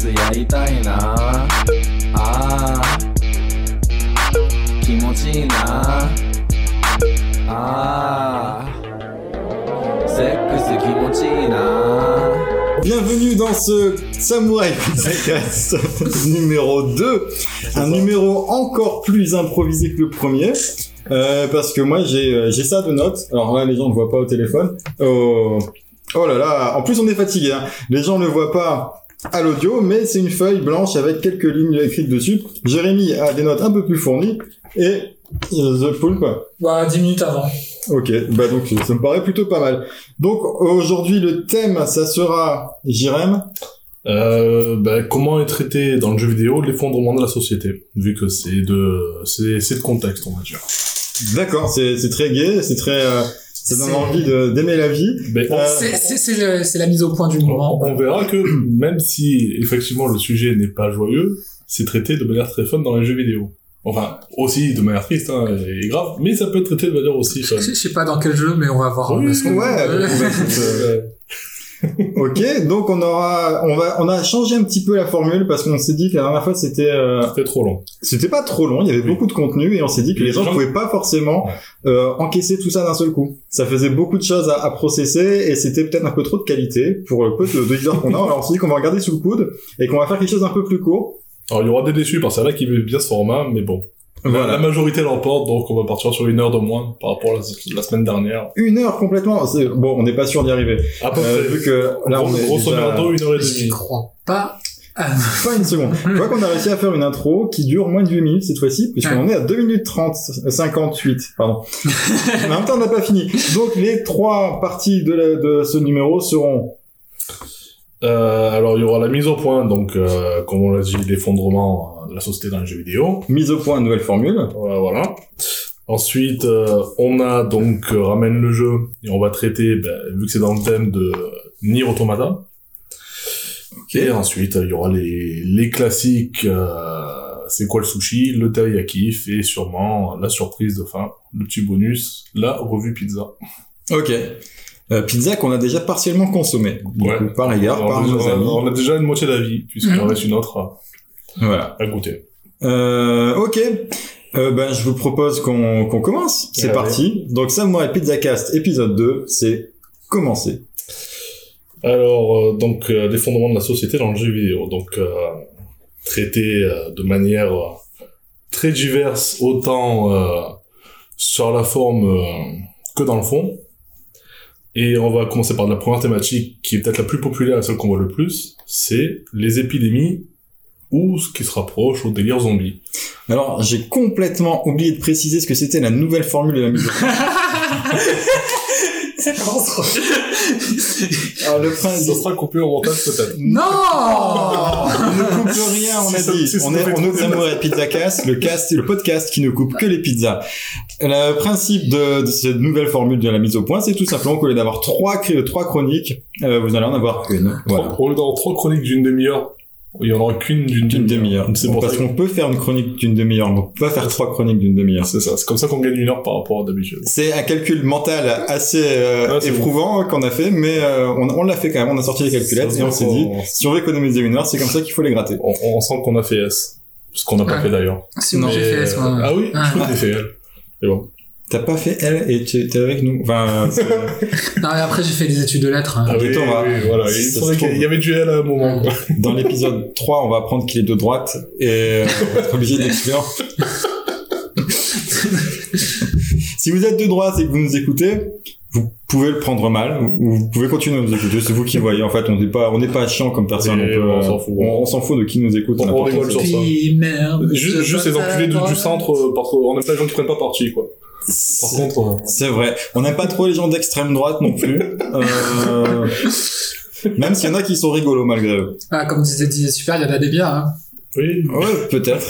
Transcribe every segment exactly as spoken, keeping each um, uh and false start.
スやりたいなあー気持ちいいなあーセックス気持ちいいな。 Bienvenue dans ce Samouraï Podcast numéro deux, un numéro encore plus improvisé que le premier, euh, parce que moi j'ai j'ai ça de notes. Alors là les gens ne voient pas au téléphone. Oh, oh là là, en plus on est fatigué, hein. Les gens ne voient pas à l'audio, mais c'est une feuille blanche avec quelques lignes écrites dessus. Jérémy a des notes un peu plus fournies et The Pool quoi. Bah dix minutes avant. Ok, bah donc ça me paraît plutôt pas mal. Donc aujourd'hui le thème ça sera Jérém. Euh, bah, comment est traité dans le jeu vidéo l'effondrement de la société, vu que c'est de c'est c'est de contexte on va dire. D'accord, c'est c'est très gai, c'est très euh, ça donne C'est... envie de d'aimer la vie. Ben, euh, c'est c'est c'est, le, c'est la mise au point du moment. On, on verra que même si effectivement le sujet n'est pas joyeux, c'est traité de manière très fun dans les jeux vidéo. Enfin, aussi de manière triste, hein, et grave, mais ça peut être traité de manière aussi fun. Je sais pas dans quel jeu, mais on va voir. Oui, parce que... ouais. euh... bah, écoute, euh, ok, donc on aura, on va, on a changé un petit peu la formule parce qu'on s'est dit que la dernière fois c'était, euh, C'était trop long. c'était pas trop long, il y avait Oui. beaucoup de contenu et on s'est dit que les, Les gens ne gens- pouvaient pas forcément Ouais. euh, encaisser tout ça d'un seul coup. Ça faisait beaucoup de choses à, à processer et c'était peut-être un peu trop de qualité pour le peu de d'auditeurs qu'on a. Alors on s'est dit qu'on va regarder sous le coude et qu'on va faire quelque chose d'un peu plus court. Alors il y aura des déçus parce qu'il y en a qui aiment bien ce format, mais bon. La- Voilà. La majorité l'emporte, donc on va partir sur une heure de moins par rapport à la, la semaine dernière. Une heure complètement. C'est... Bon, on n'est pas sûr d'y arriver. À peu Euh, près. vu que là on est Grosso déjà... merdo, une heure et J'y demie. crois pas. Ah, Pas une seconde. Je vois qu'on a réussi à faire une intro qui dure moins de huit minutes cette fois-ci, puisqu'on en est à deux minutes trente, cinquante-huit, pardon. Mais en même temps, on n'a pas fini. Donc, les trois parties de, la- de ce numéro seront... Euh, alors il y aura la mise au point, donc euh, comme on l'a dit, l'effondrement de la société dans les jeux vidéo. Mise au point, nouvelle formule. Voilà, voilà. Ensuite, euh, on a donc euh, ramène le jeu et on va traiter, ben, vu que c'est dans le thème de Nier Automata. Et ensuite, il y aura les les classiques. Euh, c'est quoi le sushi, le teriyaki et sûrement la surprise de fin, le petit bonus, la revue pizza. Ok. Euh, pizza qu'on a déjà partiellement consommée. Du Ouais. coup, par égard, Alors, par on, nos a, amis. on a déjà une moitié d'avis puisqu'il en Mhm. reste une autre à, Voilà. à goûter. Euh, ok. Euh, ben, je vous propose qu'on, qu'on commence. C'est Allez. parti. Donc, Samouraï Pizza Cast, épisode deux, c'est commencer. Alors, euh, donc, euh, l'effondrement de la société dans le jeu vidéo. Donc, euh, traité euh, de manière euh, très diverse, autant euh, sur la forme euh, que dans le fond. Et on va commencer par la première thématique, qui est peut-être la plus populaire et celle qu'on voit le plus, c'est les épidémies ou ce qui se rapproche au délire zombie. Alors, j'ai complètement oublié de préciser ce que c'était la nouvelle formule de la mise au point. Alors, le principe... Ça sera coupé au montage peut-être. non. On ne coupe rien, on a Si ça- dit. si ça on nous est, fait on trop est Samouraï Pizza Cast, le cast, le podcast qui ne coupe que les pizzas. Le principe de, de cette nouvelle formule de la mise au point, c'est tout simplement qu'au lieu d'avoir trois, cr- trois chroniques, euh, vous allez en avoir une. Voilà. Au lieu d'avoir trois chroniques d'une demi-heure, il y en aura qu'une d'une D'une demi-heure. demi-heure. C'est Bon, pour parce ça que- qu'on peut faire une chronique d'une demi-heure, mais on peut pas faire trois chroniques d'une demi-heure. C'est ça, c'est comme ça qu'on gagne une heure par rapport à d'habitude. C'est un calcul mental assez euh, Ah, c'est éprouvant qu'on a fait, mais euh, on, on l'a fait quand même. On a sorti les calculettes Ça et on se s'est voit dit, qu'on- si on veut économiser une heure, c'est comme ça qu'il faut les gratter. On, on sent qu'on a fait S. Ce qu'on n'a pas Ouais. fait d'ailleurs. Si moi j'ai Mais, fait S, moi. euh, Ah oui, Ouais. je crois que j'ai fait L. Et bon. T'as pas fait elle et tu t'es avec nous. Enfin, c'est- Non, mais après j'ai fait des études de lettres. hein. Ah oui, Bientôt, on va- oui, voilà. ça Il se faudrait trouve. qu'il y avait du L à un moment, quoi. dans l'épisode trois, on va apprendre qu'il est de droite et euh, on va être obligé d'exclure. Si vous êtes de droite et que vous nous écoutez, vous pouvez le prendre mal ou vous pouvez continuer à nous écouter. C'est vous qui voyez. En fait, on n'est pas, on n'est pas chiant comme personne. Et on, peut, on euh, s'en fout. On, on s'en fout de qui nous écoute. On L'important, rigole c'est- sur ça. Puis merde. Juste, je juste les peux enculés pas de- du voir. centre, euh, parce qu'on aime pas les gens qui prennent pas parti, quoi. Par C'est- contre, euh, C'est vrai. On n'aime pas trop les gens d'extrême droite non plus. Euh, Même s'il y en a qui sont rigolos malgré eux. Ah, comme disait Didier Super, il y en a des biens. Hein. oui. Ouais, peut-être.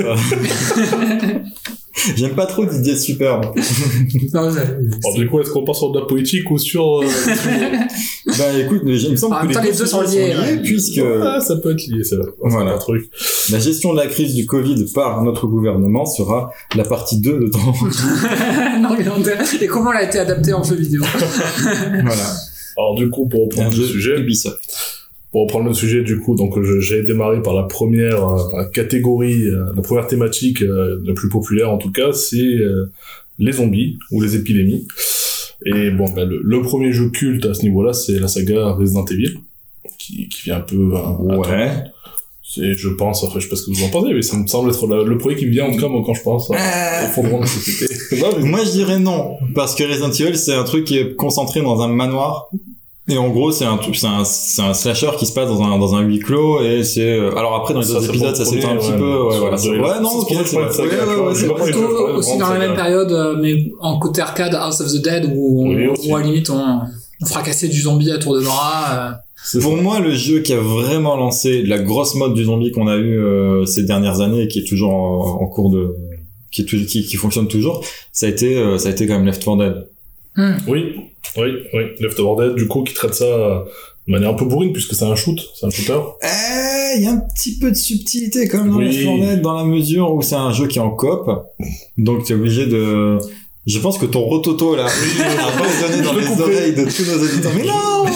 J'aime pas trop Didier Super. Non, c'est- Alors, du coup, est-ce qu'on part sur de la politique ou sur... Euh, Bah écoute, il me semble En que même temps, les les deux sont liés, ouais. puisque Ah, ça peut être lié, c'est vrai. Voilà. C'est un truc. la gestion de la crise du Covid par notre gouvernement sera la partie deux de ton... non, mais non, et comment elle a été adaptée en jeu vidéo? Voilà. Alors, du coup, pour Un reprendre le jeu sujet, Ubisoft. pour reprendre le sujet, du coup, donc je, j'ai démarré par la première euh, catégorie, euh, la première thématique euh, la plus populaire en tout cas, c'est euh, les zombies ou les épidémies. Et bon, ben, le, le premier jeu culte à ce niveau-là, c'est la saga Resident Evil, qui, qui vient un peu... Euh, Ouais. c'est, je pense, enfin, je sais pas ce que vous en pensez, mais ça me semble être le, le premier qui me vient en tout cas, moi, quand je pense à l'effondrement de la société. Non, mais- Moi, je dirais non, parce que Resident Evil, c'est un truc qui est concentré dans un manoir. Et en gros, c'est un truc, c'est un, c'est un slasher qui se passe dans un, dans un huis clos, et c'est, euh, alors après, dans les Ça, autres c'est épisodes, pour ça le s'étend un premier, petit peu, ouais, ouais, voilà. sur le- Ouais, non, c'est ok, pour ça que c'est je vrai. parlais de saga, Ouais, tu ouais, vois, ouais, je c'est sais vrai. pas, Plutôt je vais aussi prendre dans la ça, même là. période, euh, mais en côté arcade, House of the Dead, où, Oui, aussi. où à la limite on, on fracassait du zombie à tour de bras. Euh. C'est Pour ça. moi, le jeu qui a vraiment lancé la grosse mode du zombie qu'on a eu euh, ces dernières années et qui est toujours en, en cours de, qui, est toujours- qui, qui fonctionne toujours, ça a été, euh, ça a été quand même Left four Dead. Hmm. Oui, oui, oui. Left four Dead, du coup, qui traite ça euh, de manière un peu bourrine, puisque c'est un shoot, c'est un shooter. Eh, il y a un petit peu de subtilité quand même dans Oui. Left four Dead, dans la mesure où c'est un jeu qui est en coop, donc t'es obligé de. Je pense que ton rototo là a résonné dans Je le les couperai. oreilles de tous nos auditeurs. Mais non.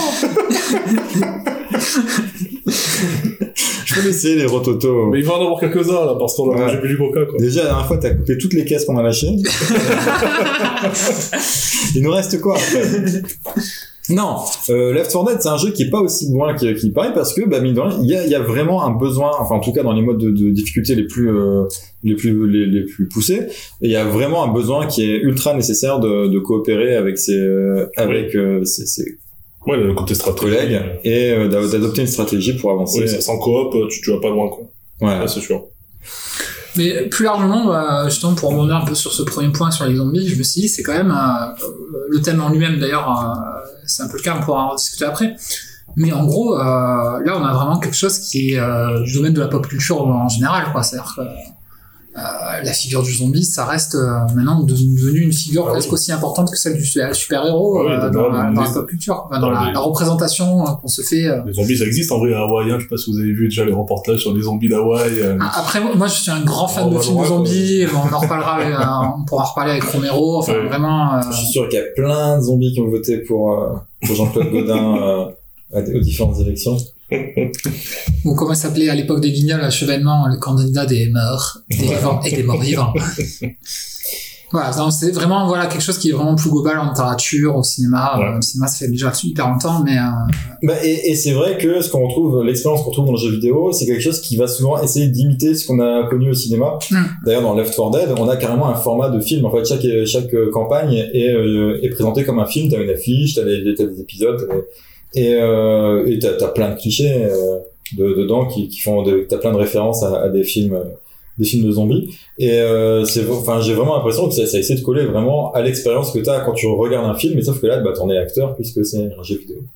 Je peux laisser les rototos. Mais il va en avoir quelques-uns, là, parce qu'on a Ouais. mangé du coca, quoi. Déjà, la dernière fois, t'as coupé toutes les caisses qu'on a lâchées. Il nous reste quoi après? Non, euh, Left four Dead, c'est un jeu qui est pas aussi loin qu'il qu'il paraît parce que, bah, mine de rien, il y a, il y a vraiment un besoin, enfin, en tout cas, dans les modes de, de difficulté les plus, euh, les plus, les, les plus poussés, il y a vraiment un besoin qui est ultra nécessaire de, de coopérer avec ses, euh, avec, euh, ses, ses Ouais, le côté stratégique. collègues et euh, d'a- d'adopter une stratégie pour avancer. Oui, ça, sans coop, tu, tu vas pas loin, quoi. Ouais. Ouais, c'est sûr. Mais plus largement, bah, justement, pour revenir un peu sur ce premier point sur les zombies, je me suis dit, c'est quand même euh, le thème en lui-même, d'ailleurs, euh, c'est un peu le cas, on pourra en discuter après. Mais en gros, euh, là, on a vraiment quelque chose qui est euh, du domaine de la pop culture en général, quoi. C'est-à-dire que euh, la figure du zombie, ça reste euh, maintenant devenu une figure Ah, presque oui. aussi importante que celle du super-héros Ah oui, euh, dans- dans, la, dans dans les- la pop culture, enfin, dans dans la, les- la représentation euh, qu'on se fait. euh. Les zombies, ça existe en vrai à Hawaï, hein. Je sais pas si vous avez vu déjà les reportages sur les zombies d'Hawaï. euh. Ah, Après, moi, je suis un grand fan Oh, de bah, films de ouais, zombies. Bon, on en reparlera, avec, euh, on pourra en reparler avec Romero. Enfin, Ouais. vraiment. euh, Je suis sûr qu'il y a plein de zombies qui ont voté pour, euh, pour Jean-Claude Godin euh, à des- aux différentes élections. Ou comment ça s'appelait à l'époque des Guignols, à Chevènement, le candidat des morts, des vivants et des morts vivants. Voilà, donc c'est vraiment voilà quelque chose qui est vraiment plus global en littérature, au cinéma. Ouais. Euh, le cinéma, ça fait déjà hyper longtemps, mais euh, Bah, et, et c'est vrai que ce qu'on retrouve, l'expérience qu'on retrouve dans le jeu vidéo, c'est quelque chose qui va souvent essayer d'imiter ce qu'on a connu au cinéma. Mm. D'ailleurs, dans Left four Dead, on a carrément un format de film. En fait, chaque chaque euh, campagne est, euh, est présentée comme un film. T'as une affiche, t'as des, t'as des épisodes, t'as des- et euh, et t'as, t'as plein de clichés euh, de, dedans qui, qui font, de, t'as plein de références à, à des films, euh, des films de zombies. Et euh, c'est, enfin, j'ai vraiment l'impression que ça, ça essaie de coller vraiment à l'expérience que t'as quand tu regardes un film. Mais sauf que là, bah, t'en es acteur puisque c'est un jeu vidéo.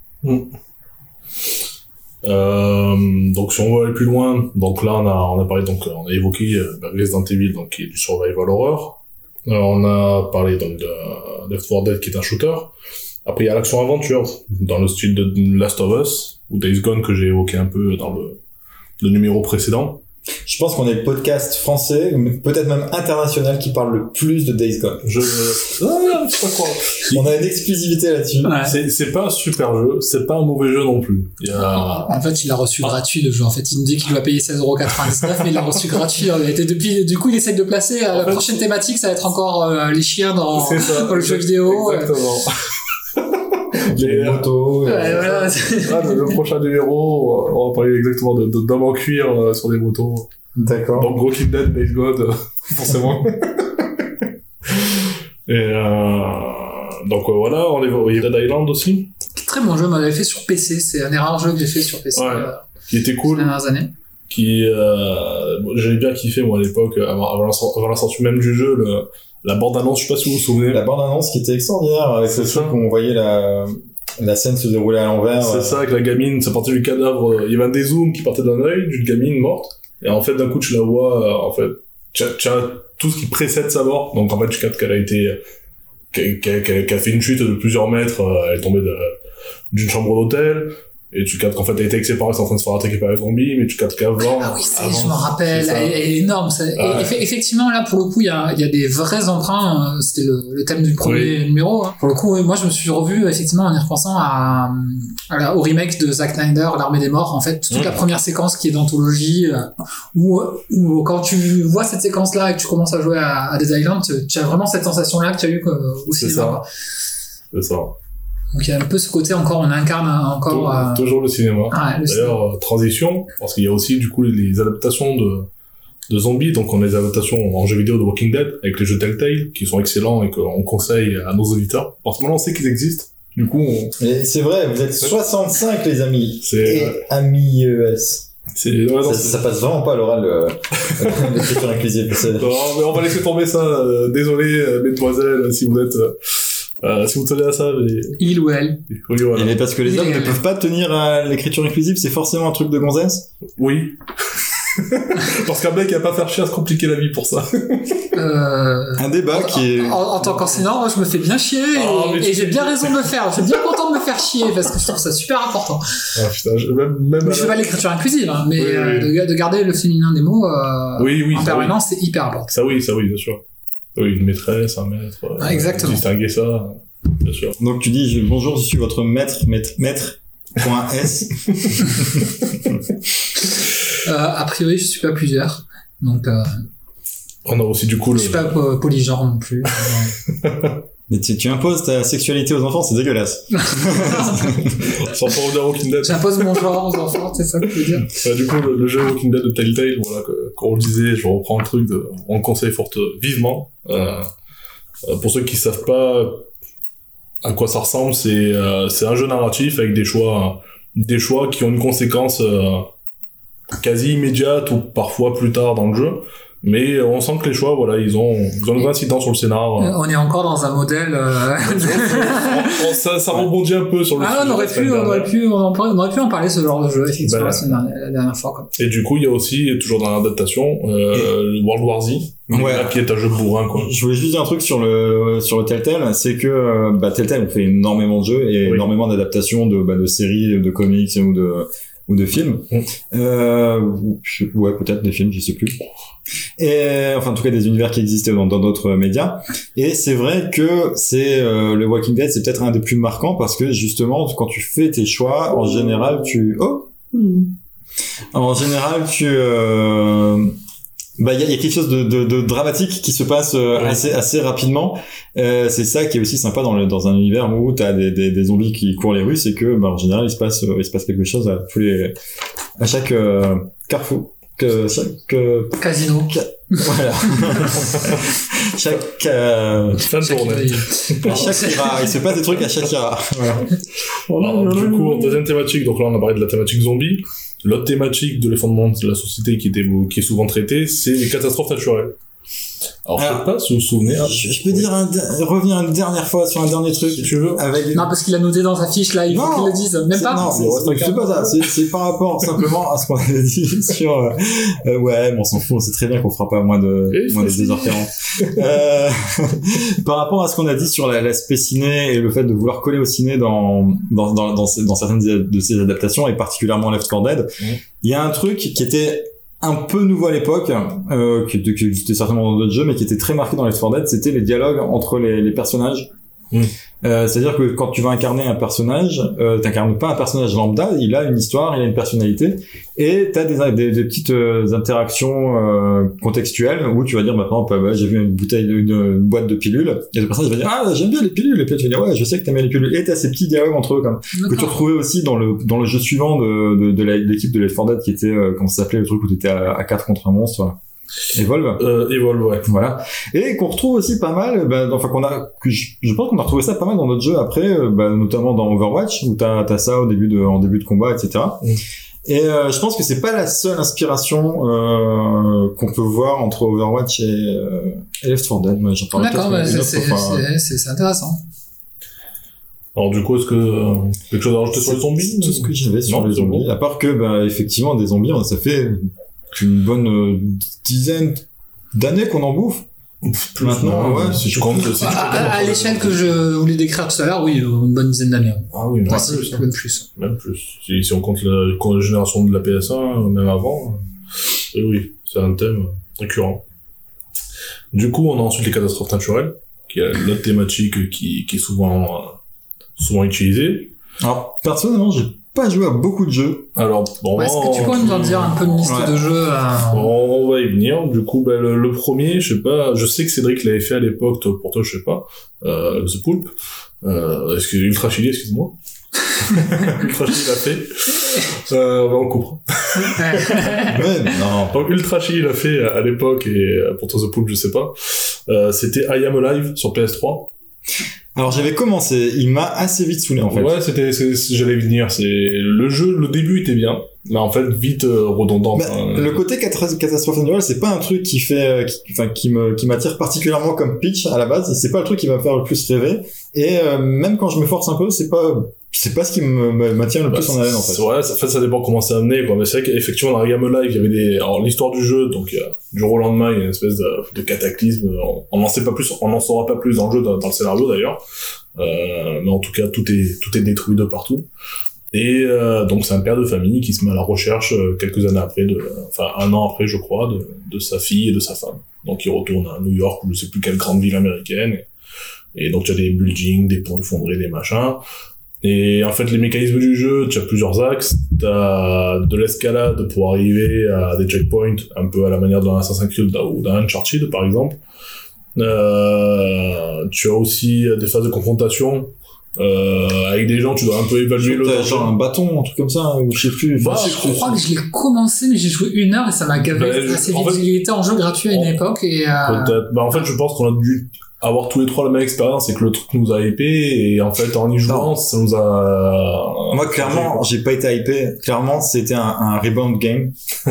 Euh, donc si on veut aller plus loin, donc là on a on a parlé donc on a évoqué euh, bah, Resident Evil donc qui est du survival horror. Euh, on a parlé donc de Left four Dead qui est un shooter. Après il y a l'action aventure dans le style de Last of Us ou Days Gone que j'ai évoqué un peu dans le le numéro précédent. Je pense qu'on est le podcast français, ou peut-être même international, qui parle le plus de Days Gone. Je ah, je sais pas quoi. On a une exclusivité là-dessus. ouais. C'est c'est pas un super jeu, c'est pas un mauvais jeu non plus. Il y a En fait, il a reçu gratuit le jeu. En fait, il nous dit qu'il doit payer seize euros quatre-vingt-dix-neuf, mais il l'a reçu gratuit. En réalité. Depuis, du coup, il essaie de placer euh, En la fait, prochaine thématique, ça va être encore euh, les chiens dans, c'est ça. dans le jeu vidéo. ouais. Exactement. Les Mais, euh, motos. Ouais, euh, voilà. Ah, le, le prochain numéro, on va parler exactement de, de, d'hommes en cuir euh, sur des motos. D'accord. Donc, Walking Dead, Days Gone, euh, forcément. Et euh, donc, euh, voilà, on est il y a Dead Island aussi, Très bon jeu, moi, j'avais fait sur P C. C'est un des rares jeux que j'ai fait sur P C Ouais. euh, qui était ces cool, dernières années. qui, euh, j'avais bien kiffé, moi, à l'époque, avant, avant, la, sor- avant la sortie même du jeu, le, la bande-annonce, je sais pas si vous vous souvenez. La bande-annonce qui était extraordinaire, avec C'est ce ça. truc où on voyait la, la scène se dérouler à l'envers. C'est euh, ça, avec la gamine, ça partait du cadavre, euh, il y avait un dézoom qui partait d'un œil, d'une gamine morte, et en fait, d'un coup, tu la vois, euh, en fait, tu as, tu as tout ce qui précède sa mort, donc en fait, tu captes qu'elle a été, qu'elle, qu'elle, qu'elle- qu'elle a fait une chute de plusieurs mètres, euh, elle est tombée de, d'une chambre d'hôtel, Et tu captes qu'en fait, t'as été X par c'est en train de se faire attaquer par les zombies, mais tu captes qu'avant. Ah oui, c'est, avant, je me rappelle, elle, elle est énorme. Ça. Ah, et, ouais. Effectivement, là, pour le coup, il y a, il y a des vrais emprunts. C'était le, le thème du premier Oui. numéro. Hein. Pour le coup, oui, moi, je me suis revu, effectivement, en y repensant à, à la, au remake de Zack Snyder, L'Armée des Morts. En fait, toute Mmh. la première séquence qui est d'anthologie, euh, où, où quand tu vois cette séquence-là et que tu commences à jouer à, à Dead Island, tu, tu as vraiment cette sensation-là que tu as eu euh, au C'est cinéma. ça. Quoi. C'est ça. Donc, il y a un peu ce côté encore, on incarne encore... Tou- euh, Toujours le cinéma. ah, le cinéma. D'ailleurs, euh, transition, parce qu'il y a aussi, du coup, les adaptations de, de zombies. Donc, on a les adaptations en jeu vidéo de Walking Dead, avec les jeux Telltale, qui sont excellents et qu'on conseille à nos auditeurs. Parce que maintenant, on sait qu'ils existent. Du coup, on... Et c'est vrai, vous êtes soixante-cinq les amis. C'est- Et amis E S. c'est, ouais, non, Ça, c'est- ça passe vraiment pas à l'oral, euh, l'écriture inclusive. C'est- Non, mais on va laisser tomber ça. Euh, désolé, euh, mesdemoiselles, si vous êtes, euh, euh, si vous tenez à ça, mais, Il ou elle. oui, voilà. Et parce que les Il hommes est- ne peuvent pas tenir à l'écriture inclusive, c'est forcément un truc de gonzesse. Oui. Parce qu'un mec, il va pas faire chier à se compliquer la vie pour ça. Euh... Un débat qui est... En, en tant qu'enseignant, je me fais bien chier et, Oh, mais et tu- j'ai bien raison de le faire. Je suis bien content de me faire chier parce que je trouve ça super important. Ah, putain, je, même, même Mais à je fais la- pas l'écriture inclusive, hein, mais Oui, oui, euh, oui. de, de garder le féminin des mots euh, Oui, oui, en ça, permanence, c'est hyper important. Ça oui, ça oui, bien sûr. Oui, une maîtresse, un maître. euh, Ah, exactement. Distinguer ça, bien sûr. Donc tu dis, je- bonjour, je suis votre maître, maître, maître, point S. Euh, a priori, je suis pas plusieurs. Donc, euh, On a aussi du coup je le... suis pas euh, polygenre non plus. Mais tu, tu imposes ta sexualité aux enfants, c'est dégueulasse. Sans pas revenir à Walking Dead. J'impose mon genre aux enfants, c'est ça que je veux dire. Bah, du coup, le, le jeu Walking Dead de Telltale, voilà, que, quand on le disait, je reprends le truc, de, on le conseille fort vivement. Euh, euh, pour ceux qui savent pas à quoi ça ressemble, c'est euh, c'est un jeu narratif avec des choix, des choix qui ont une conséquence euh, quasi immédiate ou parfois plus tard dans le jeu. Mais on sent que les choix, voilà, ils ont, ils ont une vraie incidence sur le scénar. Euh, On est encore dans un modèle. Euh... On- on- ça, ça rebondit un peu sur le ah, sujet on aurait la semaine pu, on dernière. aurait pu, on, en pourrait- on aurait pu en parler ce genre de jeu effectivement Bah, la, semaine dernière, la dernière fois. Quoi. Et du coup, il y a aussi, toujours dans l'adaptation, euh, World War Z, Ouais. là, qui est un jeu bourrin, quoi. Je voulais juste dire un truc sur le sur le Telltale, c'est que euh, bah, Telltale on fait énormément de jeux et Oui. énormément d'adaptations de bah, de séries, de comics ou de ou de films. Mm. Euh, ou- je- ouais, peut-être des films, je sais plus. Et enfin, en tout cas, des univers qui existaient dans dans d'autres médias. Et c'est vrai que c'est euh, le Walking Dead, c'est peut-être un des plus marquants parce que justement, quand tu fais tes choix, en général, tu oh, en général, tu euh, bah il y a, y a quelque chose de, de, de dramatique qui se passe euh, Ouais. assez assez rapidement. Euh, c'est ça qui est aussi sympa dans le dans un univers où t'as des, des des zombies qui courent les rues, c'est que bah en général il se passe euh, il se passe quelque chose à tous les à chaque euh, carrefour que chaque euh, Casino. voilà chaque euh, Fin de Chaque- journée. à chaque ira, il se passe des trucs à chaque ira. Voilà. Alors, du coup, deuxième thématique, donc là on a parlé de la thématique zombie. L'autre thématique de l'effondrement de la société qui, était, qui est souvent traitée, c'est les catastrophes naturelles. Alors, je Alors, sais pas si vous vous souvenez. hein. Je, je peux dire un, de- revenir une dernière fois sur un dernier truc Si tu veux. avec Non, parce qu'il a noté dans sa fiche là, il faut Non, qu'il le dise. Même c'est- pas. Non, c'est, Bon, c'est, c'est c'est pas ça. C'est, c'est par rapport simplement à ce qu'on avait dit sur. Euh, euh, ouais, mais on s'en fout. On sait très bien qu'on fera pas moins de Et moins de c'est deux heures quarante. euh, par rapport à ce qu'on a dit sur la, l'aspect ciné et le fait de vouloir coller au ciné dans dans dans dans, ces- dans certaines de ces adaptations et particulièrement Left four Dead, Mmh. il y a un truc qui était un peu nouveau à l'époque, euh, qui, qui existait certainement dans d'autres jeux, mais qui était très marqué dans Left four Dead, c'était les dialogues entre les, les personnages. Mm. Euh, c'est-à-dire que quand tu vas incarner un personnage, euh, t'incarnes pas un personnage lambda, il a une histoire, il a une personnalité, et t'as des, des, des petites euh, interactions euh, contextuelles où tu vas dire, maintenant, bah, bah, j'ai vu une bouteille, une, une boîte de pilules, et le personnage va dire, ah, j'aime bien les pilules, et puis tu vas dire, ouais, je sais que t'aimes bien les pilules, et t'as ces petits dialogues entre eux, comme que tu D'accord. retrouvais aussi dans le dans le jeu suivant de de, de, la, de l'équipe de Left four Dead qui était euh, comment ça s'appelait le truc où t'étais à, à quatre contre un monstre, voilà. Evolve, Euh, Evolve, ouais. voilà, et qu'on retrouve aussi pas mal, bah, enfin qu'on a, que je, je pense qu'on a retrouvé ça pas mal dans d'autres jeux après, euh, bah, notamment dans Overwatch où t'as t'as ça au début de en début de combat, et cetera. Mm. Et euh, je pense que c'est pas la seule inspiration euh, qu'on peut voir entre Overwatch et, euh, et Left four Dead. Moi, j'en parle D'accord, peut-être bah, une c'est, autre c'est, fois. c'est, c'est, c'est intéressant. Alors, du coup, est-ce que, euh, quelque chose à rajouter sur les zombies? Tout ce que j'avais sur Non, les c'est zombies. bon. À part que, bah, effectivement, des zombies, ça fait une bonne euh, dizaine d'années qu'on en bouffe. Plus Maintenant, non, ouais. Si je compte, si je À, compte à- à dans- l'échelle que je voulais décrire tout à l'heure, oui, une bonne dizaine d'années. Ah oui, Ouais, même c'est plus. hein. même plus. Même plus. Si, si on compte la, la génération de la P S un, même avant. euh, Et oui, c'est un thème récurrent. Du coup, on a ensuite les catastrophes naturelles, qui est l'autre thématique qui, qui est souvent, euh, souvent utilisée. Alors, personnellement, j'ai pas joué à beaucoup de jeux. Alors, bon, Ouais, Est-ce que tu peux nous en dire un peu une liste Ouais. de jeux à... on va y venir. Du coup, ben, le, le premier, je sais pas, je sais que Cédric l'avait fait à l'époque, toi, pour toi, je sais pas, euh, The Pulp. Euh, est-ce que Ultra Chili, excuse-moi. Ultra Chili l'a fait. Euh, on le coupera. Ouais, non. Donc Ultra Chili l'a fait à l'époque et pour toi The Pulp, je sais pas. Euh, c'était I Am Alive sur P S trois. Alors, j'avais commencé, il m'a assez vite saoulé, en fait. Ouais, c'était, c'est- c'est- j'allais venir. C'est le jeu, le début était bien, mais en fait vite euh, redondant. Bah, Enfin, le côté catra- catastrophe naturelle, c'est pas un truc qui fait, euh, qui, enfin, qui me, qui m'attire particulièrement comme pitch à la base. C'est pas le truc qui va me faire le plus rêver. Et euh, même quand je me force un peu, c'est pas, c'est pas ce qui me, me- m'attire le Bah, plus en haleine, en fait. c'est vrai, ça- en fait, ça dépend comment c'est amené, quoi. Mais c'est vrai qu'effectivement, dans I Am Alive, il y avait des, alors, l'histoire du jeu, donc, euh, du jour au lendemain, il y a une espèce de, de cataclysme. On, on n'en sait pas plus, on n'en saura pas plus dans le jeu, dans, dans le scénario, d'ailleurs. Euh, mais en tout cas, tout est, tout est détruit de partout. Et, euh, donc, c'est un père de famille qui se met à la recherche, euh, quelques années après de, enfin, un an après, je crois, de, de sa fille et de sa femme. Donc, il retourne à New York, ou je sais plus quelle grande ville américaine. Et, et donc, tu as des buildings, des ponts effondrés, des machins. Et en fait, les mécanismes du jeu, tu as plusieurs axes. Tu as de l'escalade pour arriver à des checkpoints, un peu à la manière d'un Assassin's Creed ou d'un Uncharted, par exemple. Euh, tu as aussi des phases de confrontation. Euh, avec des gens, tu dois un peu évaluer le T'as danger. genre un bâton, un truc comme ça, ou je sais plus. Bah, Enfin, Je crois que je l'ai commencé, mais j'ai joué une heure et ça m'a gavé Bah, je- assez en vite. fait- Il était en jeu gratuit à une en- époque et... Euh... Peut-être. Bah, en fait, je pense qu'on a dû avoir tous les trois la même expérience et que le truc nous a hypé et en fait, en y jouant, Non. ça nous a... Moi, clairement, j'ai pas été hypé. Clairement, c'était un, un rebound game.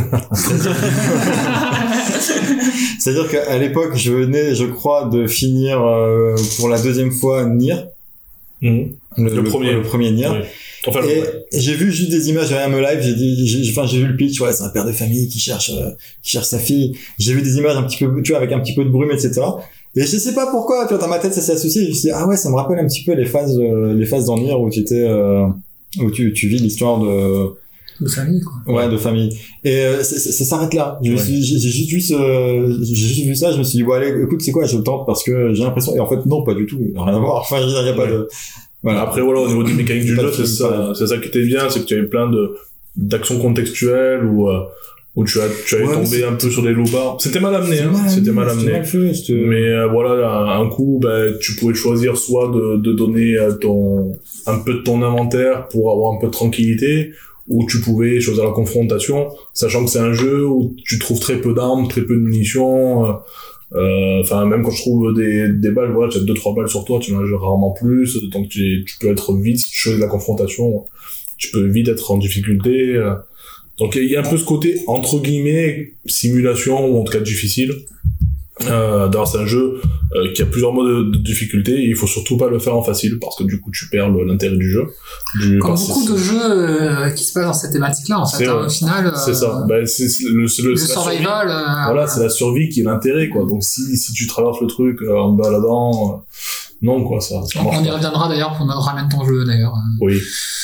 C'est-à-dire qu'à l'époque, je venais, je crois, de finir euh, pour la deuxième fois Nier. Mhm. Le premier. Le premier Nier. Oui. Enfin, Et ouais. j'ai vu juste des images à I Am Alive, j'ai dit, j'ai, enfin, j'ai vu le pitch, ouais, c'est un père de famille qui cherche, euh, qui cherche sa fille. J'ai vu des images un petit peu, tu vois, avec un petit peu de brume, et cetera. Et je sais pas pourquoi, tu vois, dans ma tête, ça s'est associé. Je me suis dit, ah ouais, ça me rappelle un petit peu les phases, euh, les phases dans Nier où tu étais, euh, où tu, tu vis l'histoire de, de famille, quoi. ouais, de famille. Et euh, c'est- c'est- ça s'arrête là. Je me Ouais. suis, j'ai j'ai juste vu ce, j'ai juste vu ça, je me suis dit, bon, allez, écoute, c'est quoi, je le tente parce que j'ai l'impression, et en fait, non, pas du tout, rien à voir. Enfin, je veux dire, y a pas Ouais. de, voilà. Après, voilà, au niveau des mécaniques du Pas jeu, de c'est film, ça, pas c'est ça qui était bien, c'est que tu avais plein de, d'actions contextuelles où, euh, où tu as, tu avais Ouais, mais tombé c'est- un peu sur des loupards. C'était mal amené, hein. C'était mal amené. mal fait, c'était- Mais euh, voilà, un, un coup, ben, tu pouvais choisir soit de, de donner euh, ton, un peu de ton inventaire pour avoir un peu de tranquillité, ou tu pouvais choisir la confrontation, sachant que c'est un jeu où tu trouves très peu d'armes, très peu de munitions. euh, euh, Enfin, même quand je trouve des, des balles, voilà, tu as deux trois balles sur toi, tu en as rarement plus, donc tu, tu peux être vite, si tu choisis la confrontation, tu peux vite être en difficulté. euh. Donc il y a un peu ce côté, entre guillemets, simulation, ou en tout cas difficile. Euh, d'ailleurs, c'est un jeu euh, qui a plusieurs modes de, de difficulté, et il faut surtout pas le faire en facile, parce que du coup tu perds le- l'intérêt du jeu. Du, Comme parce que beaucoup c'est- de jeux euh, qui se passent dans cette thématique-là, en fait, C'est hein, vrai. au final. euh, C'est ça. Ben, c'est c'est le, c'est le, Le c'est la survie. survival. euh, Voilà, c'est la survie qui est l'intérêt, quoi. Donc si, si tu traverses le truc euh, en te baladant, euh, non, quoi, ça, ça On, marche on y pas. reviendra d'ailleurs pour notre ramène ton jeu, d'ailleurs. Oui.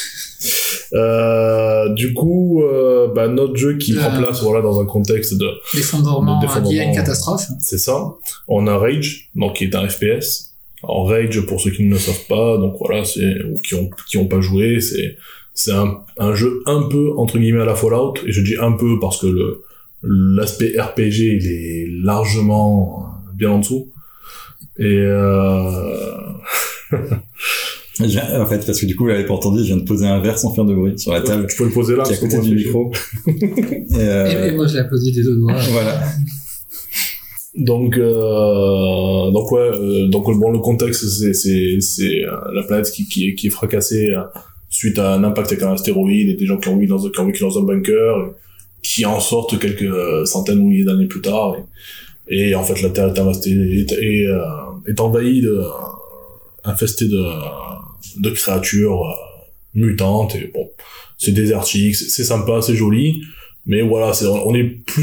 Euh, du coup, euh, bah, notre jeu qui Euh. prend place, voilà, dans un contexte de, L'effondrement Le euh, lié à une défendement, catastrophe. c'est ça. On a Rage, donc qui est un F P S. Alors Rage, pour ceux qui ne le savent pas, donc voilà, c'est ou qui ont qui ont pas joué, c'est c'est un un jeu un peu entre guillemets à la Fallout, et je dis un peu parce que le l'aspect R P G il est largement bien en dessous. Et euh... Je viens- en fait, parce que du coup, vous l'avez pas entendu, je viens de poser un verre sans faire de bruit sur la table tu peux le poser là, qui est à parce que côté moi, du j'ai- micro. Et, euh, Et, et moi, je l'ai applaudi des deux doigts. voilà. Donc, euh, donc ouais, euh, donc bon, le contexte, c'est c'est c'est euh, la planète qui qui est, qui est fracassée euh, suite à un impact avec un astéroïde, et des gens qui ont vécu dans qui ont vécu dans un bunker, et qui en sortent quelques euh, centaines ou milliers d'années plus tard, et, et en fait la Terre est invastée, est, est, euh, est envahie de, infestée de de créatures euh, mutantes, et bon, c'est désertique, c'est c'est sympa, c'est joli, mais voilà, c'est on est plus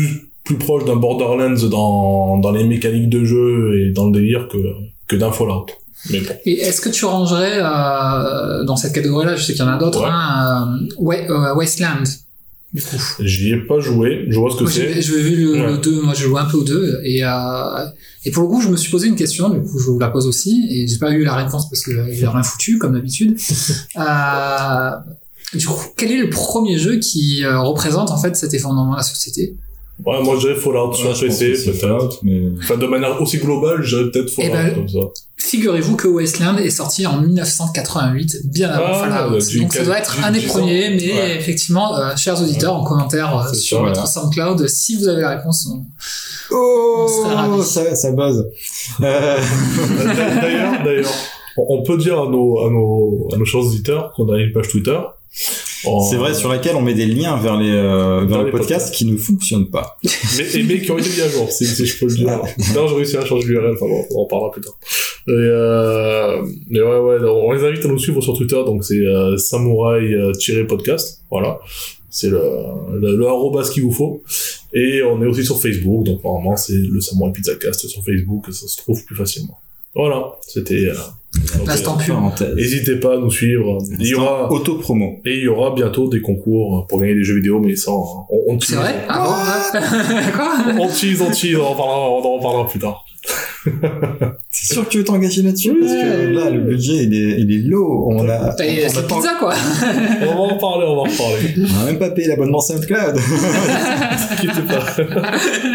plus proche d'un Borderlands dans, dans les mécaniques de jeu et dans le délire que, que d'un Fallout. Mais bon. Et est-ce que tu rangerais euh, dans cette catégorie-là, je sais qu'il y en a d'autres, Ouais. hein, euh, ouais, euh, Wasteland, du coup. J'y ai pas joué, je vois ce que Moi, c'est. j'ai, j'ai vu le, Ouais. le deux, moi j'ai joué un peu au deux, et, euh, et pour le coup, je me suis posé une question, du coup je vous la pose aussi, et j'ai pas eu la réponse parce que j'ai rien foutu, comme d'habitude. euh, du coup, quel est le premier jeu qui euh, représente en fait cet effondrement de la société? Ouais, moi je dirais Fallout sur Ouais, je P pense C, que c'est peut-être. Fallout, mais... Enfin, de manière aussi globale, je dirais peut-être Fallout, Eh ben, comme ça. Figurez-vous que Wasteland est sorti en dix-neuf cent quatre-vingt-huit, bien avant Ah, Fallout. du Donc ça quasi- doit être du un des dix ans. premiers, mais Ouais. effectivement, euh, chers auditeurs, en commentaire euh, C'est sur ça, notre voilà. SoundCloud, si vous avez la réponse, on... Oh, On serait ravis. ça, ça buzz. Euh... D'ailleurs, d'ailleurs, on on peut dire à nos, à nos, à nos chers auditeurs qu'on a une page Twitter. En- C'est vrai, sur laquelle on met des liens vers les, euh, vers Vers les les podcasts qui ne fonctionnent pas. mais, mais qui ont été mis à jour, si, si je peux le dire. D'ailleurs, j'ai réussi à changer l'U R L, enfin bon, on en parlera plus tard. Et euh, mais ouais, ouais, on les invite à nous suivre sur Twitter, donc c'est euh, samouraï-podcast, voilà. C'est le, le, le arrobas qu'il vous faut. Et on est aussi sur Facebook, donc normalement c'est le Samouraï Pizzacast sur Facebook, ça se trouve plus facilement. Voilà, c'était... Euh, donc, L'instant euh, pub. Parenthèse. N'hésitez pas à nous suivre. Il y aura... Auto-promo. Et il y aura bientôt des concours pour gagner des jeux vidéo, mais sans... On, on C'est tease. vrai? Ah bon, ouais. Quoi? On tease, on tease, on en parlera, on en reparlera plus tard. C'est sûr que tu veux t'engager là-dessus? Oui. Parce que là, le budget, il est, il est low. On a, T'as- on, on a C'est pas, pizza, quoi. On va en parler, on va en reparler. on a même pas payé l'abonnement SoundCloud. Quittez pas.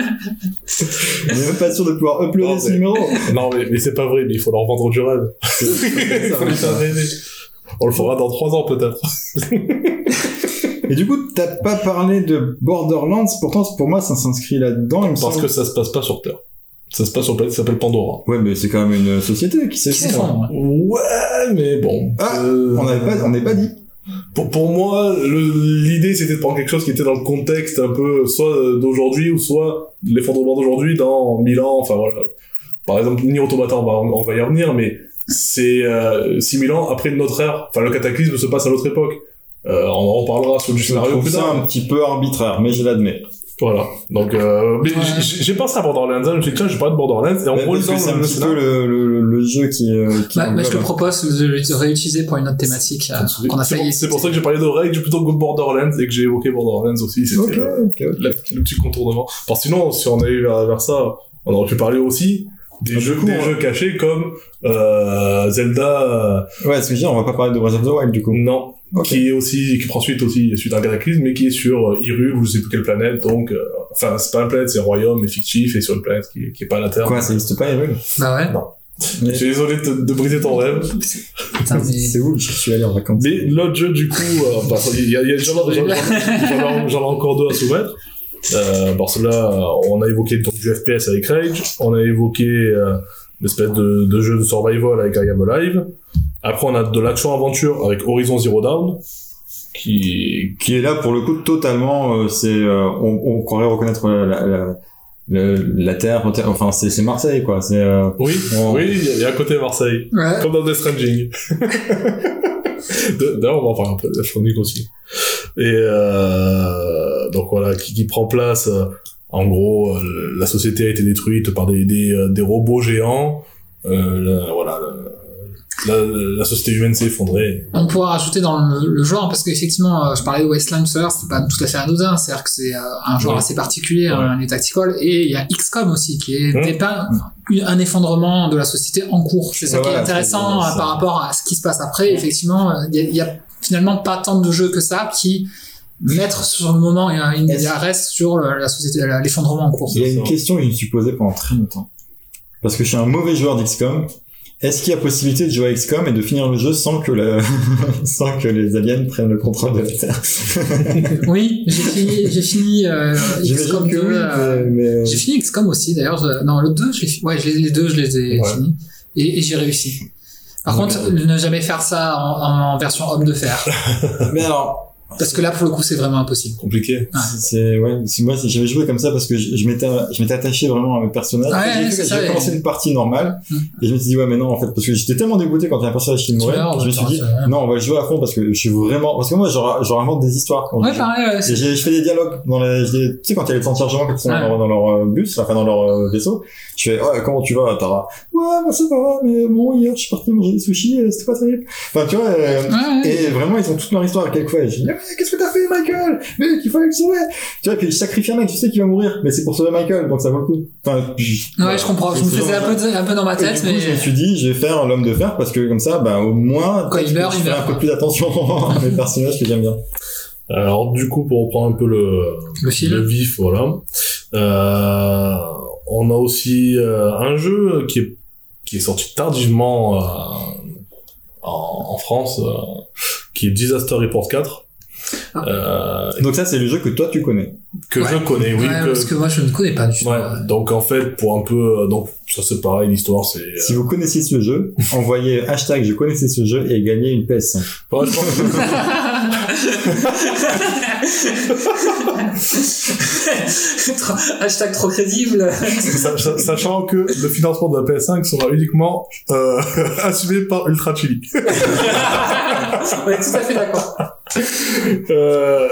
On est même pas sûr de pouvoir uploader Non, ce mais- numéro. Non, mais, mais c'est pas vrai, mais il faut leur vendre du rêve. Ça Il faut va, les ça faire va. rêver. On le fera dans trois ans, peut-être. Et du coup, t'as pas parlé de Borderlands, pourtant pour moi ça s'inscrit là-dedans, il me Parce semble. que ça se passe pas sur Terre. Ça se passe sur une planète qui s'appelle Pandora. Ouais, mais c'est quand même une société qui s'est Qui s'effondre. Ouais, mais bon. Ah, euh, On n'avait pas, on n'est pas dit. Pour, pour moi, le- l'idée c'était de prendre quelque chose qui était dans le contexte un peu soit d'aujourd'hui ou soit l'effondrement d'aujourd'hui dans mille ans, enfin voilà. Par exemple, Nier Automata, on va, on va y revenir, mais c'est euh, six mille ans après notre ère. Enfin, le cataclysme se passe à notre époque. Euh, on en parlera sur du Je scénario trouve plus ça tard. un petit peu arbitraire, mais je l'admets. Voilà. Donc, euh, mais Ouais. j'ai j'ai pensé à Borderlands, je me suis dit, tiens, j'ai parlé de Borderlands, et en Mais gros, parce que c'est un le petit peu scénario. le, le, le jeu qui, euh, qui Bah, bah, je te englobe. propose de le réutiliser pour une autre thématique euh, qu'on a C'est failli. pour, c'est pour ça que j'ai parlé de Rage plutôt que de Borderlands et que j'ai évoqué Borderlands aussi. C'était Ok, le, ok, ok. la- le petit contournement. Parce que sinon, si on allait vers, vers ça, on aurait pu parler aussi des Ah, du jeux, coup, des on- jeux cachés comme euh, Zelda. Ouais, ce que je dis, on va pas parler de Breath of the Wild du coup. Euh, non, Ok. qui est aussi, qui prend suite aussi suite à un cataclysme, mais qui est sur euh, Hyrule ou je sais plus quelle planète. Donc, euh, enfin, c'est pas une planète, c'est un royaume, mais fictif et sur une planète qui, qui est pas la Terre. Quoi, ça existe pas, Hyrule? Bah ouais. Mais- Je suis désolé de, te- de briser ton rêve. Putain, mais... C'est où je suis allé en vacances? Mais l'autre jeu, du coup, euh, bah, il y a, il y a j'en, j'en, j'en, j'en ai- j'en ai encore deux à soumettre. Euh, parce que là, on a évoqué donc, du F P S avec Rage, on a évoqué euh, une espèce de, de jeu de survival avec I Am Alive. Après, on a de l'action-aventure avec Horizon Zero Dawn, qui... Qui est là pour le coup totalement, euh, c'est, euh, on, on croirait reconnaître la, la, la, le- la terre, enfin c'est, c'est Marseille quoi, c'est, euh, Oui, on- oui, il y a- il y a un côté Marseille. Ouais. Comme dans Death Stranding. De- D'ailleurs, on va en parler un peu de Death Stranding aussi. Et euh, donc voilà, qui, qui prend place... euh, en gros, euh, la société a été détruite par des, des, euh, des robots géants. Euh, la- voilà, la, la, la société humaine s'est effondrée. On pourra rajouter dans le, le genre, parce qu'effectivement, euh, je parlais de Wasteland tout à l'heure, c'est pas tout à fait anodin, c'est-à-dire que c'est euh, un genre Ouais. assez particulier, Ouais. un tactical, et il y a X COM aussi, qui est Mmh. dépeint une- un effondrement de la société en cours. C'est ça Ouais, qui est voilà, intéressant c'est- euh, par rapport à ce qui se passe après. Effectivement, euh, il y, a- il y a finalement pas tant de jeux que ça qui mettent sur le moment euh, immédiat reste sur le- la société, la- l'effondrement en cours. il y a une ça. question que je me suis posée pendant très longtemps. Parce que je suis un mauvais joueur d'X COM. Est-ce qu'il y a possibilité de jouer à X COM et de finir le jeu sans que la, sans que les aliens prennent le contrôle de la Terre? Oui, j'ai fini, j'ai fini euh, X COM J'imagine que deux. oui, euh, mais, mais- J'ai fini X COM aussi, d'ailleurs. je- Non, le deux, je l'ai fi- ouais, je les, les deux, je les ai Ouais. finis. Et, et j'ai réussi. Par Ouais. contre, ne jamais faire ça en, en version homme de fer. mais alors, Parce que là, pour le coup, c'est vraiment impossible. Compliqué. Ah. C'est, ouais, c'est, moi, j'avais joué comme ça parce que je, je m'étais, je m'étais attaché vraiment à mes personnages. Ouais, j'ai ouais, fait- c'est j'ai ça, commencé et- une partie normale, Mm. et je me suis dit, ouais, mais non, en fait, parce que j'étais tellement dégoûté quand il y a un personnage qui mourait, meurs, je me suis ouais, dit, ouais. non, on va le jouer à fond parce que je suis vraiment, parce que moi, genre, genre, invente des histoires quand Ouais, je joue. pareil, ouais, Et c'est... j'ai- je fais des dialogues dans les, je les- tu sais, quand il y a les temps de chargement qui sont Ouais. dans, dans leur euh, bus, enfin, dans leur euh, vaisseau, je fais, ouais, comment tu vas, Tara? Ouais, moi, ça va, mais bon, hier, je suis parti manger des sushis, et c'était pas terrible. Enfin, tu vois, euh, Ouais, ouais. et vraiment, ils ont toute leur histoire à quelques fois. Et je dis, mais qu'est-ce que t'as fait, Michael? Mais il fallait le sauver. Tu vois, et puis il sacrifie un mec, tu sais qu'il va mourir, mais c'est pour sauver Michael, donc ça vaut le coup. Enfin, je- Ouais, je comprends. Je me C'est faisais un genre- peu, un peu dans ma Et tête, du coup, mais... je me suis dit, je vais faire l'homme de fer parce que comme ça, bah, au moins, Quand il peut-être meurt, que il je fais meurt, un peu quoi. plus attention à mes personnages que j'aime bien. Alors, du coup, pour reprendre un peu le, Le fil. le vif, voilà. Euh, on a aussi euh, un jeu qui est, qui est sorti tardivement euh, en, en France, euh, qui est Disaster Report quatre. Ah. Euh, Donc ça, c'est le jeu que toi, tu connais. que Ouais. je connais, oui. Ouais, que, parce que moi, je ne connais pas du tout. ouais, donc en fait, pour un peu, euh, donc ça c'est pareil, l'histoire c'est. euh, Si vous connaissez ce jeu, envoyez hashtag je connaissais ce jeu et gagnez une P S cinq. ouais, je pense que- Trop- Hashtag trop crédible. Sa- sa- sachant que le financement de la P S cinq sera uniquement euh, assumé par Ultra Chili. Ouais, tout à fait d'accord. Euh,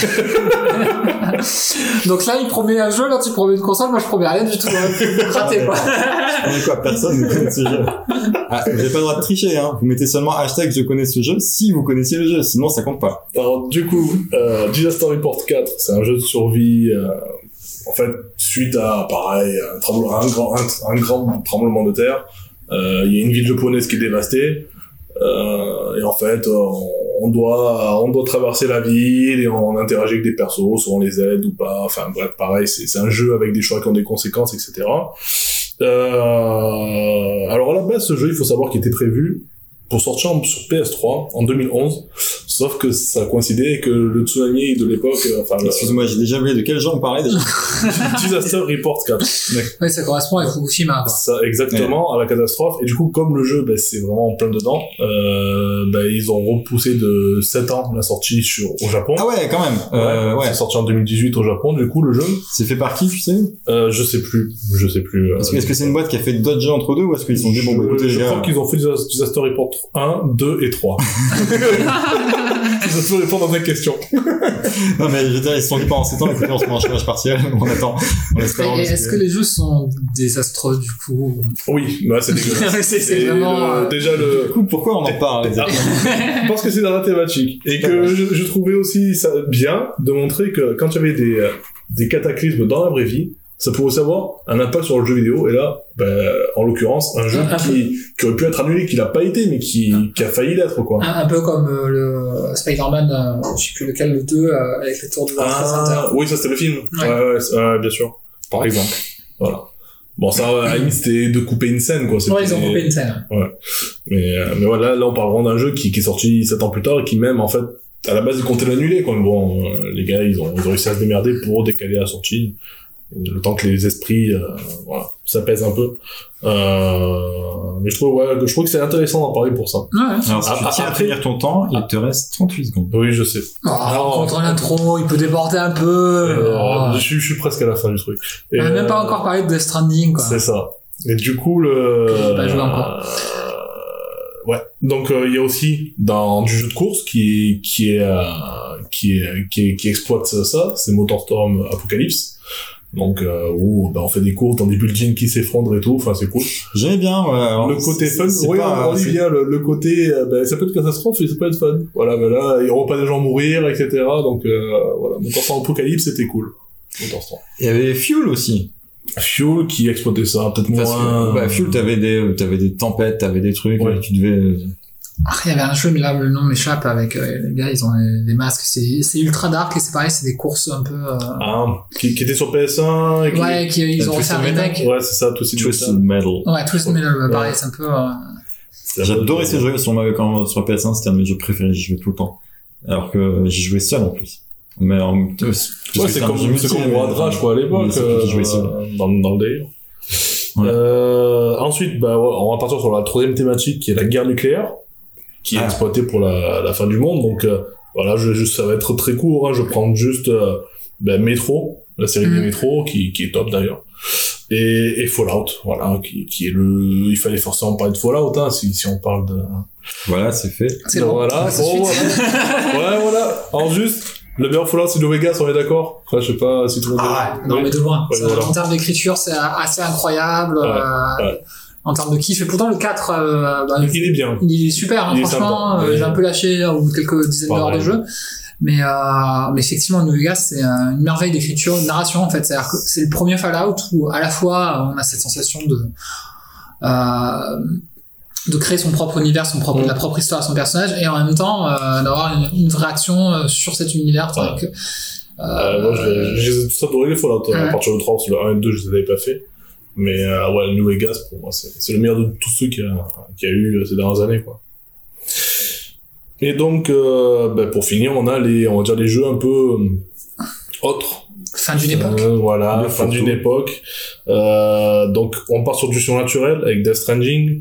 Donc là, il promet un jeu, là, tu promets une console, moi je promets rien du tout. Raté, quoi. On est quoi? Personne ne connaît ce jeu. Ah, vous n'avez pas le droit de tricher, hein. Vous mettez seulement hashtag je connais ce jeu si vous connaissez le jeu, sinon ça compte pas. alors du coup, euh, Disaster Report quatre, c'est un jeu de survie. Euh, en fait, suite à pareil, un, tremblement, un, grand, un, un grand tremblement de terre, euh, il y a une ville japonaise qui est dévastée. Euh, et en fait, on, on doit, on doit traverser la ville et on interagit avec des persos, soit on les aide ou pas. Enfin bref, pareil, c'est, c'est un jeu avec des choix qui ont des conséquences, et cetera. Euh, alors à la base, ce jeu, il faut savoir qu'il était prévu pour sortir en- sur P S trois en deux mille onze, sauf que ça coïncidait avec euh, le tsunami de l'époque, euh, enfin le Excuse-moi, j'ai déjà oublié de quel jeu on parlait déjà. Disaster Report quatre. Ouais, ça correspond à Fukushima, quoi. Ça, exactement, à la catastrophe. Et du coup, comme le jeu, ben, c'est vraiment en plein dedans, euh, ben, ils ont repoussé de sept ans la sortie sur, au Japon. Ah ouais, quand même. Euh, ouais. C'est sorti en deux mille dix-huit au Japon, du coup, le jeu. C'est fait par qui, tu sais? Euh, je sais plus. Je sais plus. euh, Est-ce que est-ce que c'est une boîte qui a fait d'autres jeux entre deux ou est-ce qu'ils sont dit bon bah je, écoutez je les crois gars. qu'ils ont fait Dis- Disaster Report un, deux et trois. Je peux répondre à ta question. Non mais je veux dire ils se sont dit pendant sept ans écoutez on se met en chômage partiel, on attend, on espère. Et est-ce que les jeux sont désastreux, du coup? Oui, bah, c'est dégueulasse. C'est- c'est Et vraiment, le- euh, déjà le, Du coup pourquoi on en parle exactement? je pense que c'est dans la thématique. Et que je, je trouvais aussi ça bien de montrer que quand il y avait des, euh, des cataclysmes dans la vraie vie, ça pouvait aussi avoir un impact sur le jeu vidéo. Et là, ben, en l'occurrence, un jeu Un- un qui, qui aurait pu être annulé, qui l'a pas été, mais qui, qui a failli l'être, quoi. Un, un peu comme euh, le Spider-Man, euh, je sais plus lequel, le deux, euh, avec les tours du World Trade Center. Ah, oui, ça c'était le film. Ouais. Ouais, ouais, c'est- ouais, bien sûr. Par exemple. Voilà. Bon, ça, à la limite, c'était de couper une scène, quoi. C'était- Ouais, ils ont coupé une scène. Mais, euh, mais voilà, là, on parle vraiment d'un jeu qui, qui est sorti sept ans plus tard et qui même, en fait, à la base, ils comptaient l'annuler, quoi. Mais bon, euh, les gars, ils ont, ils ont réussi à se démerder pour décaler la sortie. Le temps que les esprits, euh, voilà, ça pèse un peu. Euh, mais je trouve, ouais, je trouve que c'est intéressant d'en parler pour ça. Ouais. Alors si Ah, tu ah, tiens à après- tenir ton temps, il te reste trente-huit secondes. Oui, je sais. Oh, Alors, contre l'intro, il peut déborder un peu. Euh, Oh. je, suis, je suis presque à la fin du truc. Et, On a même pas euh, encore parlé de Death Stranding, quoi. C'est ça. Et du coup, le... Que j'ai pas joué encore. Euh, ouais. Donc, euh, il y a aussi, dans du jeu de course, qui, qui est, euh, qui est, qui est, qui exploite ça, c'est MotorStorm Apocalypse. Donc, euh, où, bah, on fait des courses dans des buildings qui s'effondrent et tout, enfin, c'est cool. J'aimais bien, ouais. alors, le côté c'est- fun, c'est oui, pas- on dit c'est- bien, le, le côté, euh, bah, ça peut être catastrophe et ça peut être fun. Voilà, mais là, il y aura pas des gens mourir, et cetera. Donc, euh, voilà, MotorStorm Apocalypse, c'était cool. MotorStorm. Il y avait Fuel aussi. Fuel qui exploitait ça, peut-être Parce moins. que, bah, Fuel, t'avais des, t'avais des tempêtes, t'avais des trucs, Ouais. et tu devais, Ah, il y avait un jeu, mais là, le nom m'échappe avec euh, les gars, ils ont des, des masques. C'est, c'est ultra dark et c'est pareil, c'est des courses un peu. Euh... Ah, qui, qui était sur P S un et qui... Ouais, qui, ils Euh, ont refait un Twisted Metal. remake. Ouais, c'est ça, tout aussi Twisted Metal. Ouais, Twisted Metal, bah, pareil, Ouais. c'est un peu. Euh... J'adorais ce jeu sur ma, quand, sur P S un, c'était un de mes jeux préférés, j'y jouais tout le temps. Alors que j'y jouais seul en plus. Mais en, parce que Ouais, c'est un comme, jeu multi, c'est comme mais- Roi de Rage, quoi, à l'époque, mais c'est toi qui jouais seul. euh, dans, dans le délire. Ouais. Euh, ensuite, bah, ouais, on va partir sur la troisième thématique, qui est la guerre nucléaire, qui est Ah. exploitée pour la, la fin du monde. Donc, euh, Voilà, je, je, ça va être très court, hein, je prends juste euh, ben, Metro, la série mmh. des Metro, qui, qui est top d'ailleurs, et, et Fallout, voilà, qui, qui est le... Il fallait forcément parler de Fallout, hein, si, si on parle de... Voilà, c'est fait. C'est bon, voilà, bon, voilà. Ouais, voilà, alors juste... Le meilleur Fallout, c'est New Vegas, on est d'accord? Enfin, je sais pas si tout le monde ah, est... Non, oui. mais de loin. Ouais, voilà. En termes d'écriture, c'est assez incroyable. Ouais, euh, ouais. En termes de kiff. Et pourtant, le quatre, euh, bah, il est bien. Il est super, hein, il franchement. Est euh, j'ai un peu lâché euh, ou quelques dizaines d'heures de jeu. Mais, euh, mais effectivement, New Vegas, c'est une merveille d'écriture, de narration, en fait. C'est-à-dire que c'est le premier Fallout où, à la fois, on a cette sensation de, euh, de créer son propre univers, son propre, mmh. la propre histoire à son personnage, et en même temps euh, d'avoir une, une vraie action euh, sur cet univers. Ouais. Donc, euh, euh, moi, j'ai tous adoré les Fallout. Ouais. À partir du trois, parce que le un et le deux, je les avais pas fait. Mais euh, ouais, New Vegas, pour moi, c'est, c'est le meilleur de tous ceux qu'il y a, qu'il y a eu ces dernières années, quoi. Et donc, euh, ben, pour finir, on a les, on va dire les jeux un peu euh, autres. Fin d'une époque. Euh, voilà, le fin d'une époque. Euh, donc, on part sur du surnaturel avec Death Stranding.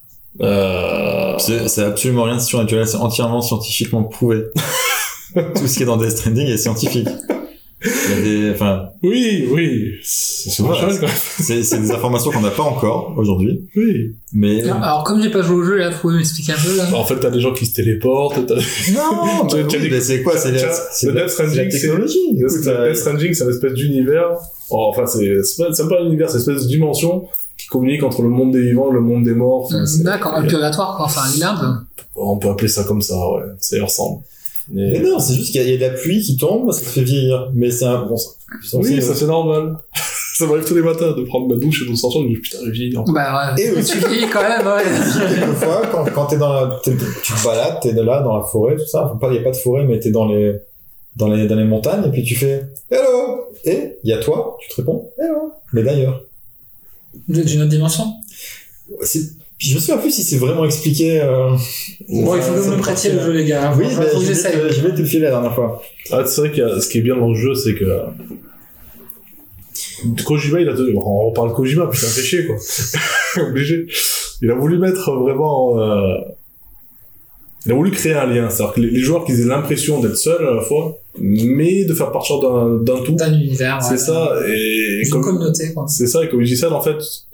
Euh... C'est, c'est absolument rien de surnaturel, c'est entièrement scientifiquement prouvé. Tout ce qui est dans Death Stranding est scientifique. Il y a des, enfin. Oui, oui. C'est surnaturel, quand même. C'est, c'est des informations qu'on n'a pas encore aujourd'hui. Oui. Mais. Alors, alors, comme j'ai pas joué au jeu, là, vous pouvez m'expliquer un peu, là. En fait, t'as des gens qui se téléportent, t'as... Non, bah, oui, des... mais c'est quoi, c'est, la, c'est, le Death Stranding, la technologie. C'est, c'est, Death Stranding, c'est une espèce d'univers. Oh, enfin, c'est, c'est pas, c'est même pas un univers, c'est une espèce de dimension qui communique entre le monde des vivants et le monde des morts. Enfin, mmh, d'accord, un purgatoire, quoi. Enfin, un limbe. On peut appeler ça comme ça, ouais. Ça y ressemble. Mais, mais non, c'est juste qu'il y a, il y a de la pluie qui tombe, ça te fait vieillir. Mais c'est un, bon, ça, oui, ça c'est normal. Ça m'arrive tous les matins de prendre ma douche et de sortir, je me dis putain, je vieillis. Bah ouais. Et aussi, tu vieillis quand même, ouais. Quelquefois, quand, quand t'es dans la, t'es, tu te balades, t'es là, dans la forêt, tout ça. Enfin, pas, y a pas de forêt, mais t'es dans les, dans les, dans les montagnes, et puis tu fais, hello! Et, y a toi, tu te réponds, hello! Mais d'ailleurs. D'une autre dimension? C'est, je me souviens plus si c'est vraiment expliqué. Euh... Bon, il faut que vous me prêtiez le jeu, les gars. Oui, bah, je, vais te, je vais te le filer la dernière fois. Ah, c'est vrai que ce qui est bien dans le jeu, c'est que Kojima, il a donné... on reparle Kojima, putain, fait chier, quoi. Obligé. Il a voulu mettre vraiment... Euh... Il a voulu créer un lien. C'est-à-dire que les joueurs, qu'ils aient l'impression d'être seuls à la fois, mais de faire partir d'un, d'un tout. D'un univers, c'est ouais, ça. Et, une comme... communauté, quoi. C'est ça, et comme je dis ça, en fait...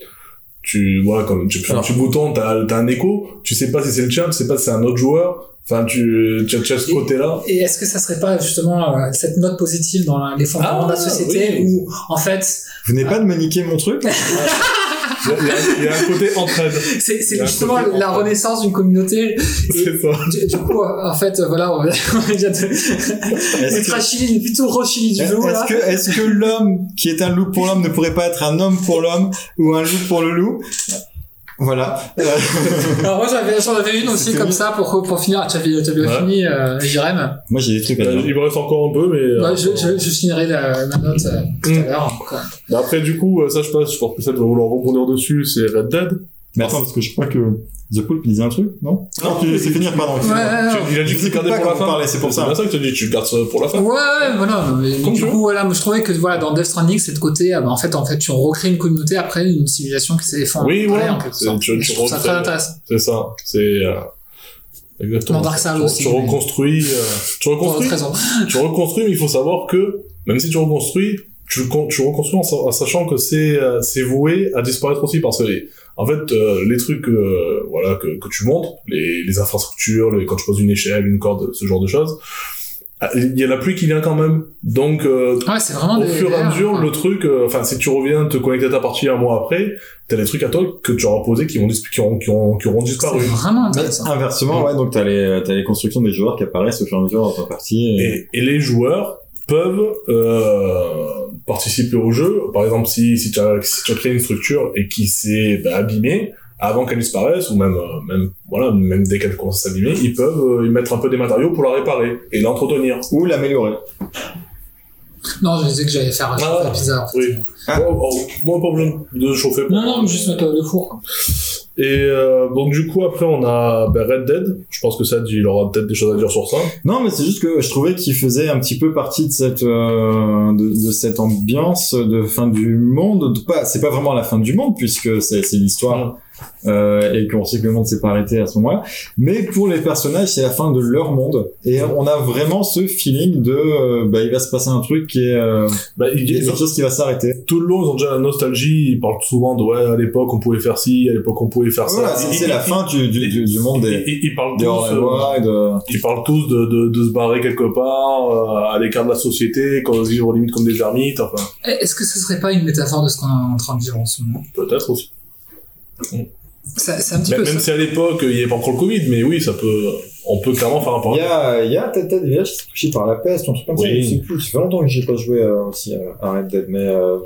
tu voilà comme tu appuies sur un bouton, t'as t'as un écho, tu sais pas si c'est le tien, tu sais pas si c'est un autre joueur, enfin tu tu as ce côté là. Et est-ce que ça serait pas justement euh, cette note positive dans les fondements ah, de la société oui. où en fait vous venez pas de me niquer mon truc. Il y, a, il y a un côté entraide. C'est, c'est justement la renaissance d'une communauté. C'est ça. Du, du coup, en fait, voilà, on vient de... Le Trashili est plutôt Rochili du loup, là. Est-ce que, est-ce que l'homme qui est un loup pour l'homme ne pourrait pas être un homme pour l'homme ou un loup pour le loup? Voilà. Alors moi j'avais, j'en avais une aussi comme ça pour pour finir. Tu avais, tu avais ouais. fini, euh, Jérém. Moi j'ai des trucs à dire. Il me reste encore un peu, mais. Ouais, euh, je, je, je finirai la, ma note euh, tout mmh. à l'heure. Quoi. Après du coup, ça je pense, je pense que ça va vouloir rebondir dessus, c'est Red Dead. Mais attends, parce que je crois que The Poulpe il disait un truc, non? Non, tu laissais finir, pardon. Ouais, ouais, tu, il a dit que tu gardais pour la fin. Parler, c'est pour ça. C'est ça que tu as dit, tu gardes ça pour la fin. Ouais, ouais, voilà. Mais, mais du coup, voilà, moi je trouvais que voilà, dans Death Stranding, c'est le côté, bah, en fait, en fait, tu recrées une communauté après une civilisation qui s'est effondrée. Oui, ouais. Un peu, c'est, tu, tu je trouve ça très intéressant. C'est ça. C'est, euh, exactement. Dans Dark Souls aussi. Tu reconstruis, euh, tu reconstruis. Tu reconstruis, mais il faut savoir que, même si tu reconstruis, tu, tu reconstruis en, en sachant que c'est, euh, c'est voué à disparaître aussi parce que les, en fait, euh, les trucs, euh, voilà, que, que tu montes, les, les infrastructures, les, quand tu poses une échelle, une corde, ce genre de choses, il y a la pluie qui vient quand même. Donc, euh, ouais, c'est vraiment au des, fur et à mesure, le truc, euh, enfin, si tu reviens te connecter à ta partie un mois après, t'as des trucs à toi que tu auras posés qui vont, qui auront, qui auront, qui auront disparu. C'est vraiment intéressant. Inversement, ouais, donc t'as les, t'as les constructions des joueurs qui apparaissent au fur et à mesure dans ta partie. Et, et, et les joueurs peuvent, euh, participer au jeu. Par exemple, si, si tu as, si tu as créé une structure et qui s'est, bah, abîmée, avant qu'elle disparaisse, ou même, euh, même, voilà, même dès qu'elle commence à s'abîmer, ils peuvent euh, y mettre un peu des matériaux pour la réparer et l'entretenir. Ou l'améliorer. Non, je disais que j'allais faire un ah, chauffe bizarre. En fait. Oui. Ah. Bon, bon, moi, pas besoin de chauffer. Pour non, non, mais juste mettre le four, quoi. Et euh, donc du coup après on a ben, Red Dead. Je pense que ça il aura peut-être des choses à dire sur ça. Non mais c'est juste que je trouvais qu'il faisait un petit peu partie de cette euh, de, de cette ambiance de fin du monde. De pas c'est pas vraiment la fin du monde puisque c'est c'est l'histoire euh, et qu'on sait que le monde s'est pas arrêté à ce moment-là. Mais pour les personnages, c'est la fin de leur monde et on a vraiment ce feeling de euh, bah il va se passer un truc qui est euh, bah, il y a quelque chose qui va s'arrêter. Tout le long, ils ont déjà la nostalgie. Ils parlent souvent de ouais, à l'époque on pouvait faire ci, à l'époque on pouvait faire ça. Voilà, c'est, Et- c'est et- la et- fin du du, du, du monde des Ils, ils parlent des tous. hors-la-loi euh, et de... Ils parlent tous de, de, de se barrer quelque part, euh, à l'écart de la société, quand ils vivent limite comme des ermites, enfin, Est-ce que ce serait pas une métaphore de ce qu'on est en train de vivre en ce moment? peut-être aussi. Ça- C'est un petit Même, peu même ça. si à l'époque, il n'y avait pas encore le Covid, mais oui, ça peut, on peut clairement faire un Il y parallèle. a, il y a peut-être des villages qui sont touchés par la peste, un truc comme ça, Oui. je sais plus. Ça fait longtemps que j'ai pas joué euh, aussi à, à Red Dead, mais euh...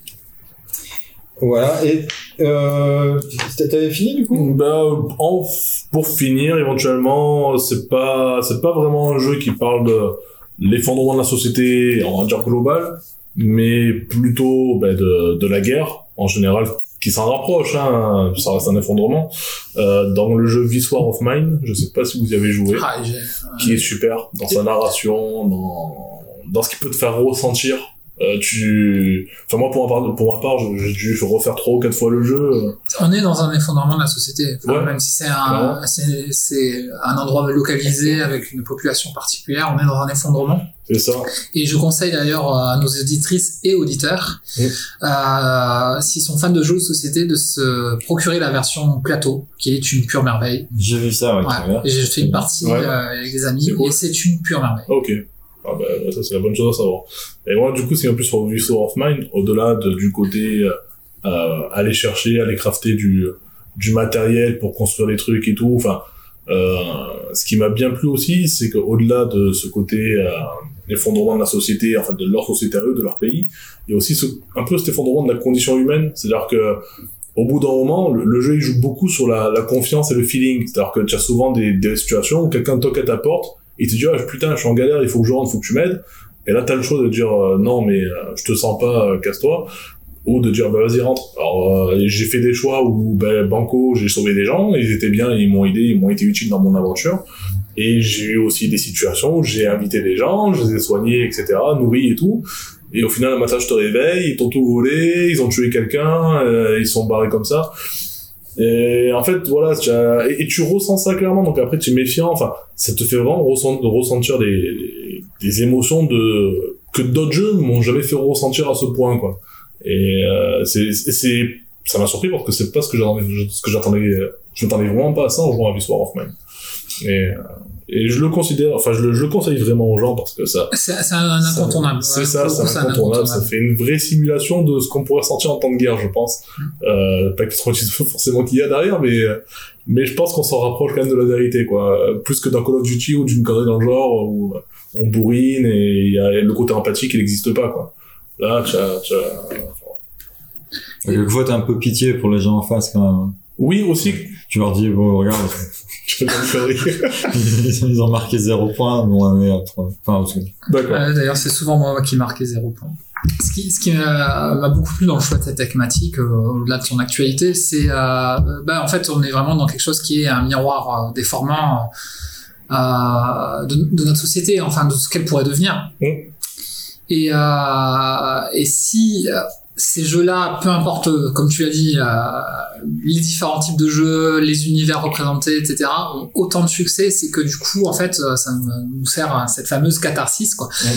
voilà. Et euh, t'avais fini du coup? Bah, en, pour finir, éventuellement, c'est pas, c'est pas vraiment un jeu qui parle de l'effondrement de la société, on va dire global, mais plutôt bah, de, de la guerre, en général, qui s'en rapproche, hein, ça reste un effondrement. Euh, dans le jeu This War of Mine, je sais pas si vous y avez joué, Ah, j'ai- qui est super dans sa narration, dans, dans ce qu'il peut te faire ressentir. Euh, tu, enfin moi pour ma part, pour ma part, j'ai dû refaire trois ou quatre fois le jeu. On est dans un effondrement de la société. Enfin, Ouais. même si c'est Clairement. un, c'est, c'est un endroit localisé avec une population particulière, on est dans un effondrement. C'est ça. Et je conseille d'ailleurs à nos auditrices et auditeurs, Mm. euh, s'ils sont fans de jeux de société, de se procurer la version plateau, qui est une pure merveille. J'ai vu ça, ouais, très bien. Ouais. Et j'ai fait une partie Ouais. euh, avec des amis, C'est cool. et c'est une pure merveille. Ok. Ah bah, ça c'est la bonne chose à savoir. Et moi du coup c'est un peu sur This War of Mine, au-delà de, du côté euh, aller chercher, aller crafter du, du matériel pour construire les trucs et tout. Enfin, euh, ce qui m'a bien plu aussi, c'est qu'au-delà de ce côté euh, effondrement de la société, enfin de leur société à eux, de leur pays, il y a aussi ce, un peu cet effondrement de la condition humaine. C'est-à-dire que au bout d'un moment, le, le jeu il joue beaucoup sur la, la confiance et le feeling. C'est-à-dire que tu as souvent des, des situations où quelqu'un toque à ta porte, il te dit ah putain je suis en galère, il faut que je rentre, il faut que tu m'aides, et là t'as le choix de dire euh, non mais euh, je te sens pas, euh, casse-toi, ou de dire bah vas-y rentre. Alors euh, j'ai fait des choix où ben banco j'ai sauvé des gens, ils étaient bien, ils m'ont aidé, ils m'ont été utiles dans mon aventure, et j'ai eu aussi des situations où j'ai invité des gens, je les ai soignés, etc., nourris et tout, et au final un matin je te réveille, ils t'ont tout volé, ils ont tué quelqu'un, euh, ils sont barrés comme ça. Et en fait, voilà, tu as... et, et tu ressens ça clairement, donc après tu es méfiant, enfin, ça te fait vraiment ressent... ressentir des... des émotions de... que d'autres jeux m'ont jamais fait ressentir à ce point, quoi. Et euh, c'est... c'est... ça m'a surpris parce que c'est pas ce que j'attendais, ce que j'attendais, je m'attendais vraiment pas à ça en jouant à This War of Mine. Et, euh, et je le considère, enfin, je le, je le conseille vraiment aux gens parce que ça, C'est, c'est un incontournable. c'est Ouais, ça, pour le coup, c'est incontournable. Ça fait une vraie simulation de ce qu'on pourrait ressentir en temps de guerre, je pense. Euh, pas que trop forcément qu'il y a derrière, mais mais je pense qu'on s'en rapproche quand même de la vérité, quoi. Plus que dans Call of Duty ou d'une connerie dans le genre où on bourrine et il y a le côté empathique, il n'existe pas, quoi. Là, tu as, tu as... Quelquefois, t'as un peu pitié pour les gens en face, quand même. Oui, aussi. Tu leur dis, bon, regarde, Je fais une connerie. ils ils ont marqué zéro point, bon, on est à trois. Enfin, parce que... D'accord. Euh, d'ailleurs, c'est souvent moi qui marquais zéro point. Ce qui, ce qui m'a, m'a beaucoup plu dans le choix de cette thématique, euh, au-delà de son actualité, c'est, euh, bah, en fait, on est vraiment dans quelque chose qui est un miroir euh, déformant euh, de, de notre société, enfin, de ce qu'elle pourrait devenir. Mmh. Et, euh, et si euh, ces jeux-là, peu importe, euh, comme tu as dit, euh, les différents types de jeux, les univers représentés, et cetera, ont autant de succès, c'est que du coup, en fait, ça nous sert à cette fameuse catharsis, quoi. Mmh.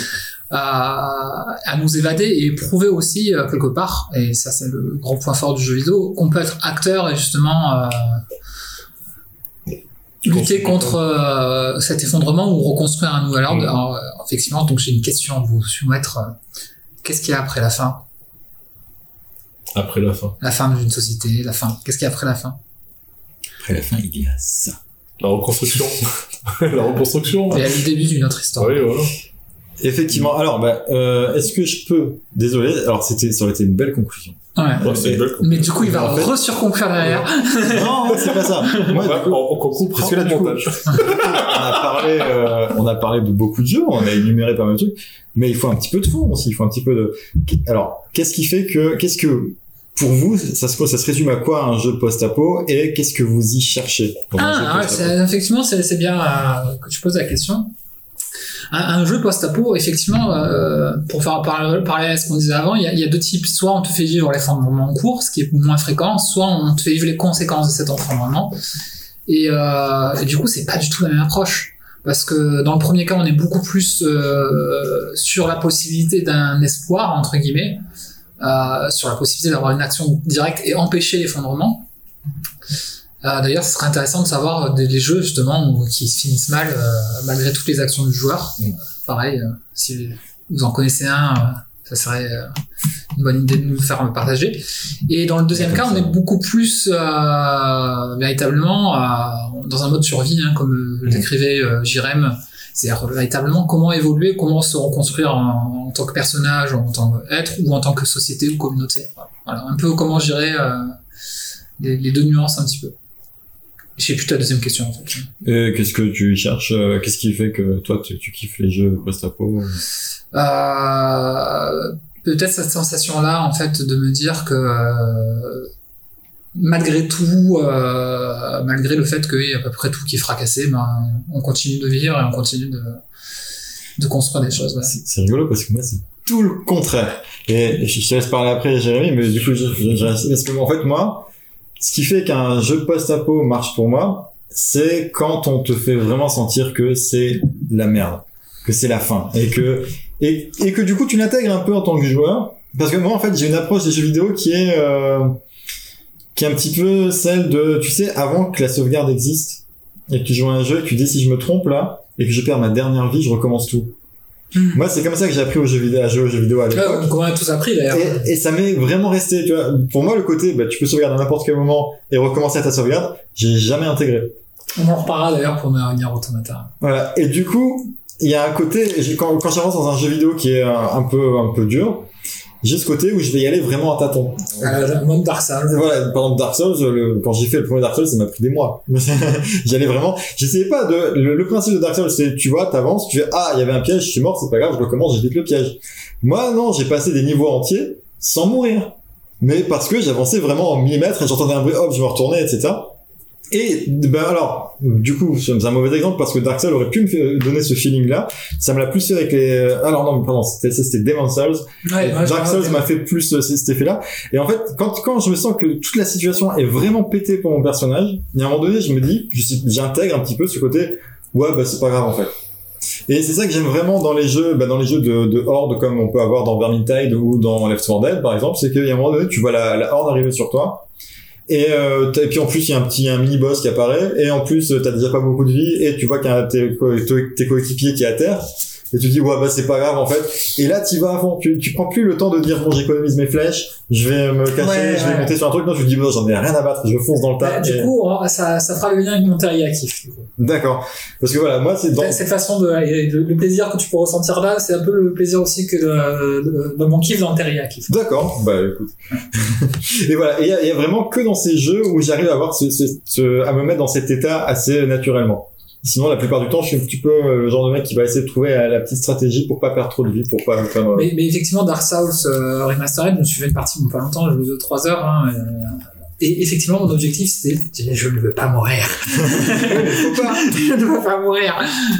À, à nous évader et prouver aussi euh, quelque part, et ça c'est le grand point fort du jeu vidéo, qu'on peut être acteur et justement euh, lutter contre euh, cet effondrement ou reconstruire un nouvel ordre. Mmh. Alors, euh, effectivement, donc j'ai une question à vous soumettre. Qu'est-ce qu'il y a après la fin? Après la fin. La fin d'une société, la fin. Qu'est-ce qu'il y a après la fin? Après la fin, il y a ça. La reconstruction. La reconstruction. Et à le début d'une autre histoire. Oui, voilà. Effectivement. Alors, bah, euh, est-ce que je peux, désolé, alors c'était, ça aurait été une belle conclusion. Ouais. Ouais, c'est une belle Mais du coup, il va en fait... re-surconclure derrière. Non, c'est pas ça. Moi, ouais, coup, on, on conclut parce que là, du coup, montage. on a parlé, euh, on a parlé de beaucoup de jeux, on a énuméré pas mal de trucs, mais il faut un petit peu de fond aussi, il faut un petit peu de, alors, qu'est-ce qui fait que, qu'est-ce que, pour vous, ça se, ça se résume à quoi un jeu post-apo et qu'est-ce que vous y cherchez? Ah, ouais, c'est, effectivement, c'est, c'est bien euh, que tu poses la question. un, un jeu post-apo, effectivement, euh, pour faire parler, parler à ce qu'on disait avant, il y a, il y a deux types. Soit on te fait vivre l'effondrement en cours, ce qui est moins fréquent, soit on te fait vivre les conséquences de cet effondrement. Et, euh, et du coup, c'est pas du tout la même approche. Parce que dans le premier cas, on est beaucoup plus euh, sur la possibilité d'un espoir, entre guillemets, euh, sur la possibilité d'avoir une action directe et empêcher l'effondrement. Euh, d'ailleurs, ce serait intéressant de savoir des, des jeux justement où, qui se finissent mal euh, malgré toutes les actions du joueur. Mmh. Pareil, euh, si vous en connaissez un, euh, ça serait euh, une bonne idée de nous faire partager. Et dans le deuxième cas, on est beaucoup plus euh, véritablement euh, dans un mode survie, hein, comme le décrivait euh, Jérém. C'est-à-dire véritablement comment évoluer, comment se reconstruire en, en tant que personnage, en tant qu'être, ou en tant que société ou communauté. Voilà, un peu comment gérer euh, les, les deux nuances un petit peu. Je sais plus ta deuxième question en fait. Et qu'est-ce que tu cherches euh, Qu'est-ce qui fait que toi tu, tu kiffes les jeux post-apo euh, Peut-être cette sensation-là en fait de me dire que euh, malgré tout, euh, malgré le fait qu'il y a à peu près tout qui est fracassé, ben on continue de vivre et on continue de de construire des choses. Ouais. C'est, c'est rigolo parce que moi c'est tout le contraire. Et je te laisse parler après, Jérémy, mais du coup je, je, je parce que en fait moi. Ce qui fait qu'un jeu post-apo marche pour moi, c'est quand on te fait vraiment sentir que c'est la merde, que c'est la fin, et que et, et que du coup tu l'intègres un peu en tant que joueur, parce que moi en fait j'ai une approche des jeux vidéo qui est euh, qui est un petit peu celle de, tu sais, avant que la sauvegarde existe et que tu joues à un jeu et que tu dis si je me trompe là et que je perds ma dernière vie, je recommence tout. Mmh. Moi, c'est comme ça que j'ai appris aux jeux vidéo, à jouer aux jeux vidéo à l'époque. Ouais, on a tous appris d'ailleurs. Et, et ça m'est vraiment resté, tu vois. Pour moi, le côté, bah, tu peux sauvegarder à n'importe quel moment et recommencer à ta sauvegarde, j'ai jamais intégré. On en reparlera d'ailleurs pour Nier Automata. Voilà. Et du coup, il y a un côté, quand, quand j'avance dans un jeu vidéo qui est un, un peu, un peu dur, j'ai ce côté où je vais y aller vraiment à tâtons. Euh, le monde Dark Souls. Voilà, par exemple Dark Souls, le, quand j'ai fait le premier Dark Souls, ça m'a pris des mois. J'allais vraiment, j'essayais pas de, le, le principe de Dark Souls, c'est, tu vois, t'avances, tu fais, ah, il y avait un piège, je suis mort, c'est pas grave, je recommence, j'évite le piège. Moi, non, j'ai passé des niveaux entiers sans mourir. Mais parce que j'avançais vraiment en millimètres et j'entendais un bruit, hop, je me retournais, et cetera. Et, ben alors, du coup, c'est un mauvais exemple parce que Dark Souls aurait pu me donner ce feeling-là. Ça me l'a plus fait avec les, alors non, mais pardon, c'était, c'était Demon's Souls. Ouais, ouais, Dark Souls m'a fait plus cet effet-là. Et en fait, quand, quand je me sens que toute la situation est vraiment pétée pour mon personnage, il y a un moment donné, je me dis, j'intègre un petit peu ce côté, ouais, bah, c'est pas grave, en fait. Et c'est ça que j'aime vraiment dans les jeux, bah, dans les jeux de, de horde comme on peut avoir dans Vermintide ou dans Left four Dead, par exemple, c'est qu'il y a un moment donné, tu vois la, la horde arriver sur toi. Et, euh, et puis en plus il y a un petit un mini boss qui apparaît et en plus t'as déjà pas beaucoup de vie et tu vois qu'il y a tes, tes coéquipiers qui est à terre et tu te dis ouais bah c'est pas grave en fait et là t'y vas à fond, tu, tu prends plus le temps de dire bon j'économise mes flèches, je vais me cacher, ouais, je vais ouais. monter sur un truc, non tu te dis bon j'en ai rien à battre, je fonce dans le tas. Bah, du et... coup ça, ça fera le lien avec mon teriyaki du coup. D'accord, parce que voilà moi c'est dans... cette façon de le plaisir que tu peux ressentir là c'est un peu le plaisir aussi que de, de, de mon kiff dans le teriyaki. D'accord, bah écoute. Et voilà, et il y, y a vraiment que dans ces jeux où j'arrive à avoir ce, ce, ce à me mettre dans cet état assez naturellement. Sinon, la plupart du temps, je suis un petit peu le genre de mec qui va essayer de trouver la petite stratégie pour pas perdre trop de vie, pour pas faire... Mais, mais effectivement, Dark Souls euh, Remastered, je me suis fait une partie il y a pas longtemps, je joué trois heures, hein, euh, et effectivement, mon objectif, c'était, je ne veux pas mourir. Faut pas. Je ne veux pas mourir.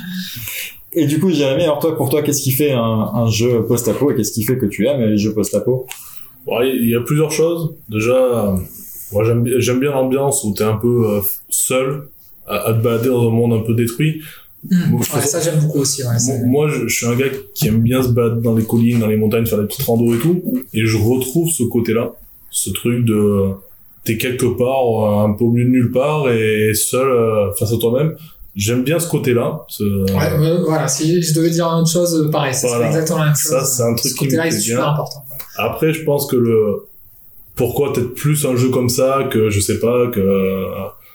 Et du coup, Jérémy, alors toi, pour toi, qu'est-ce qui fait un, un jeu post-apo et qu'est-ce qui fait que tu aimes les jeux post-apo? Bon, il y a plusieurs choses. Déjà, moi, j'aime, j'aime bien l'ambiance où t'es un peu euh, seul, à, à te balader dans un monde un peu détruit. Mmh. Moi, ouais, ça j'aime beaucoup aussi. Ouais, moi, moi je, je suis un gars qui aime bien se balader dans les collines, dans les montagnes, faire des petites randos et tout, et je retrouve ce côté-là, ce truc de t'es quelque part, un peu au milieu de nulle part et seul euh, face à toi-même. J'aime bien ce côté-là. Ce... Ouais, euh, voilà. Si je devais dire une chose, pareil, c'est voilà. exactement la même chose. Ça, c'est un truc ce qui me plaît bien. Super important. Après, je pense que le pourquoi peut-être plus un jeu comme ça que je sais pas que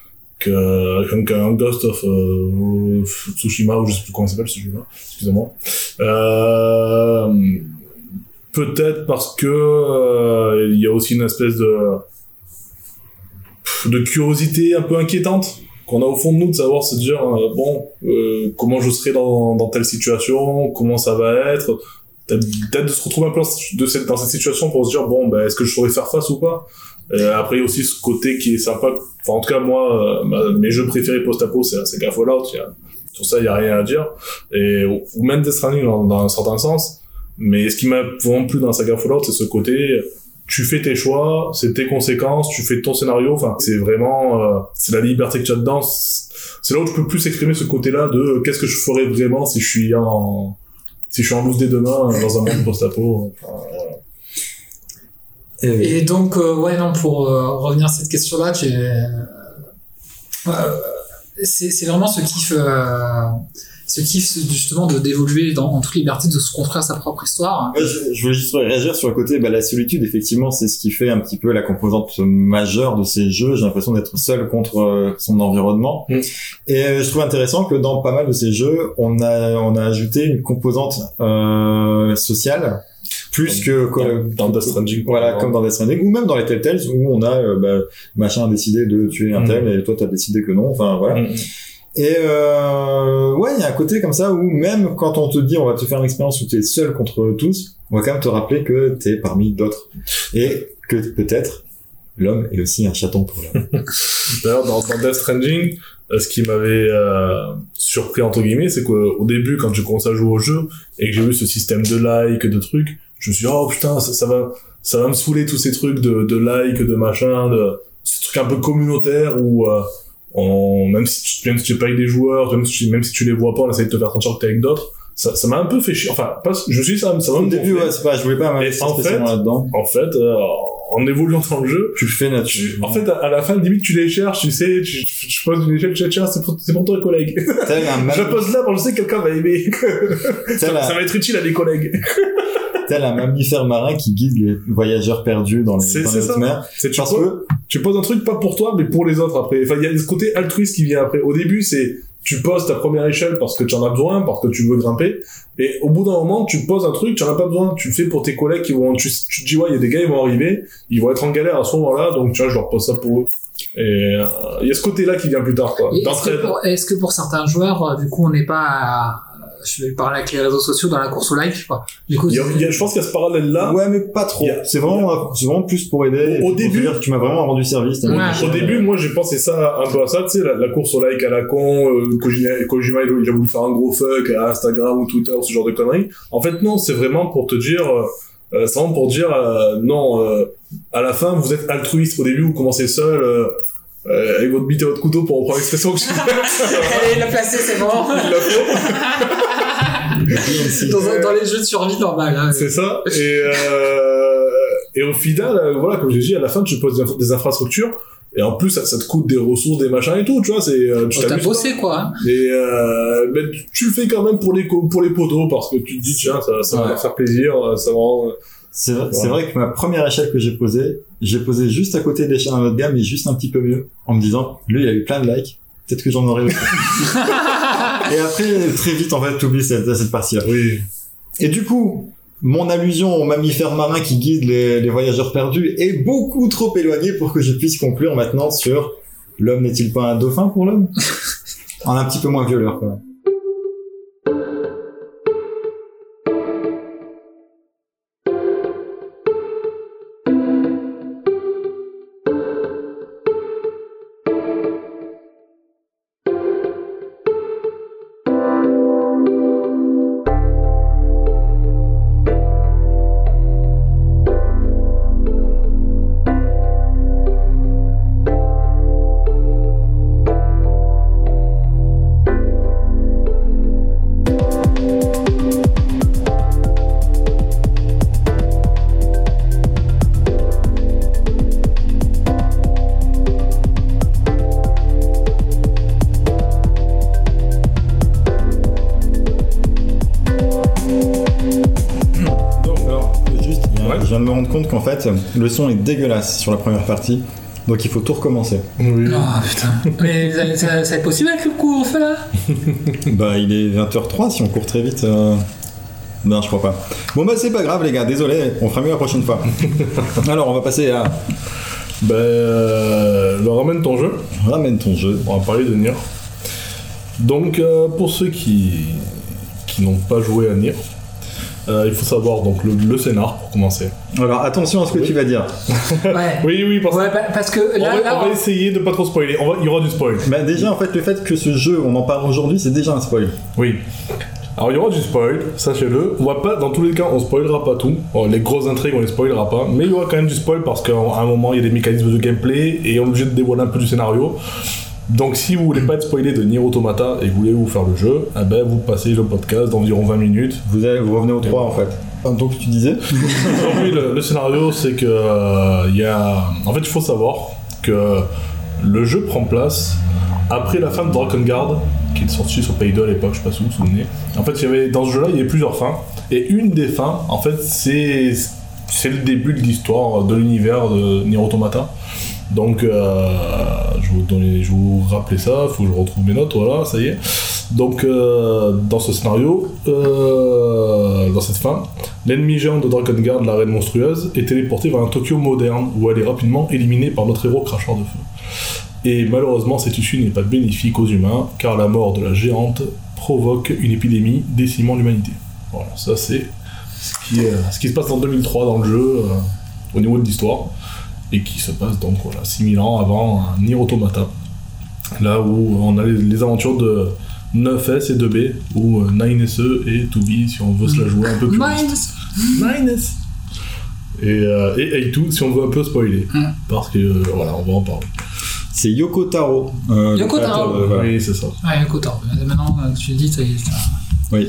que qu'un Ghost of euh, Tsushima ou je sais plus comment il s'appelle ce jeu-là, excusez-moi. Euh, peut-être parce que euh, il y a aussi une espèce de de curiosité un peu inquiétante qu'on a au fond de nous, de savoir se dire euh, bon euh, comment je serai dans dans telle situation, comment ça va être, peut-être de se retrouver un peu de cette dans cette situation pour se dire bon ben est-ce que je saurais faire face ou pas. Euh, après il y a aussi ce côté qui est sympa, enfin en tout cas moi euh, ma, mes jeux préférés post-apo c'est c'est Fallout, il y a sur ça il y a rien à dire, et ou même Death Stranding dans, dans un certain sens. Mais ce qui m'a vraiment plu dans la saga Fallout, c'est ce côté, tu fais tes choix, c'est tes conséquences, tu fais ton scénario, enfin c'est vraiment euh, c'est la liberté que tu as dedans. C'est là où je peux plus exprimer ce côté-là de euh, qu'est-ce que je ferais vraiment si je suis en si je suis en loose dès demain euh, dans un monde post-apo. Enfin, voilà. Et, oui. Et donc, euh, ouais, non, pour euh, revenir à cette question-là, j'ai, euh, euh, c'est, c'est vraiment ce kiff, euh, ce kiff justement de d'évoluer dans, en toute liberté, de se construire sa propre histoire. Ouais, je, je voulais juste réagir sur le côté, bah, la solitude, effectivement, c'est ce qui fait un petit peu la composante majeure de ces jeux. J'ai l'impression d'être seul contre euh, son environnement. Mm. Et euh, je trouve intéressant que dans pas mal de ces jeux, on a, on a ajouté une composante euh, sociale. Plus que, que dans, dans Death Stranding, voilà, comme dans Death Stranding, ou même dans les Telltales où on a euh, bah, machin a décidé de tuer un tel mmh. et toi t'as décidé que non, enfin voilà. Mmh. Et euh, ouais, il y a un côté comme ça où même quand on te dit on va te faire une expérience où t'es seul contre tous, on va quand même te rappeler que t'es parmi d'autres et que peut-être l'homme est aussi un chaton pour l'homme. D'ailleurs, dans, dans Death Stranding, ce qui m'avait euh, surpris entre guillemets, c'est qu'au début, quand j'ai commencé à jouer au jeu et que j'ai vu ce système de like, de trucs, je me suis dit oh putain, ça, ça va, ça va me saouler tous ces trucs de, de like, de machin, de ce truc un peu communautaire où euh, on, même si tu, même si tu payes des joueurs, même si, même si tu les vois pas, on essaie de te faire sentir que t'es avec d'autres. Ça, ça m'a un peu fait chier. Enfin, pas, je me suis dit ça, ça va au me début, ouais, c'est pas, je voulais pas m'investir spécialement là-dedans. En fait, euh, en évoluant dans le jeu, tu le fais naturellement. En fait, à, à la fin, limite, tu les cherches, tu sais, tu, tu, tu poses une échelle, tu les cherches, c'est pour, c'est pour ton collègue. Un je la pose là, bon, je sais que quelqu'un va aimer. ça, la... ça va être utile à des collègues. Tel un mammifère marin qui guide les voyageurs perdus dans les, c'est, dans c'est les ça. mers. C'est, tu, parce poses, que... tu poses un truc pas pour toi, mais pour les autres après. Enfin, il y a ce côté altruiste qui vient après. Au début, c'est, tu poses ta première échelle parce que tu en as besoin, parce que tu veux grimper. Et au bout d'un moment, tu poses un truc, tu en as pas besoin. Tu le fais pour tes collègues qui vont, tu, tu te dis, ouais, il y a des gars, ils vont arriver, ils vont être en galère à ce moment-là, donc tu vois, je leur pose ça pour eux. Et il euh, y a ce côté-là qui vient plus tard, quoi. Est-ce que, pour, est-ce que pour certains joueurs, euh, du coup, on n'est pas à... Je vais parler avec les réseaux sociaux dans la course au like, quoi. Du coup, il y a, il y a, je pense qu'il y a ce parallèle-là. Ouais, mais pas trop. A, c'est vraiment, c'est vraiment plus pour aider. Au, au début, dire que tu m'as vraiment rendu service. Ouais, au ouais. début, moi, j'ai pensé ça, un peu à ça, tu sais, la, la course au like à la con, euh, Kojima, Kojima, il a voulu faire un gros fuck à Instagram ou Twitter, ce genre de conneries. En fait, non, c'est vraiment pour te dire, euh, c'est vraiment pour dire, euh, non, euh, à la fin, vous êtes altruiste. Au début, vous commencez seul, euh, Euh, avec votre bite et votre couteau pour reprendre l'expression que je Allez, il l'a placé, c'est bon. Il l'a fait. dans, dans les jeux de survie normal. Hein, c'est ça. Et, euh, et au final, voilà, comme j'ai dit, à la fin, tu poses des, des infrastructures. Et en plus, ça, ça te coûte des ressources, des machins et tout, tu vois, c'est, tu oh, t'as bossé, quoi. Hein. Et, euh, mais tu le fais quand même pour les, pour les poteaux, parce que tu te dis, tiens, ça, ça ouais. va faire plaisir, ça va rendre... C'est vrai, c'est vrai que ma première échelle que j'ai posée, j'ai posé juste à côté de l'échelle d'un autre gars, mais juste un petit peu mieux, en me disant, lui, il a eu plein de likes, peut-être que j'en aurais aussi. Et après, très vite, en fait, t'oublies cette, cette partie-là. Oui. Et du coup, mon allusion au mammifère marin qui guide les, les voyageurs perdus est beaucoup trop éloignée pour que je puisse conclure maintenant sur l'homme n'est-il pas un dauphin pour l'homme? En un petit peu moins violeur, quand même. Qu'en fait, le son est dégueulasse sur la première partie, donc il faut tout recommencer. Oui. Oh putain. Mais ça, ça, ça va être possible avec le coup on fait là? Bah il est vingt heures zéro trois si on court très vite. Euh... Non, je crois pas. Bon bah c'est pas grave les gars, désolé, on fera mieux la prochaine fois. Alors on va passer à... Bah euh, le ramène ton jeu. Ramène ton jeu. On va parler de Nier. Donc euh, pour ceux qui, qui n'ont pas joué à Nier, Euh, il faut savoir donc le, le scénar pour commencer. Alors attention à ce que Oui. tu vas dire. Ouais. Oui, oui, parce, Ouais, bah, parce que on, là, va, là, on va essayer de pas trop spoiler. On va, il y aura du spoil. Bah déjà en fait le fait que ce jeu on en parle aujourd'hui c'est déjà un spoil. Oui. Alors il y aura du spoil, sachez-le. On va pas, dans tous les cas, on spoilera pas tout. Bon, les grosses intrigues, on les spoilera pas. Mais il y aura quand même du spoil parce qu'à un moment, il y a des mécanismes de gameplay et on est obligé de dévoiler un peu du scénario. Donc si vous voulez pas être spoilé de Nier Automata et que vous voulez vous faire le jeu, eh ben, vous passez le podcast d'environ vingt minutes. Vous allez vous revenez au trois en fait. Ah, donc tu disais Donc oui, le, le scénario, c'est que euh, il y a... En fait, il faut savoir que le jeu prend place après la fin de Drakengard, qui est sorti sur Payday à l'époque, je sais pas si vous vous souvenez. En fait, il y avait, dans ce jeu-là, il y avait plusieurs fins. Et une des fins, en fait, c'est, c'est le début de l'histoire de l'univers de Nier Automata. Donc, euh, je, vais vous donner, je vais vous rappeler ça, il faut que je retrouve mes notes, voilà, ça y est. Donc, euh, dans ce scénario, euh, dans cette fin, l'ennemi géant de Drakengard, la reine monstrueuse, est téléporté vers un Tokyo moderne, où elle est rapidement éliminée par notre héros cracheur de feu. Et malheureusement, cette issue n'est pas bénéfique aux humains, car la mort de la géante provoque une épidémie décimant l'humanité. Voilà, ça c'est ce qui, euh, ce qui se passe en deux mille trois dans le jeu, euh, au niveau de l'histoire, et qui se passe donc voilà, six mille ans avant un Nier Automata. Là où on a les, les aventures de neuf S et deux B, ou euh, nine S E et deux B si on veut se la jouer un peu plus Minus. nine S et, euh, et A deux si on veut un peu spoiler, Mm. parce que euh, voilà, on va en parler. C'est Yoko Taro. euh, le Yoko créateur Taro. de- voilà. Oui, c'est ça. Ouais, écoute, attends, maintenant que tu le dis, ça y est. ça- Oui.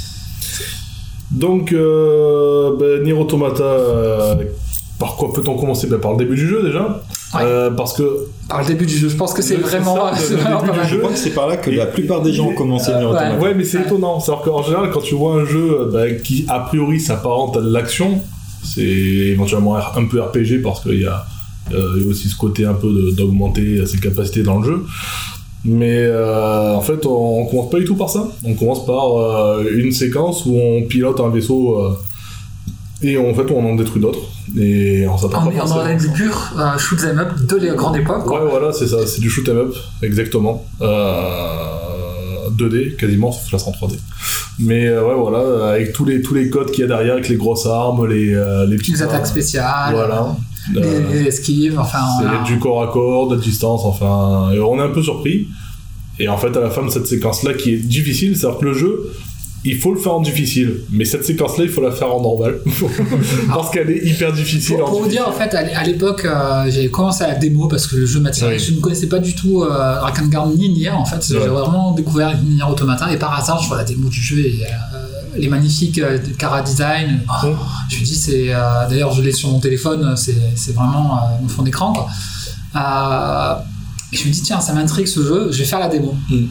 Donc, euh, ben, Nier Automata, euh, par quoi peut-on commencer? Ben, par le début du jeu déjà. Ouais. Euh, parce que Par le début du jeu, je pense que c'est Le- vraiment, c'est ça, c'est le vraiment début pas du mal. Je crois que c'est par là que Et- la plupart des gens ont commencé Nier Euh, Automata. ouais. ouais, mais c'est Ouais. étonnant. C'est-à-dire qu'en général, quand tu vois un jeu euh, ben, qui a priori s'apparente à de l'action, c'est éventuellement un peu R P G parce qu'il y a, euh, il y a aussi ce côté un peu de- d'augmenter ses capacités dans le jeu. Mais euh, en fait, on, on commence pas du tout par ça. On commence par euh, une séquence où on pilote un vaisseau euh, et en fait on en détruit d'autres. Et on s'attend On pas est forcément. dans du pur euh, shoot 'em up de la grande époque, quoi. Ouais, voilà, c'est ça, c'est du shoot 'em up, exactement. Euh, deux D, quasiment, sauf que là c'est en trois D. Mais euh, ouais, voilà, avec tous les, tous les codes qu'il y a derrière, avec les grosses armes, les, euh, les petites Les attaques armes. spéciales, Voilà. les, Euh, les esquives, enfin. c'est voilà. du corps à corps, de distance, enfin. Et on est un peu surpris. Et en fait, à la fin de cette séquence-là, qui est difficile, c'est-à-dire que le jeu, il faut le faire en difficile. Mais cette séquence-là, il faut la faire en normal. Parce qu'elle est hyper difficile. Pour, en pour vous dire, en fait, à l'é- à l'époque, euh, j'avais commencé à la démo parce que le jeu m'attirait. Oui. Je ne connaissais pas du tout euh, Drakengard ni Nier, en fait. J'ai Ouais. vraiment découvert Nier Automata et par hasard, je vois la démo du jeu et euh, les magnifiques euh, Cara Design. Oh, Mm. Je me dis, c'est. euh, D'ailleurs, je l'ai sur mon téléphone, c'est c'est vraiment euh, mon fond d'écran, quoi. Euh, et je me dis, tiens, ça m'intrigue ce jeu, je vais faire la démo. Mm.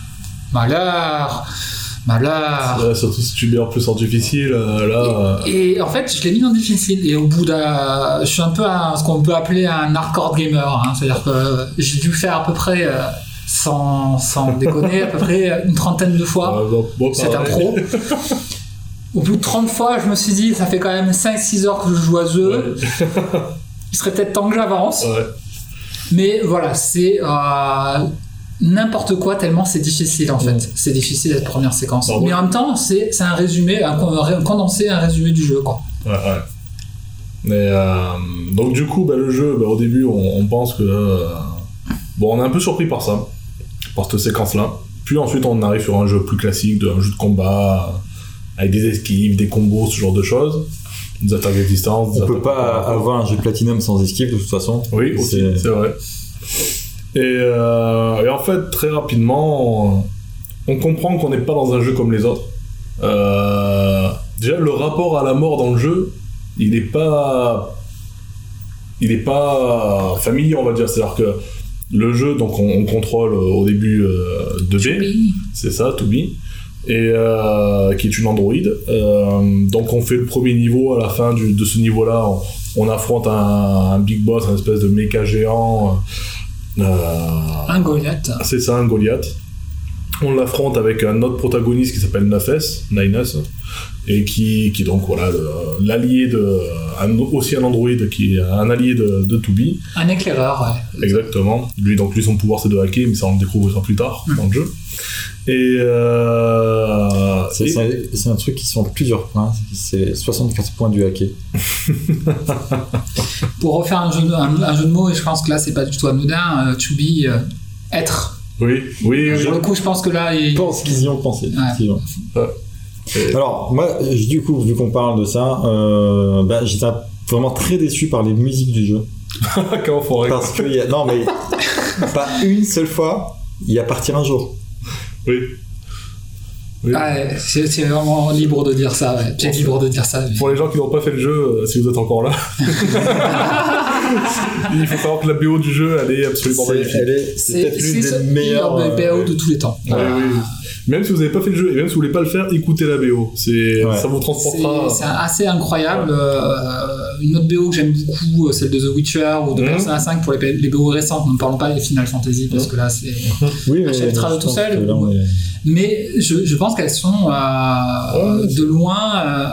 Malheur Malheur Ouais, surtout si tu mets en plus en difficile, euh, là. euh, Et en fait, je l'ai mis en difficile. Et au bout d'un. Je suis un peu un, ce qu'on peut appeler un hardcore gamer. Hein. C'est-à-dire que j'ai dû faire à peu près, euh, sans, sans déconner, à peu près une trentaine de fois euh, bon, bon, cette pareil. intro. Au bout de trente fois, je me suis dit, ça fait quand même cinq six heures que je joue à ce jeu. Ouais. Il serait peut-être temps que j'avance. Ouais. Mais voilà, c'est. Euh, n'importe quoi tellement c'est difficile en fait. C'est difficile cette première séquence. Ah ouais. Mais en même temps, c'est c'est un résumé, un, un condensé, un résumé du jeu, quoi. Ouais, ouais. Mais euh, donc du coup, bah, le jeu, bah, au début, on, on pense que euh, bon, on est un peu surpris par ça, par cette séquence-là. Puis ensuite, on arrive sur un jeu plus classique, de, un jeu de combat euh, avec des esquives, des combos, ce genre de choses, des attaques de distance. des On peut attaques pas par rapport. avoir un jeu platinum sans esquive de toute façon. Oui, aussi, C'est- c'est vrai. Et, euh, et en fait, très rapidement, on comprend qu'on n'est pas dans un jeu comme les autres. Euh, déjà, le rapport à la mort dans le jeu, il n'est pas, il n'est pas familier, on va dire. C'est-à-dire que le jeu, donc on, on contrôle au début euh, deux B, Oui. c'est ça, deux B, et euh, qui est une Android. Euh, donc on fait le premier niveau. À la fin du, de ce niveau-là, on, on affronte un, un big boss, un espèce de méca géant. Euh, Un Goliath. c'est ça, un Goliath. On l'affronte avec un autre protagoniste qui s'appelle neuf S, nine S, et qui, qui donc voilà le- l'allié de, un, aussi un Android qui est un allié de, de deux B. Un éclaireur, ouais. Exactement. Lui, donc lui, son pouvoir, c'est de hacker, mais ça, on le découvrira plus tard Mm. dans le jeu. Et, euh, C'est, et... c'est, c'est un truc qui sont plusieurs points. C'est soixante-quatre points du hacké. Pour refaire un jeu, un, un jeu de mots, et je pense que là c'est pas du tout anodin, euh, to be, euh, être. Oui, oui, oui. Pour le coup, je pense que là. Il... Je pense qu'ils y ont pensé. Ouais. Ouais. Et... Alors, moi, du coup, vu qu'on parle de ça, euh, bah, j'étais vraiment très déçu par les musiques du jeu. Comment faut Parce que, y a... non, mais pas une seule fois, il y a partir un jour. Oui. Oui. Ouais, c'est, c'est vraiment libre de dire ça, ouais. C'est libre de dire ça. Mais... Pour les gens qui n'ont pas fait le jeu, euh, si vous êtes encore là, il faut savoir que la B O du jeu, elle est absolument c'est, magnifique. Elle est, c'est, c'est peut-être l'une c'est des meilleures B O de tous les temps. Ouais, euh... oui, oui. Même si vous n'avez pas fait le jeu et même si vous voulez pas le faire, écoutez la B O. C'est, ouais. Ça vous transportera. C'est, c'est assez incroyable. Ouais. Euh, une autre B O que j'aime beaucoup, celle de The Witcher ou de mmh. Persona cinq pour les, les B O récentes. Ne parlons pas des Final Fantasy parce mmh. que là c'est oui, un chapitre tout seul. Là, mais mais je, je pense qu'elles sont euh, ouais, de loin. Euh,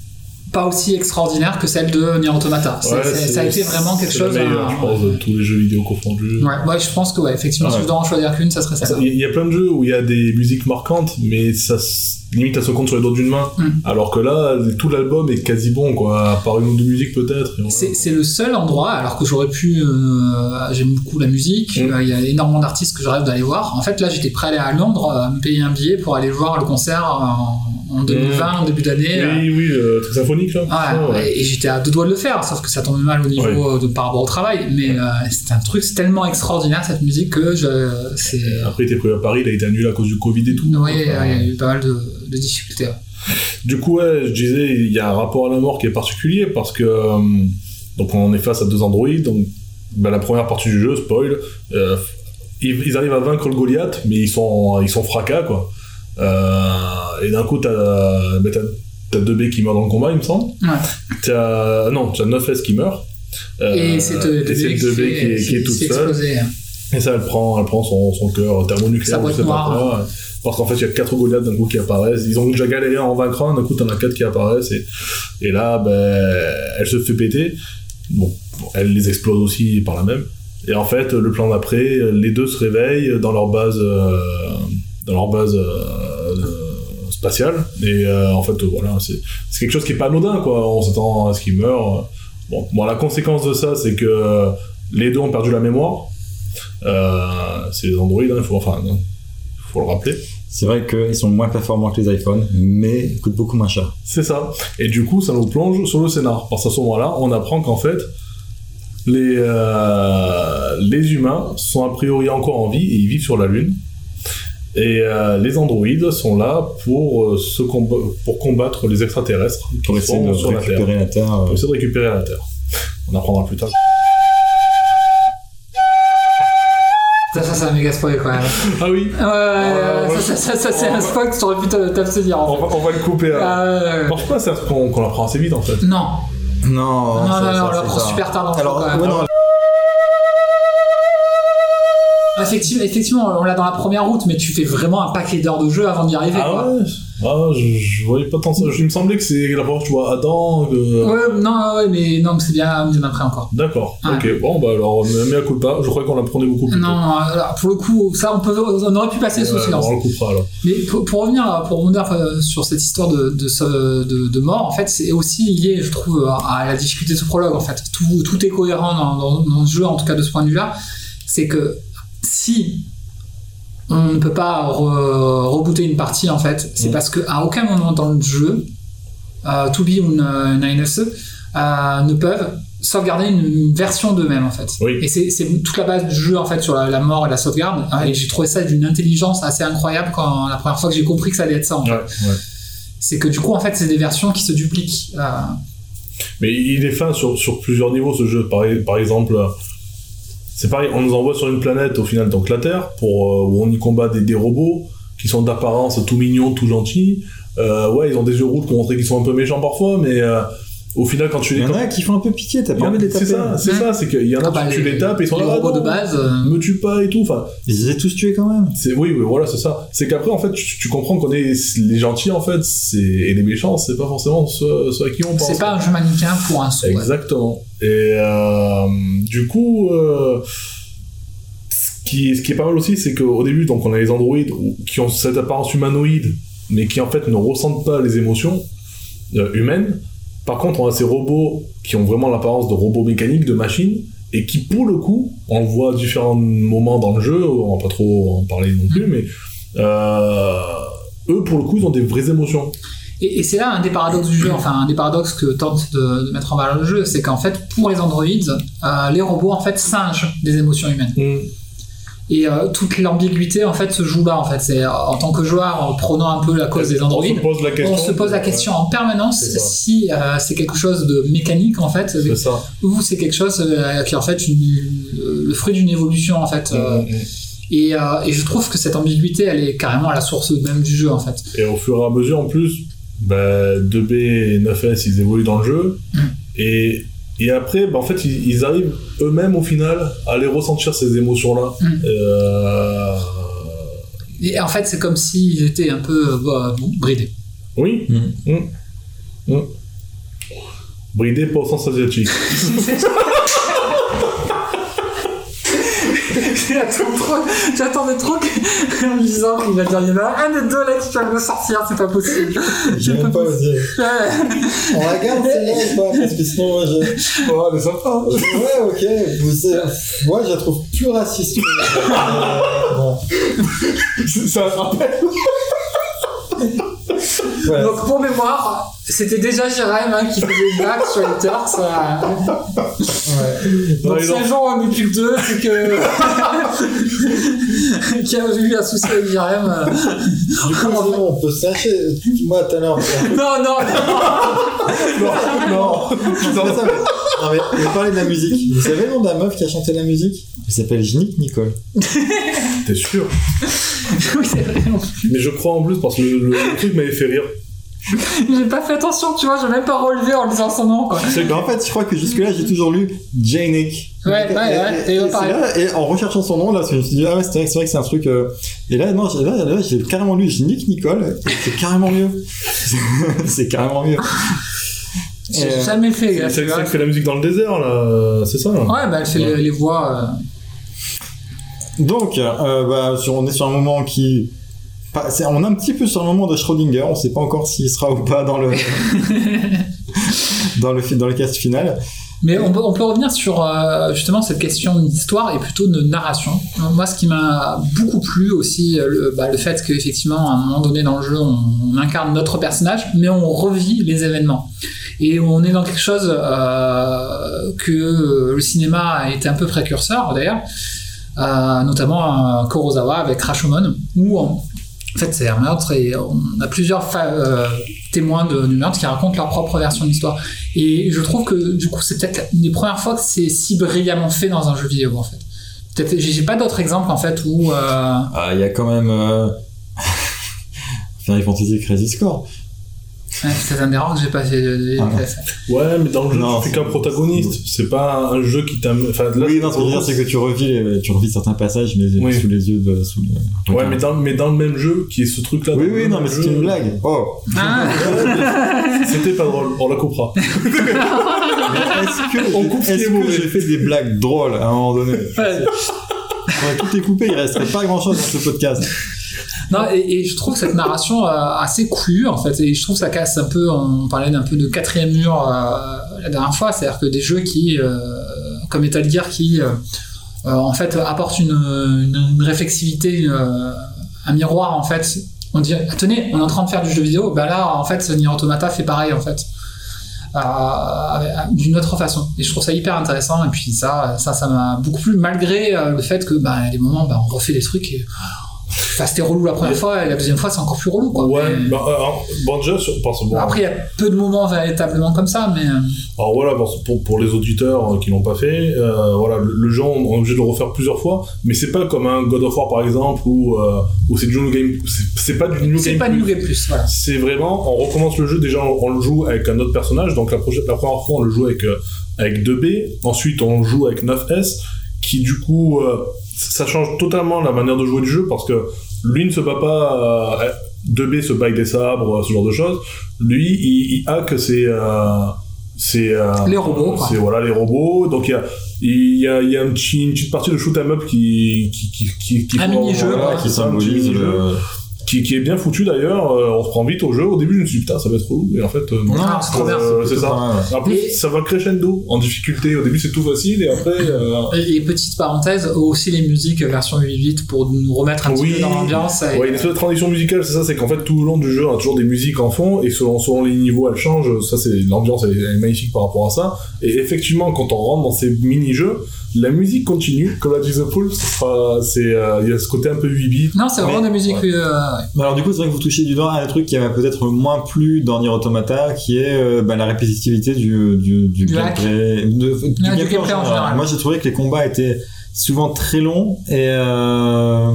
pas aussi extraordinaire que celle de Nier Automata. C'est, ouais, c'est, c'est, ça a été vraiment quelque c'est chose. C'est la meilleure, à... je pense, de tous les jeux vidéo confondus. Ouais, ouais, je pense que ouais, effectivement, ouais. Si je dois en choisir qu'une, ça serait ça. Il y a plein de jeux où il y a des musiques marquantes, mais ça limite à se compte sur les doigts d'une main. Mm. Alors que là, tout l'album est quasi bon, quoi, à part une ou deux musiques peut-être. C'est, c'est le seul endroit, alors que j'aurais pu. Euh, j'aime beaucoup la musique, il mm. euh, y a énormément d'artistes que je rêve d'aller voir. En fait, là, j'étais prêt à aller à Londres, à me payer un billet pour aller voir le concert en, en deux mille vingt, mmh. en début d'année. Oui, oui, le truc symphonique, là. Ouais, ouais. Et j'étais à deux doigts de le faire, sauf que ça tombait mal au niveau ouais. de, par rapport au travail. Mais euh, c'est un truc, c'est tellement extraordinaire, cette musique, que je. C'est... Après, il était prévu à Paris, il a été annulé à cause du Covid et tout. Oui, il enfin, y a eu pas mal de, de difficultés. Ouais. Du coup, ouais, je disais, il y a un rapport à la mort qui est particulier, parce que. Euh, donc, on est face à deux androïdes. Donc, ben, la première partie du jeu, spoil, euh, ils, ils arrivent à vaincre le Goliath, mais ils sont, ils sont fracas, quoi. Euh, et d'un coup, t'as, bah, t'as, t'as deux B qui meurent dans le combat, il me semble. Ouais. T'as, non, t'as neuf S qui meurent. Euh, et c'est deux B qui, qui, est, qui est toute seule. Et ça, elle prend, elle prend son, son cœur thermonucléaire. Sa boîte noire. Pas, ouais. Parce qu'en fait, il y a quatre Goliaths d'un coup qui apparaissent. Ils ont déjà galéré à en vaincre un, d'un coup, t'en as quatre qui apparaissent. Et, et là, ben, elle se fait péter. Bon, elle les explose aussi par la même. Et en fait, le plan d'après, les deux se réveillent dans leur base. Euh, dans leur base euh, spatiale et euh, en fait euh, voilà c'est, c'est quelque chose qui est pas anodin quoi, on s'attend à ce qu'ils meurent. Bon, bon la conséquence de ça c'est que les deux ont perdu la mémoire, euh, c'est les androïdes, il hein, faut, enfin, faut le rappeler. C'est vrai qu'ils sont moins performants que les iPhones, mais ils coûtent beaucoup moins cher. C'est ça, et du coup ça nous plonge sur le scénar, parce qu'à ce moment-là on apprend qu'en fait les, euh, les humains sont a priori encore en vie et ils vivent sur la Lune. Et euh, les androïdes sont là pour, euh, se comb- pour combattre les extraterrestres qui pour essayer sont de sur récupérer la Terre. la Terre euh... Pour essayer de récupérer la Terre. On apprendra plus tard. Ça, ça c'est un méga spoil quand même. Ah oui. Ouais, ouais, ouais ça, ça, ça, ça c'est un spoil que tu aurais pu t'abstenir en fait. On va, on va le couper. Hein. Euh... Je pense pas, c'est un truc qu'on, qu'on apprend assez vite en fait. Non. Non, non, non, non, on l'apprend super tard dans le jeu quand même. Ouais, non, Effectivement, effectivement, on l'a dans la première route, mais tu fais vraiment un paquet d'heures de jeu avant d'y arriver. Ah quoi. ouais. Ah, je, je voyais pas tant ça. Il me semblait que c'est la première fois que tu vois Adam. Que... Ouais, non, ouais, mais non, c'est bien, bien après encore. D'accord. Ouais. Ok. Bon, bah alors, mea culpa. Je crois qu'on l'apprenait beaucoup plus. Non, non, alors, pour le coup, ça, on peut, on aurait pu passer ouais, sous silence. On le coupera alors. Mais pour, pour revenir, pour revenir sur cette histoire de, de, de, de mort, en fait, c'est aussi lié, je trouve, à la difficulté de ce prologue. En fait, tout, tout est cohérent dans, dans, dans ce jeu, en tout cas de ce point de vue-là. C'est que si on ne peut pas re- rebooter une partie en fait, c'est mmh. parce qu'à aucun moment dans le jeu, euh, to be ou nine S E euh, ne peuvent sauvegarder une version d'eux-mêmes en fait. Oui. Et c'est, c'est toute la base du jeu en fait sur la, la mort et la sauvegarde. Et j'ai trouvé ça d'une intelligence assez incroyable quand la première fois que j'ai compris que ça allait être ça en fait. Ouais, ouais. C'est que du coup en fait c'est des versions qui se dupliquent. Euh... Mais il est fin sur, sur plusieurs niveaux ce jeu. Par, par exemple. C'est pareil, on nous envoie sur une planète, au final, donc la Terre, pour, euh, où on y combat des, des robots qui sont d'apparence tout mignons, tout gentils. Euh, ouais, ils ont des yeux rouges pour montrer qu'ils sont un peu méchants parfois, mais euh, au final, quand tu les... Il y en a qui font un peu pitié, t'as pas envie de les taper. C'est ça, c'est ça, c'est qu'il y en a, ah bah, tu, les, tu les tapes et ils sont les là, robots ah, de base, euh... me tue pas et tout, enfin... Ils les ont tous tués quand même. C'est, oui, oui, voilà, c'est ça. C'est qu'après, en fait, tu, tu comprends qu'on est les gentils, en fait, c'est, et les méchants, c'est pas forcément ceux, ceux à qui on pense. C'est pas un jeu manichéen pour un saut. Exactement. Ouais. Et euh, du coup... Euh, qui, ce qui est pas mal aussi, c'est qu'au début, donc, on a les androïdes qui ont cette apparence humanoïde, mais qui en fait ne ressentent pas les émotions euh, humaines. Par contre, on a ces robots qui ont vraiment l'apparence de robots mécaniques, de machines, et qui, pour le coup, on le voit à différents moments dans le jeu, on va pas trop en parler non plus, mais euh, eux, pour le coup, ils ont des vraies émotions. Et, et c'est là un des paradoxes du jeu, enfin un des paradoxes que tente de, de mettre en valeur le jeu, c'est qu'en fait, pour les androïdes, euh, les robots en fait singent des émotions humaines. Mm. Et euh, toute l'ambiguïté en fait se joue là en fait. C'est euh, en tant que joueur, en prenant un peu la cause des androïdes, on se pose la question, on se pose la question en permanence c'est si euh, c'est quelque chose de mécanique en fait, c'est ça. ou c'est quelque chose euh, qui est en fait une, euh, le fruit d'une évolution en fait. Euh, mmh, mmh. Et, euh, et je trouve que cette ambiguïté, elle est carrément à la source même du jeu en fait. Et au fur et à mesure en plus, bah, deux B et neuf S ils évoluent dans le jeu mmh. et Et après, bah, en fait, ils, ils arrivent eux-mêmes, au final, à aller ressentir ces émotions-là. Mmh. Euh... Et en fait, c'est comme s'ils étaient un peu bah, bridés. Oui. Mmh. Mmh. Mmh. Bridés, pas au sens asiatique. J'attends trop, j'attendais trop qu'en me disant qu'il va dire il y en a un des deux là qui va me sortir, c'est pas possible. J'ai même pas osé. On la garde celle-là ou pas? Parce que sinon moi je. Oh, mais sympa. Ouais, ok. Vous, euh, moi je la trouve plus raciste. euh, bon. Ça me rappelle. Ouais. Donc pour mémoire, c'était déjà Jérém hein, qui faisait une blague sur les Turks. Euh... Ouais. Donc si un jour on n'est plus que deux, c'est que qu'il y a eu un souci avec Jérém. Euh... Du coup, sinon, on peut se lâcher. Moi tout à l'heure. Non, non, non. non, non. non, ça, mais... non mais on parlait de la musique. Vous savez le nom de la meuf qui a chanté la musique? Elle s'appelle Ginette Nicole. T'es sûr? Oui, c'est vrai. Mais je crois en plus parce que le, le, le truc m'avait fait rire. J'ai pas fait attention, tu vois, j'ai même pas relevé en disant son nom, quoi. C'est en fait, je crois que jusque-là, j'ai toujours lu Janick. Ouais, ouais, ouais, et, et, et, pareil. Là, et en recherchant son nom, là, je me suis dit, ah ouais, c'est vrai, c'est vrai que c'est un truc. Euh... Et là, non, là, là, j'ai carrément lu Ginette Nicole, et c'est carrément mieux. C'est carrément mieux. J'ai euh... jamais fait, gars. C'est celle qui fait la musique dans le désert, là, c'est ça, là. Ouais, bah, elle fait ouais. les, les voix. Euh... Donc, euh, bah, sur, on est sur un moment qui. C'est, on est un petit peu sur le moment de Schrödinger, on sait pas encore s'il sera ou pas dans le dans le dans le cast final. Mais on peut, on peut revenir sur euh, justement cette question d'histoire et plutôt de narration. Moi, ce qui m'a beaucoup plu aussi, le, bah, le fait qu'effectivement, à un moment donné dans le jeu, on, on incarne notre personnage, mais on revit les événements. Et on est dans quelque chose euh, que le cinéma a été un peu précurseur d'ailleurs, euh, notamment euh, Kurosawa avec Rashomon, où on En fait, c'est un meurtre et on a plusieurs fa- euh, témoins de, du meurtre qui racontent leur propre version de l'histoire. Et je trouve que, du coup, c'est peut-être une des premières fois que c'est si brillamment fait dans un jeu vidéo, en fait. Peut-être, j'ai, j'ai pas d'autres exemples, en fait, où... Euh... Ah, il y a quand même... Euh... Final Fantasy Crisis Core. Ouais, c'est un erreur que j'ai pas fait. Ah, ouais, mais dans le jeu, non, tu fais qu'un protagoniste. C'est, c'est pas un jeu qui t'a. Enfin, là, oui, non, ce que je veux dire, c'est que tu revis, les, tu revis certains passages, mais oui. sous les yeux de. Sous le... Ouais, mais dans, mais dans le même jeu, qui est ce truc-là. Oui, oui, non, mais c'est une blague. Oh. Ah. C'était pas drôle, on la coupera. Mais est-ce que, on coupe est-ce que j'ai fait des blagues drôles à un moment donné? Ouais. On va tout découper, il resterait pas grand-chose dans ce podcast. Non, et, et je trouve cette narration euh, assez coulue en fait, et je trouve que ça casse un peu, on parlait d'un peu de quatrième mur euh, la dernière fois, c'est-à-dire que des jeux qui, euh, comme Metal Gear, qui euh, euh, en fait apportent une, une, une réflexivité, une, euh, un miroir en fait, on dit, ah, tenez, on est en train de faire du jeu vidéo, bah là en fait Nier Automata fait pareil en fait. Euh, d'une autre façon, et je trouve ça hyper intéressant, et puis ça, ça, ça m'a beaucoup plu, malgré euh, le fait que, bah, à des moments, bah, on refait des trucs et... Enfin, c'était relou la première fois, et la deuxième fois c'est encore plus relou, quoi. Ouais, mais... bah, alors, bon, déjà, sur, parce, bon, après il y a peu de moments véritablement comme ça, mais. Alors voilà, pour, pour les auditeurs qui l'ont pas fait, euh, voilà, le, le jeu on est obligé de le refaire plusieurs fois, mais c'est pas comme un God of War par exemple, où, euh, où c'est du New Game, c'est, c'est pas du New c'est Game pas Plus. New Game Plus, voilà. C'est vraiment, on recommence le jeu, déjà on, on le joue avec un autre personnage, donc la, proche, la première fois on le joue avec, euh, avec deux B, ensuite on joue avec neuf S, qui du coup, euh, ça change totalement la manière de jouer du jeu, parce que lui ne se bat pas, euh, deux B se bat avec des sabres, ce genre de choses. Lui, il, il hack ses, euh, C'est euh, les robots, quoi. C'est voilà les robots. Donc il y a il y a il y a un petit, une petite partie de shoot 'em up qui qui qui qui, qui un mini-jeu, voilà, quoi. Qui symbolise le... qui qui est bien foutu d'ailleurs. Euh, on se prend vite au jeu. Au début je me suis dit putain ça va être relou et en fait euh, non, Non, c'est trop bien. euh, c'est ça. Ouais. En plus Et- ça va crescendo en difficulté. Au début c'est tout facile et après euh, Et petite parenthèse, aussi les musiques version huit huit pour nous remettre un petit Oui. peu dans l'ambiance. Et... ouais, une espèce de transition musicale, c'est ça, c'est qu'en fait tout le long du jeu, on a toujours des musiques en fond, et selon, selon les niveaux, elles changent. Ça, c'est l'ambiance, elle est, elle est magnifique par rapport à ça. Et effectivement, quand on rentre dans ces mini-jeux, la musique continue, comme l'a dit The Pool, c'est, euh, il y a ce côté un peu huit bits. Non, c'est vraiment Mais- de musique. ouais. euh, Mais alors du coup, c'est vrai que vous touchez du doigt à un truc qui m'a peut-être moins plu dans Nier Automata, qui est euh, bah, la répétitivité du, du, du, Du gameplay. De, du du gameplay, gameplay en en général. général. Moi, j'ai trouvé que les combats étaient souvent très longs et... Euh,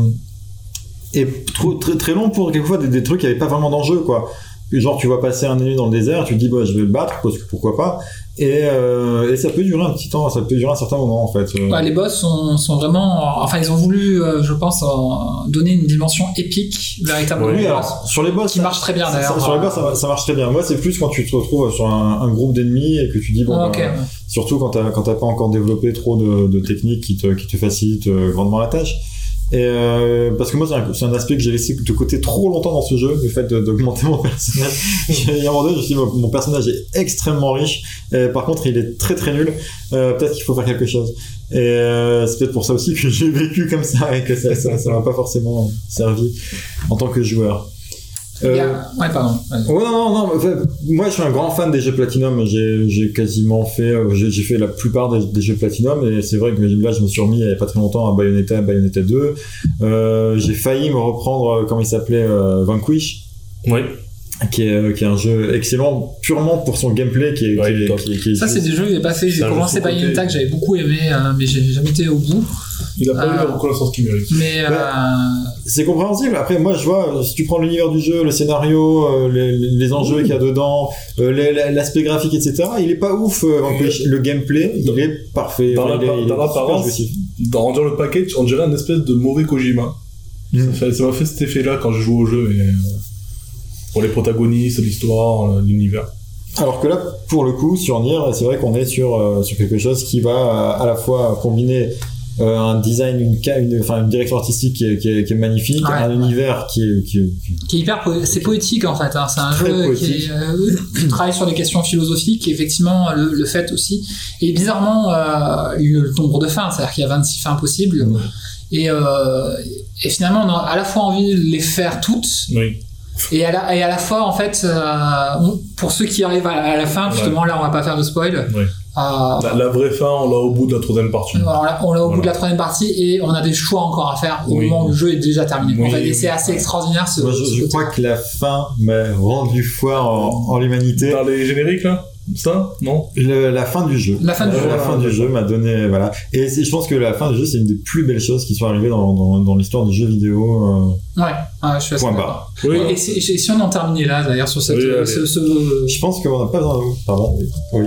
et trop, très, très longs pour quelquefois des, des trucs qui n'avaient pas vraiment d'enjeu, quoi. Genre, tu vois passer un ennemi dans le désert, tu te dis, bah, je vais le battre, parce que pourquoi pas. Et, euh, et ça peut durer un petit temps, ça peut durer un certain moment, en fait. Euh, Ouais, les boss sont, sont vraiment. Enfin, ils ont voulu, euh, je pense, euh, donner une dimension épique, véritablement. Oui, aux alors, boss, sur les boss, qui marche très bien ça- d'ailleurs. sur les boss, ça, ça marche très bien. Moi, c'est plus quand tu te retrouves sur un, un groupe d'ennemis et que tu dis, bon, Ah, ok. bah, surtout quand t'as, quand t'as pas encore développé trop de, de techniques qui te, qui te facilitent euh, grandement la tâche. Et euh, parce que moi, c'est un, c'est un aspect que j'ai laissé de côté trop longtemps dans ce jeu, le fait de- d'augmenter mon personnage. Il y a un moment donné, je me suis dit, mon, mon personnage est extrêmement riche. Et par contre, il est très très nul. Euh, peut-être qu'il faut faire quelque chose. Et euh, c'est peut-être pour ça aussi que j'ai vécu comme ça et que ça, ça, ça m'a pas forcément servi en tant que joueur. Il y Euh, a- Ouais, pardon. Vas-y. Ouais, non, non, non. En fait, moi, je suis un grand fan des jeux Platinum. J'ai, j'ai quasiment fait, euh, j'ai, j'ai fait la plupart des, des jeux Platinum. Et c'est vrai que là, je me suis remis il y a pas très longtemps à Bayonetta, Bayonetta deux. Euh, j'ai failli me reprendre, euh, comment il s'appelait, euh, Vanquish, Oui. qui est, euh, qui est un jeu excellent purement pour son gameplay, qui est, Ouais, qui est, top. qui est- qui est- Ça, c'est des jeux que j'ai pas fait. J'ai C'est un jeu commencé sous-côté. Bayonetta que j'avais beaucoup aimé, euh, mais j'ai jamais été au bout. Il a pas eu Euh, la reconnaissance qu'il mérite. Mais euh, c'est compréhensible. Après, moi, je vois, si tu prends l'univers du jeu, le scénario, euh, les, les enjeux qu'il y a dedans, euh, les- l'aspect graphique, et cetera, il est pas ouf. euh, Vanquish. Le gameplay, il est parfait. Dans Enfin, il est- l'appa- il est dans super l'apparence, jouissif. Dans dans le package, on dirait un espèce de mauvais Kojima. Mm. Ça fait- ça m'a fait cet effet-là quand je joue au jeu. Et, euh, pour les protagonistes, l'histoire, euh, l'univers. Alors que là, pour le coup, sur Nier, c'est vrai qu'on est sur, euh, sur quelque chose qui va euh, à la fois combiner euh, un design, une, ca- une, enfin, une direction artistique qui est, qui est, qui est magnifique, Ouais, un ouais. univers qui est, qui est- qui- qui est hyper po- c'est poétique en fait, hein. C'est un Très jeu poétique. qui, est, euh, qui travaille sur des questions philosophiques, et effectivement le, le fait aussi, et bizarrement euh, le nombre de fins, c'est-à-dire qu'il y a vingt-six fins possibles, Ouais. et, euh, et finalement on a à la fois envie de les faire toutes, Oui. et à la, et à la fois en fait, euh, on- pour ceux qui arrivent à, à la fin, justement là on va pas faire de spoil, Ouais. euh, La, la vraie fin, on l'a au bout de la troisième partie. on l'a on l'a au bout Voilà. de la troisième partie, et on a des choix encore à faire au Oui. moment où le jeu est déjà terminé. Oui, en fait, et oui. c'est assez extraordinaire ce, Moi, je, ce je côté. crois que la fin m'a rendu foi en, en l'humanité. Dans les génériques, là Ça Non Le- la fin du jeu. La fin du Euh, jeu, La voilà. fin du jeu m'a donné, voilà. Et c'est- je pense que la fin du jeu, c'est une des plus belles choses qui sont arrivées dans, dans, dans l'histoire du jeu vidéo. Ouais, ouais, je suis Euh, assez point d'accord. barre. Oui. Et, si, et si on en terminait là, d'ailleurs, sur cette, Oui, allez. ce, ce- Je pense qu'on n'a pas besoin de vous. Pardon, oui. oui.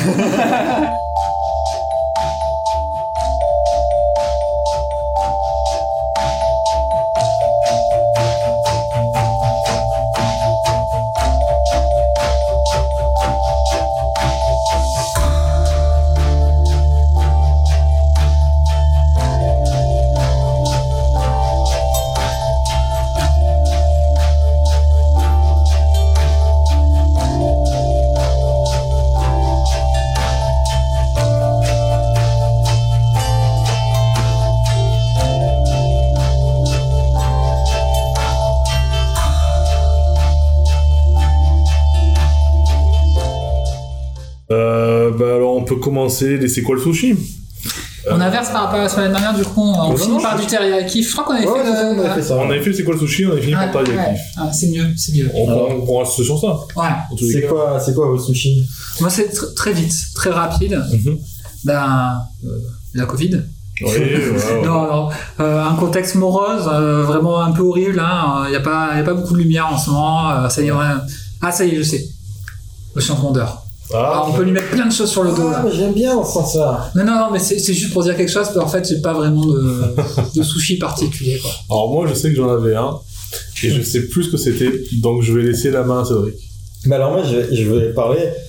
Euh, bah alors, on peut commencer les C'est quoi le sushi on inverse par rapport à la semaine dernière, du coup, on, on non, finit non, par je- du teriyaki. Je crois qu'on avait Ouais, fait c'est ça, le. on avait fait ça. On avait fait C'est quoi le sushi, on avait fini Ouais, par Teriyaki. ouais. Ah, c'est mieux, c'est mieux. On, Alors. on, on reste sur ça. Ouais. en tous les C'est cas. quoi, c'est quoi votre sushi? Moi, c'est tr- très vite, très rapide. Mhm. Ben, euh, la Covid. Oui, voilà, Non, non. Euh, un contexte morose, euh, vraiment un peu horrible. Il hein. n'y a, pas- y a pas beaucoup de lumière en ce moment. Euh, ça y est, on a- Ah, ça y est, je sais. Le changement d'heure. Ah, Alors, on peut lui mettre plein de choses sur le dos. Là. mais j'aime bien dans ce sens-là. Non, non, non, mais c'est c'est juste pour dire quelque chose. En fait, j'ai pas vraiment de, de sushi particulier. Quoi. alors moi, je sais que j'en avais un, et je sais plus ce que c'était, donc je vais laisser la main à Cédric. Mais alors moi, je vais, je vais parler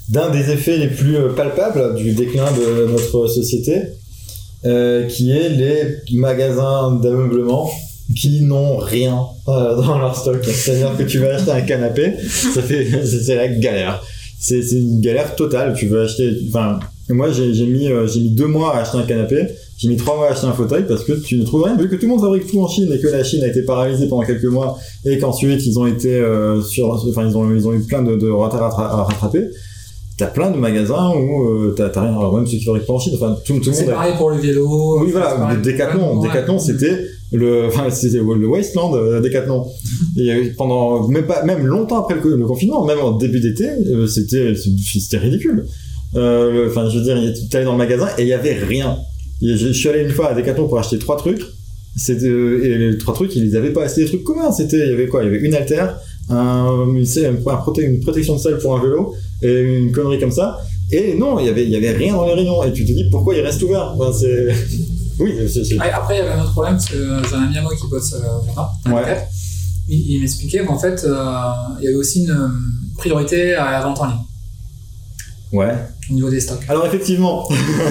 d'un des effets les plus palpables du déclin de notre société, euh, qui est les magasins d'ameublement qui n'ont rien euh, dans leur stock. C'est-à-dire que tu vas acheter un canapé, ça fait, c'est la galère. C'est, c'est une galère totale. Tu veux acheter, enfin, moi j'ai, j'ai mis, euh, j'ai mis deux mois à acheter un canapé. J'ai mis trois mois à acheter un fauteuil parce que tu ne trouves rien, vu que tout le monde fabrique tout en Chine et que la Chine a été paralysée pendant quelques mois et qu'ensuite ils ont été euh, sur, enfin ils ont, ils ont eu plein de, de retard à rattraper. T'as plein de magasins où euh, t'as, t'as rien, alors même ceux qui fabriquent pas en Chine, enfin tout, tout le monde. C'est pareil a... pour le vélo. Oui voilà, Decathlon, Decathlon ouais. c'était le, enfin c'était le Wasteland euh, Decathlon. Et pendant même pas, même longtemps après le, le confinement, même en début d'été, euh, c'était, c'était ridicule. Enfin euh, je veux dire, t'allais dans le magasin et il y avait rien. Et je suis allé une fois à Decathlon pour acheter trois trucs. C'était, et les trois trucs, ils avaient pas assez des trucs communs. C'était, il y avait quoi? Il y avait une haltère, un, un proté- une protection de selle pour un vélo et une connerie comme ça. Et non, il y avait, il y avait rien dans les rayons. Et tu te dis pourquoi ils restent ouverts? Enfin, c'est... Oui, c'est, c'est... Après, il y avait un autre problème, c'est que j'ai un ami à moi qui bosse euh, là. Ouais. Il, il m'expliquait qu'en fait, euh, il y avait aussi une priorité à la vente en ligne. Ouais. Au niveau des stocks. Alors effectivement,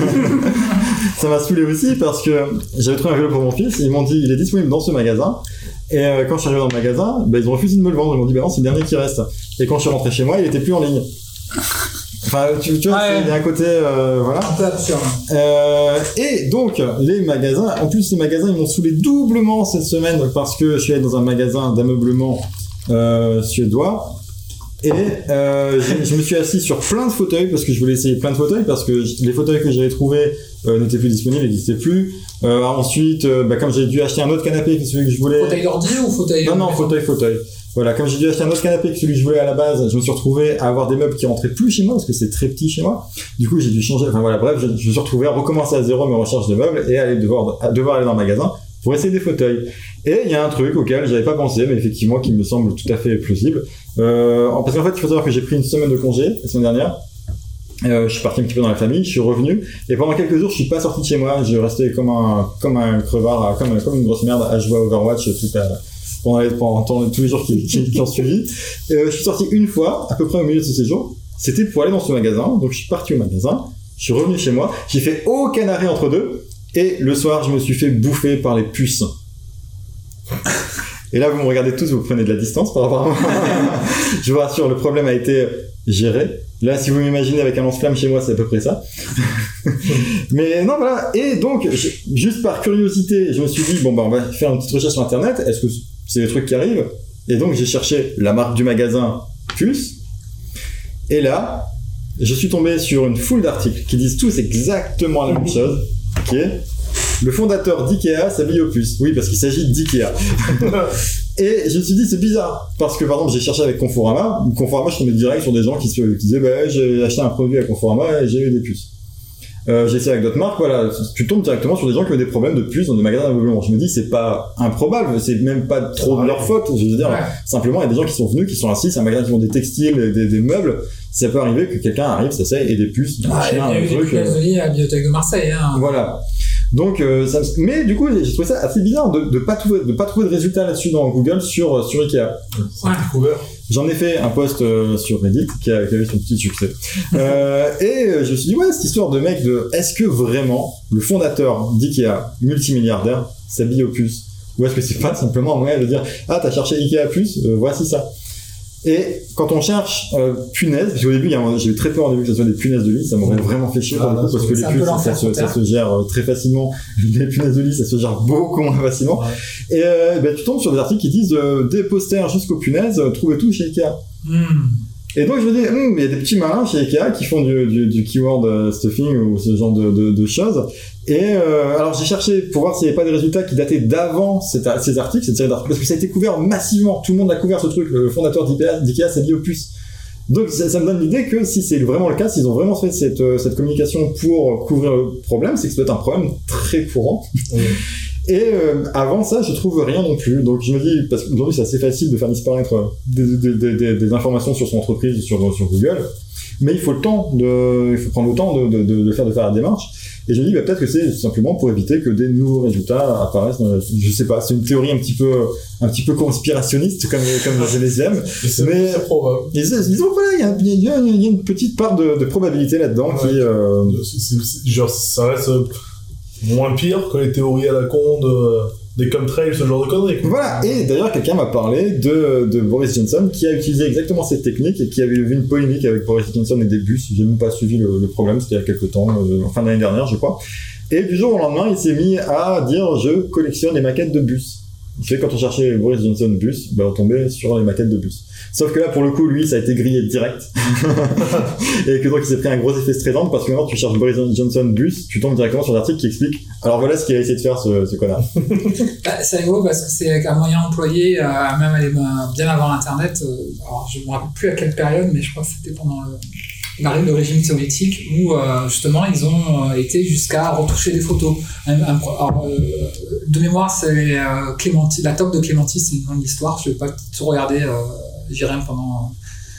ça m'a saoulé aussi parce que j'avais trouvé un vélo pour mon fils, ils m'ont dit il est disponible dans ce magasin, et euh, quand je suis arrivé dans le magasin, bah, ils ont refusé de me le vendre, ils m'ont dit bah non c'est le dernier qui reste, et quand je suis rentré chez moi il était plus en ligne. Enfin tu, tu vois, ouais. Il y a un côté euh, voilà. Un peu absurde. Euh, et donc les magasins, en plus les magasins ils m'ont saoulé doublement cette semaine parce que je suis allé dans un magasin d'ameublement euh, suédois. Et euh, je, je me suis assis sur plein de fauteuils parce que je voulais essayer plein de fauteuils parce que les fauteuils que j'avais trouvés euh, n'étaient plus disponibles, n'existaient plus. Euh, ensuite, euh, bah, comme j'ai dû acheter un autre canapé que celui que je voulais. Fauteuil d'ordi ou fauteuil? Non, non, fauteuil, fauteuil. Voilà, comme j'ai dû acheter un autre canapé que celui que je voulais à la base, je me suis retrouvé à avoir des meubles qui rentraient plus chez moi parce que c'est très petit chez moi. Du coup, j'ai dû changer. Enfin voilà, bref, je, je me suis retrouvé à recommencer à zéro mes recherches de meubles et à aller devoir, à devoir aller dans le magasin pour essayer des fauteuils. Et il y a un truc auquel j'avais pas pensé, mais effectivement qui me semble tout à fait plausible. Euh, parce qu'en fait, il faut savoir que j'ai pris une semaine de congé la semaine dernière. Euh, je suis parti un petit peu dans la famille, je suis revenu, et pendant quelques jours, je suis pas sorti de chez moi. Je restais comme un comme un crevard, comme comme une grosse merde à jouer à Overwatch toute la, pendant, les, pendant tous les jours qui, qui, qui ont suivi. Et, euh, je suis sorti une fois, à peu près au milieu de ce séjour. C'était pour aller dans ce magasin. Donc je suis parti au magasin, je suis revenu chez moi, j'ai fait aucun arrêt entre deux, et le soir, je me suis fait bouffer par les puces. Et là, vous me regardez tous, vous prenez de la distance par rapport à moi. Je vous rassure, le problème a été géré. Là, si vous m'imaginez avec un lance-flamme chez moi, c'est à peu près ça. Mais non, voilà. Et donc, je, juste par curiosité, je me suis dit, bon, bah, on va faire une petite recherche sur Internet. Est-ce que c'est des trucs qui arrivent? Et donc, j'ai cherché la marque du magasin Puce. Et là, je suis tombé sur une foule d'articles qui disent tous exactement la même chose, qui est le fondateur d'Ikea s'habille aux puces. Oui, parce qu'il s'agit d'Ikea. Et je me suis dit, c'est bizarre. Parce que, par exemple, j'ai cherché avec Conforama. Conforama, je tombais direct sur des gens qui, se, qui disaient, bah, j'ai acheté un produit à Conforama et j'ai eu des puces. Euh, j'ai essayé avec d'autres marques, voilà. Tu tombes directement sur des gens qui ont des problèmes de puces dans des magasins d'ameublement. Je me dis, c'est pas improbable, c'est même pas trop de leur faute. Je veux dire, ouais. Simplement, il y a des gens qui sont venus, qui sont assis, c'est un magasin qui vend des textiles, des, des meubles. Ça peut arriver que quelqu'un arrive, s'essaye et des puces. Ah, il y a eu des punaises de lit à la bibliothèque de Marseille, hein. Voilà. Donc, euh, ça, mais du coup, j'ai trouvé ça assez bizarre de, de pas trouver, de pas trouver de résultats là-dessus dans Google sur, sur Ikea. Ouais. J'en ai fait un post euh, sur Reddit qui a, qui a eu son petit succès. euh, et je me suis dit, ouais, cette histoire de mec de, est-ce que vraiment le fondateur d'Ikea, multimilliardaire, s'habille aux puces? Ou est-ce que c'est pas simplement un moyen de dire, ah, t'as cherché Ikea puce, euh, voici ça. Et quand on cherche euh, punaises, parce qu'au début, il y a, j'ai eu très peur au début que ce soit des punaises de lit, ça m'aurait vraiment fait chier ah, pour le coup, parce que les puces, ça, ça, se, ça se gère euh, très facilement. Les punaises de lit, ça se gère beaucoup moins facilement. Ouais. Et euh, ben, tu tombes sur des articles qui disent euh, des posters jusqu'aux punaises, euh, trouvez tout chez Ikea. Mm. Et donc je me dis, hum, il y a des petits malins chez Ikea qui font du, du, du keyword uh, stuffing ou ce genre de, de, de choses. Et euh, alors j'ai cherché pour voir s'il n'y avait pas des résultats qui dataient d'avant ces, ces articles, cette série d'articles, parce que ça a été couvert massivement. Tout le monde a couvert ce truc. Le fondateur d'Ikea, d'Ikea s'habille aux puces. Donc ça, ça me donne l'idée que si c'est vraiment le cas, s'ils ont vraiment fait cette, cette communication pour couvrir le problème, c'est que ça doit être un problème très courant. Oui. Et euh, avant ça, je trouve rien non plus. Donc je me dis, parce qu'aujourd'hui c'est assez facile de faire disparaître des, des, des, des, des informations sur son entreprise sur, sur Google, mais il faut le temps de, il faut prendre le temps de, de, de, de faire de faire la démarche. Et je me dis, bah, peut-être que c'est simplement pour éviter que des nouveaux résultats apparaissent. Dans la... Je sais pas, c'est une théorie un petit peu, un petit peu conspirationniste, comme, comme je les aime. C'est, mais c'est probable. Ils, disons, voilà, il y a, il y, a, il y a une petite part de, de probabilité là-dedans ouais. qui, euh... c'est, c'est, c'est, genre, ça reste moins pire que les théories à la con de, des chemtrails, ce genre de conneries. Quoi. Voilà, et d'ailleurs, quelqu'un m'a parlé de, de Boris Johnson qui a utilisé exactement cette technique et qui avait eu une polémique avec Boris Johnson et des bus. J'ai même pas suivi le, le problème, c'était il y a quelques temps, euh, en fin d'année dernière, je crois. Et du jour au lendemain, il s'est mis à dire je collectionne les maquettes de bus. Tu sais, quand on cherchait Boris Johnson bus, bah, on tombait sur les maquettes de bus. Sauf que là, pour le coup, lui, ça a été grillé direct. Et que donc, il s'est pris un gros effet stressant parce que maintenant, tu cherches Boris Johnson bus, tu tombes directement sur l'article qui explique alors voilà ce qu'il a essayé de faire, ce, ce connard. Bah, c'est rigolo parce que c'est un moyen employé, euh, même aller, bien avant Internet. Euh, alors, je me rappelle plus à quelle période, mais je crois que c'était pendant le, l'arrêt de régime soviétique où, euh, justement, ils ont euh, été jusqu'à retoucher des photos. Un, un, alors, euh, de mémoire, c'est euh, Clémentis, la toque de Clémentis, c'est une longue histoire. Je vais pas tout regarder. Euh, J'ai rien pendant.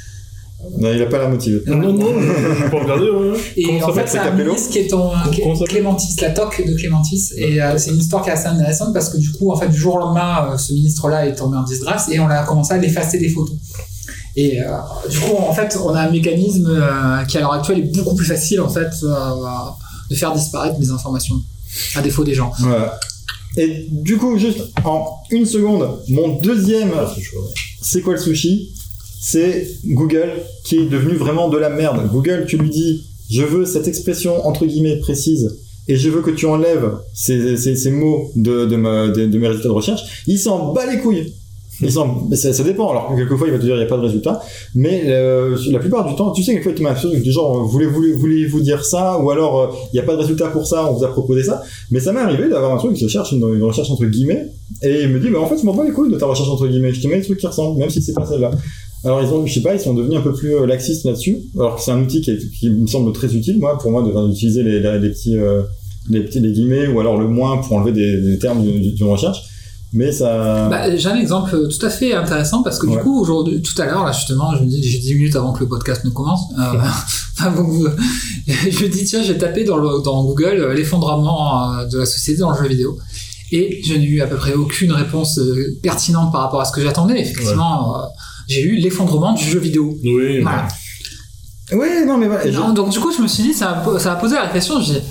Non, il a pas la motive. Non, non, non, je peux regarder, ouais. Et comment en fait, c'est un ministre qui est en Clémentis, la toque de Clémentis. Et euh, c'est une histoire qui est assez intéressante parce que du coup, en fait, du jour au lendemain, euh, ce ministre-là est tombé en disgrâce et on a commencé à l'effacer des photos. Et euh, du coup, en fait, on a un mécanisme euh, qui à l'heure actuelle est beaucoup plus facile en fait euh, de faire disparaître les informations à défaut des gens. Voilà. Et du coup, juste en une seconde, mon deuxième, c'est quoi le sushi ? C'est Google qui est devenu vraiment de la merde. Google, tu lui dis, je veux cette expression entre guillemets précise et je veux que tu enlèves ces, ces, ces mots de, de, ma, de, de mes résultats de recherche. Il s'en bat les couilles. Il s'en, ça, ça dépend. Alors, quelquefois, il va te dire, il n'y a pas de résultat. Mais, euh, la plupart du temps, tu sais, quelquefois, tu m'as fait du genre, voulez-vous, voulez-vous dire ça? Ou alors, il euh, n'y a pas de résultat pour ça, on vous a proposé ça. Mais ça m'est arrivé d'avoir un truc qui se cherche, une, une recherche entre guillemets. Et il me dit, bah, en fait, je m'en bats les couilles de ta recherche entre guillemets. Je te mets des trucs qui ressemblent, même si c'est pas celle-là. Alors, ils ont, je sais pas, ils sont devenus un peu plus euh, laxistes là-dessus. Alors que c'est un outil qui, est, qui me semble très utile, moi, pour moi, de, d'utiliser les, les, les petits, euh, les petits, les guillemets, ou alors le moins pour enlever des, des termes d'une, d'une recherche. Mais ça... Bah, j'ai un exemple tout à fait intéressant parce que ouais. du coup, aujourd'hui, tout à l'heure, là, justement, je me dis, j'ai dix minutes avant que le podcast ne commence. Euh, avant que vous... je me dis, tiens, j'ai tapé dans, le, dans Google l'effondrement de la société dans le jeu vidéo. Et je n'ai eu à peu près aucune réponse pertinente par rapport à ce que j'attendais. Effectivement, ouais. euh, j'ai eu l'effondrement du jeu vidéo. Oui. Voilà. Oui, non, mais voilà. Non, donc, du coup, je me suis dit, ça a, ça a posé la question, je dis,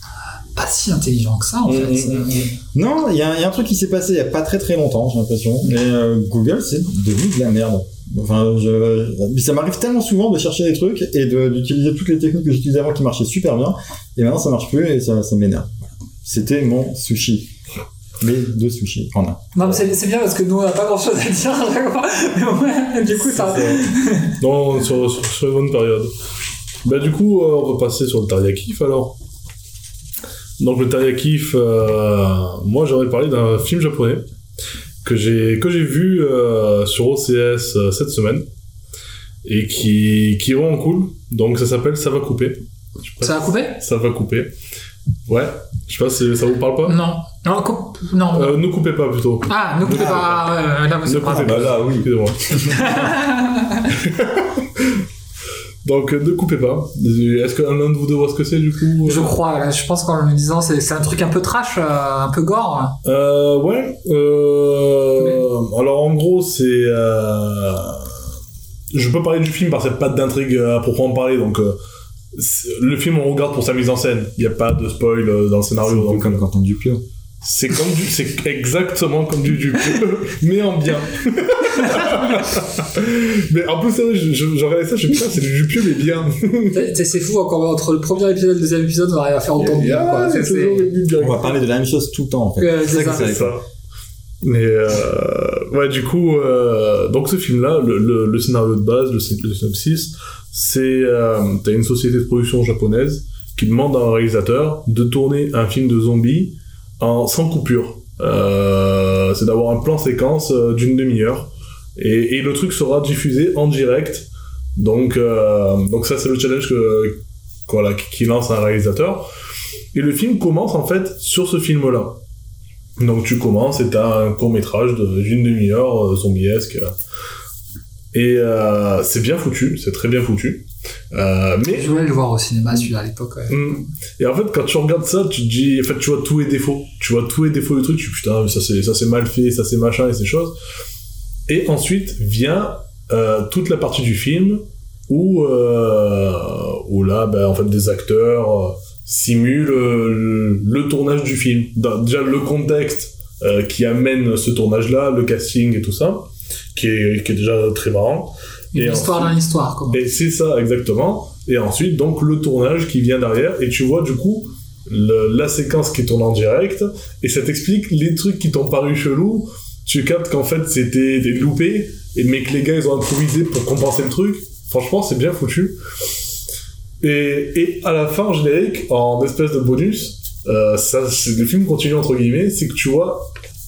pas si intelligent que ça en mmh, fait. Mmh. Non, il y, y a un truc qui s'est passé il y a pas très très longtemps, j'ai l'impression. Mais euh, Google, c'est devenu de la merde. Enfin, je... ça m'arrive tellement souvent de chercher des trucs et de, d'utiliser toutes les techniques que j'utilisais avant qui marchaient super bien. Et maintenant, ça marche plus et ça, ça m'énerve. C'était mon sushi. Mais deux sushis en un. Non, mais c'est, c'est bien parce que nous on n'a pas grand chose à dire à chaque fois. Mais ouais, du coup, ça. Non, sur, sur, sur une bonne période. Bah, du coup, euh, on va passer sur le Tariakif alors. Donc le Tariakif, euh, moi j'aurais parlé d'un film japonais que j'ai que j'ai vu euh, sur O C S euh, cette semaine et qui qui est vraiment cool. Donc ça s'appelle Ça va couper. Ça va couper ? Ça va couper. Ouais. Je sais pas si ça vous parle pas. Non. Non. Coupe... Non. Euh, ne coupez pas plutôt. Ah, ne coupez pas. Ah, ouais, là, ne coupez pas. Là, oui. Excusez-moi. Donc, ne coupez pas. Est-ce que l'un de vous deux voit ce que c'est, du coup? Je crois, là, je pense qu'en le disant, c'est, c'est un truc un peu trash, euh, un peu gore. Euh, ouais. Euh... Mais... Alors, en gros, c'est... Euh... Je peux parler du film parce qu'il n'y a pas d'intrigue à proprement parler, donc... Euh... Le film, on regarde pour sa mise en scène. Il n'y a pas de spoil dans le scénario. C'est donc, comme Quentin Dupieux. C'est comme du, c'est exactement comme du Dupieux, mais en bien. Mais en plus, c'est vrai, je, je, je regardais ça, je me dis, putain, c'est du Dupieux, mais bien. c'est, c'est fou, encore entre le premier épisode et le deuxième épisode, on arrive à faire autant de bien. Quoi. C'est, c'est... On va parler de la même chose tout le temps, en fait. Euh, c'est, c'est ça. C'est ça. Mais euh, ouais, du coup, euh, donc ce film-là, le, le, le scénario de base, le, le synopsis, c'est euh, t'as une société de production japonaise qui demande à un réalisateur de tourner un film de zombies en sans coupure. Euh, c'est d'avoir un plan séquence euh, d'une demi-heure et, et le truc sera diffusé en direct. Donc, euh, donc ça c'est le challenge que voilà qui lance un réalisateur. Et le film commence en fait sur ce film-là. Donc tu commences et t'as un court-métrage de, d'une demi-heure, euh, zombiesque. Et euh, c'est bien foutu, c'est très bien foutu. Euh, mais Je voulais le voir au cinéma, celui-là, à l'époque. Ouais. Mm. Et en fait, quand tu regardes ça, tu te dis, en fait, tu vois tous les défauts. Tu vois tous les défauts du truc, tu dis, putain, ça c'est, ça c'est mal fait, ça c'est machin et ces choses. Et ensuite vient euh, toute la partie du film où, euh, où là, ben, en fait, des acteurs euh, simulent euh, le, le tournage du film. Dans, déjà, le contexte euh, qui amène ce tournage-là, le casting et tout ça, qui est, qui est déjà très marrant. Une Et histoire ensuite- dans l'histoire, quoi. Et c'est ça, exactement. Et ensuite, donc, le tournage qui vient derrière, et tu vois, du coup, le- la séquence qui tourne en direct, et ça t'explique les trucs qui t'ont paru chelous. Tu captes qu'en fait, c'était des loupés, et, mais que les gars, ils ont improvisé pour compenser le truc. Franchement, c'est bien foutu. Et, et à la fin, en générique, en espèce de bonus, euh, ça, c'est- le film continue, entre guillemets, c'est que tu vois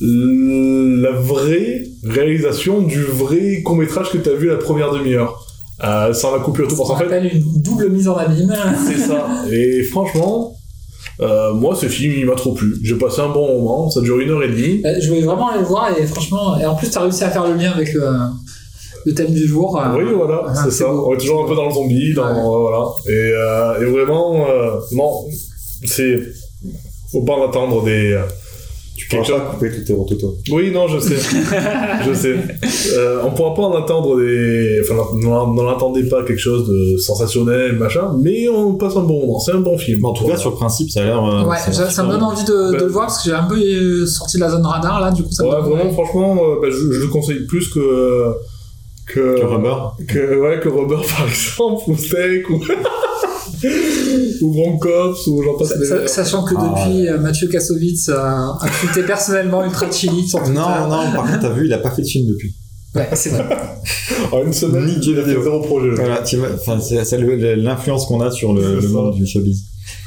l- la vraie réalisation du vrai court-métrage que t'as vu la première demi-heure. Euh, sans la coupure et tout, parce On qu'en fait, appelle une double mise en abîme. c'est ça. Et franchement, euh, moi, ce film, il m'a trop plu. J'ai passé un bon moment, ça dure une heure et demie. Euh, Je voulais vraiment aller le voir et franchement, et en plus, t'as réussi à faire le lien avec le, le thème du jour. euh, Oui, voilà, ah, c'est c'est ça. beau. On est toujours un peu dans le zombie, dans, Ouais. euh, voilà. Et, euh, et vraiment, euh, non, c'est, faut pas en attendre des, euh, Tu pourras pas couper tous tes rototos. oui, non, je sais, je sais. Euh, on pourra pas en attendre des, enfin, n'en n'en attendez pas quelque chose de sensationnel, machin, mais on passe un bon moment. C'est un bon film. En tout cas, sur le principe, ça a l'air. euh, Ouais, ça a ça, l'air ça me donne super envie de, de Ben- le voir parce que j'ai un peu euh, sorti de la zone radar là, du coup ça me Ouais, donne vraiment, envie. franchement, euh, bah, je, je le conseille plus que, que, Que Rubber. que, ouais, que Rubber, par exemple, ou Steak, ou, ou Broncops, ou j'en passe Sa- des sa- meilleurs. Sachant que Ah, depuis, euh, Mathieu Kassovitz a, a tweeté personnellement Ultra Chili sur Twitter. Non, non, par contre, t'as vu, il a pas fait de film depuis. Ouais, c'est vrai. En une semaine, Ni de jeux il a fait vidéo. zéro projet. là. Voilà, tu vois, enfin, c'est c'est le- l'influence qu'on a sur le, C'est le ça. monde du showbiz.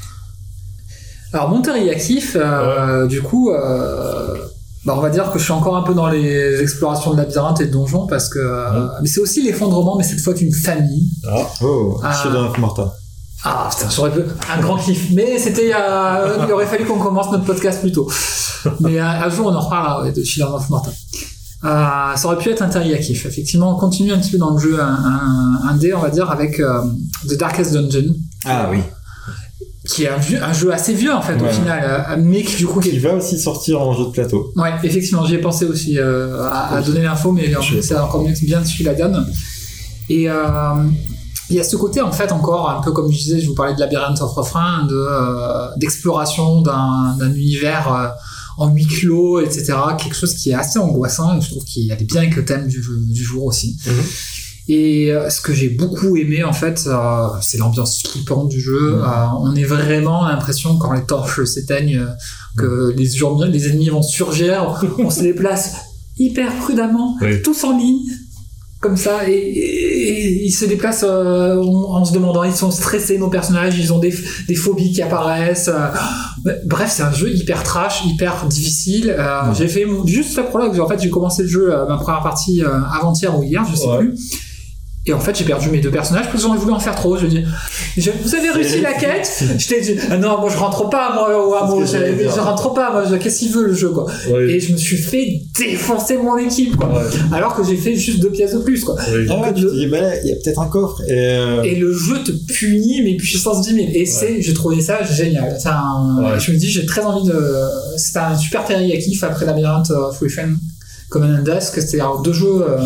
Alors mon teriyakif, euh, du coup, euh, bah, on va dire que je suis encore un peu dans les explorations de labyrinthe et de donjons parce que euh, mais c'est aussi l'effondrement, mais cette fois d'une famille. Oh, Ah. Shadow of Morta. Ah putain, j'aurais pu un grand kiff. Mais c'était, euh, il aurait fallu qu'on commence notre podcast plus tôt. Mais euh, un jour on en reparlera ouais, de Children of Morta. Euh, ça aurait pu être un teriyakif. Effectivement, on continue un petit peu dans le jeu un, un, un dé, on va dire, avec euh, The Darkest Dungeon, Ah oui. qui est un, vieux- un jeu assez vieux en fait au Ouais. final, euh, mais qui du coup qui est Qui va aussi sortir en jeu de plateau. Ouais, effectivement, j'y ai pensé aussi euh, à, à donner l'info, mais en fait, c'est encore mieux que bien dessus la donne. Et euh, il y a ce côté, en fait, encore, un peu comme je disais, je vous parlais de Labyrinth of Refrain, de, euh, d'exploration d'un, d'un univers euh, en huis clos, et cetera. Quelque chose qui est assez angoissant, et je trouve qu'il allait bien avec le thème du, du jour aussi. Mhm. Et euh, ce que j'ai beaucoup aimé, en fait, euh, c'est l'ambiance flippante du jeu. Mhm. Euh, on est vraiment l'impression, quand les torches s'éteignent, euh, que les, ur- les ennemis vont surgir. On se déplace hyper prudemment, Oui. tous en ligne, comme ça, et, et- et ils se déplacent euh, en, en se demandant, ils sont stressés, nos personnages, ils ont des, des phobies qui apparaissent. euh. Bref, c'est un jeu hyper trash, hyper difficile. Euh, Ouais. J'ai fait mon- juste la prologue. En fait, j'ai commencé le jeu, euh, ma première partie euh, avant-hier ou hier, je sais Ouais. plus. Et en fait, j'ai perdu mes deux personnages parce qu'on voulu en faire trop. Je dis, je- vous avez réussi la quête. Je t'ai dit, ah non, moi je rentre pas, moi, au hameau. que j'allais Je, dire. je rentre pas, moi. je- Qu'est-ce qu'il veut le jeu, quoi. Oui. Et je me suis fait défoncer mon équipe, quoi. Ouais. Alors que j'ai fait juste deux pièces de plus, quoi. Oui. Ah ouais, tu te dis, bah là, il y a peut-être un coffre. Et, euh, Et le jeu te punit, mais puissance dix mille. Et c'est, j'ai trouvé ça génial. C'est un, Ouais. je me dis, j'ai très envie de, c'est un super teriyakif après Labyrinth of Refrain, Command and Dusk. C'est deux jeux, euh,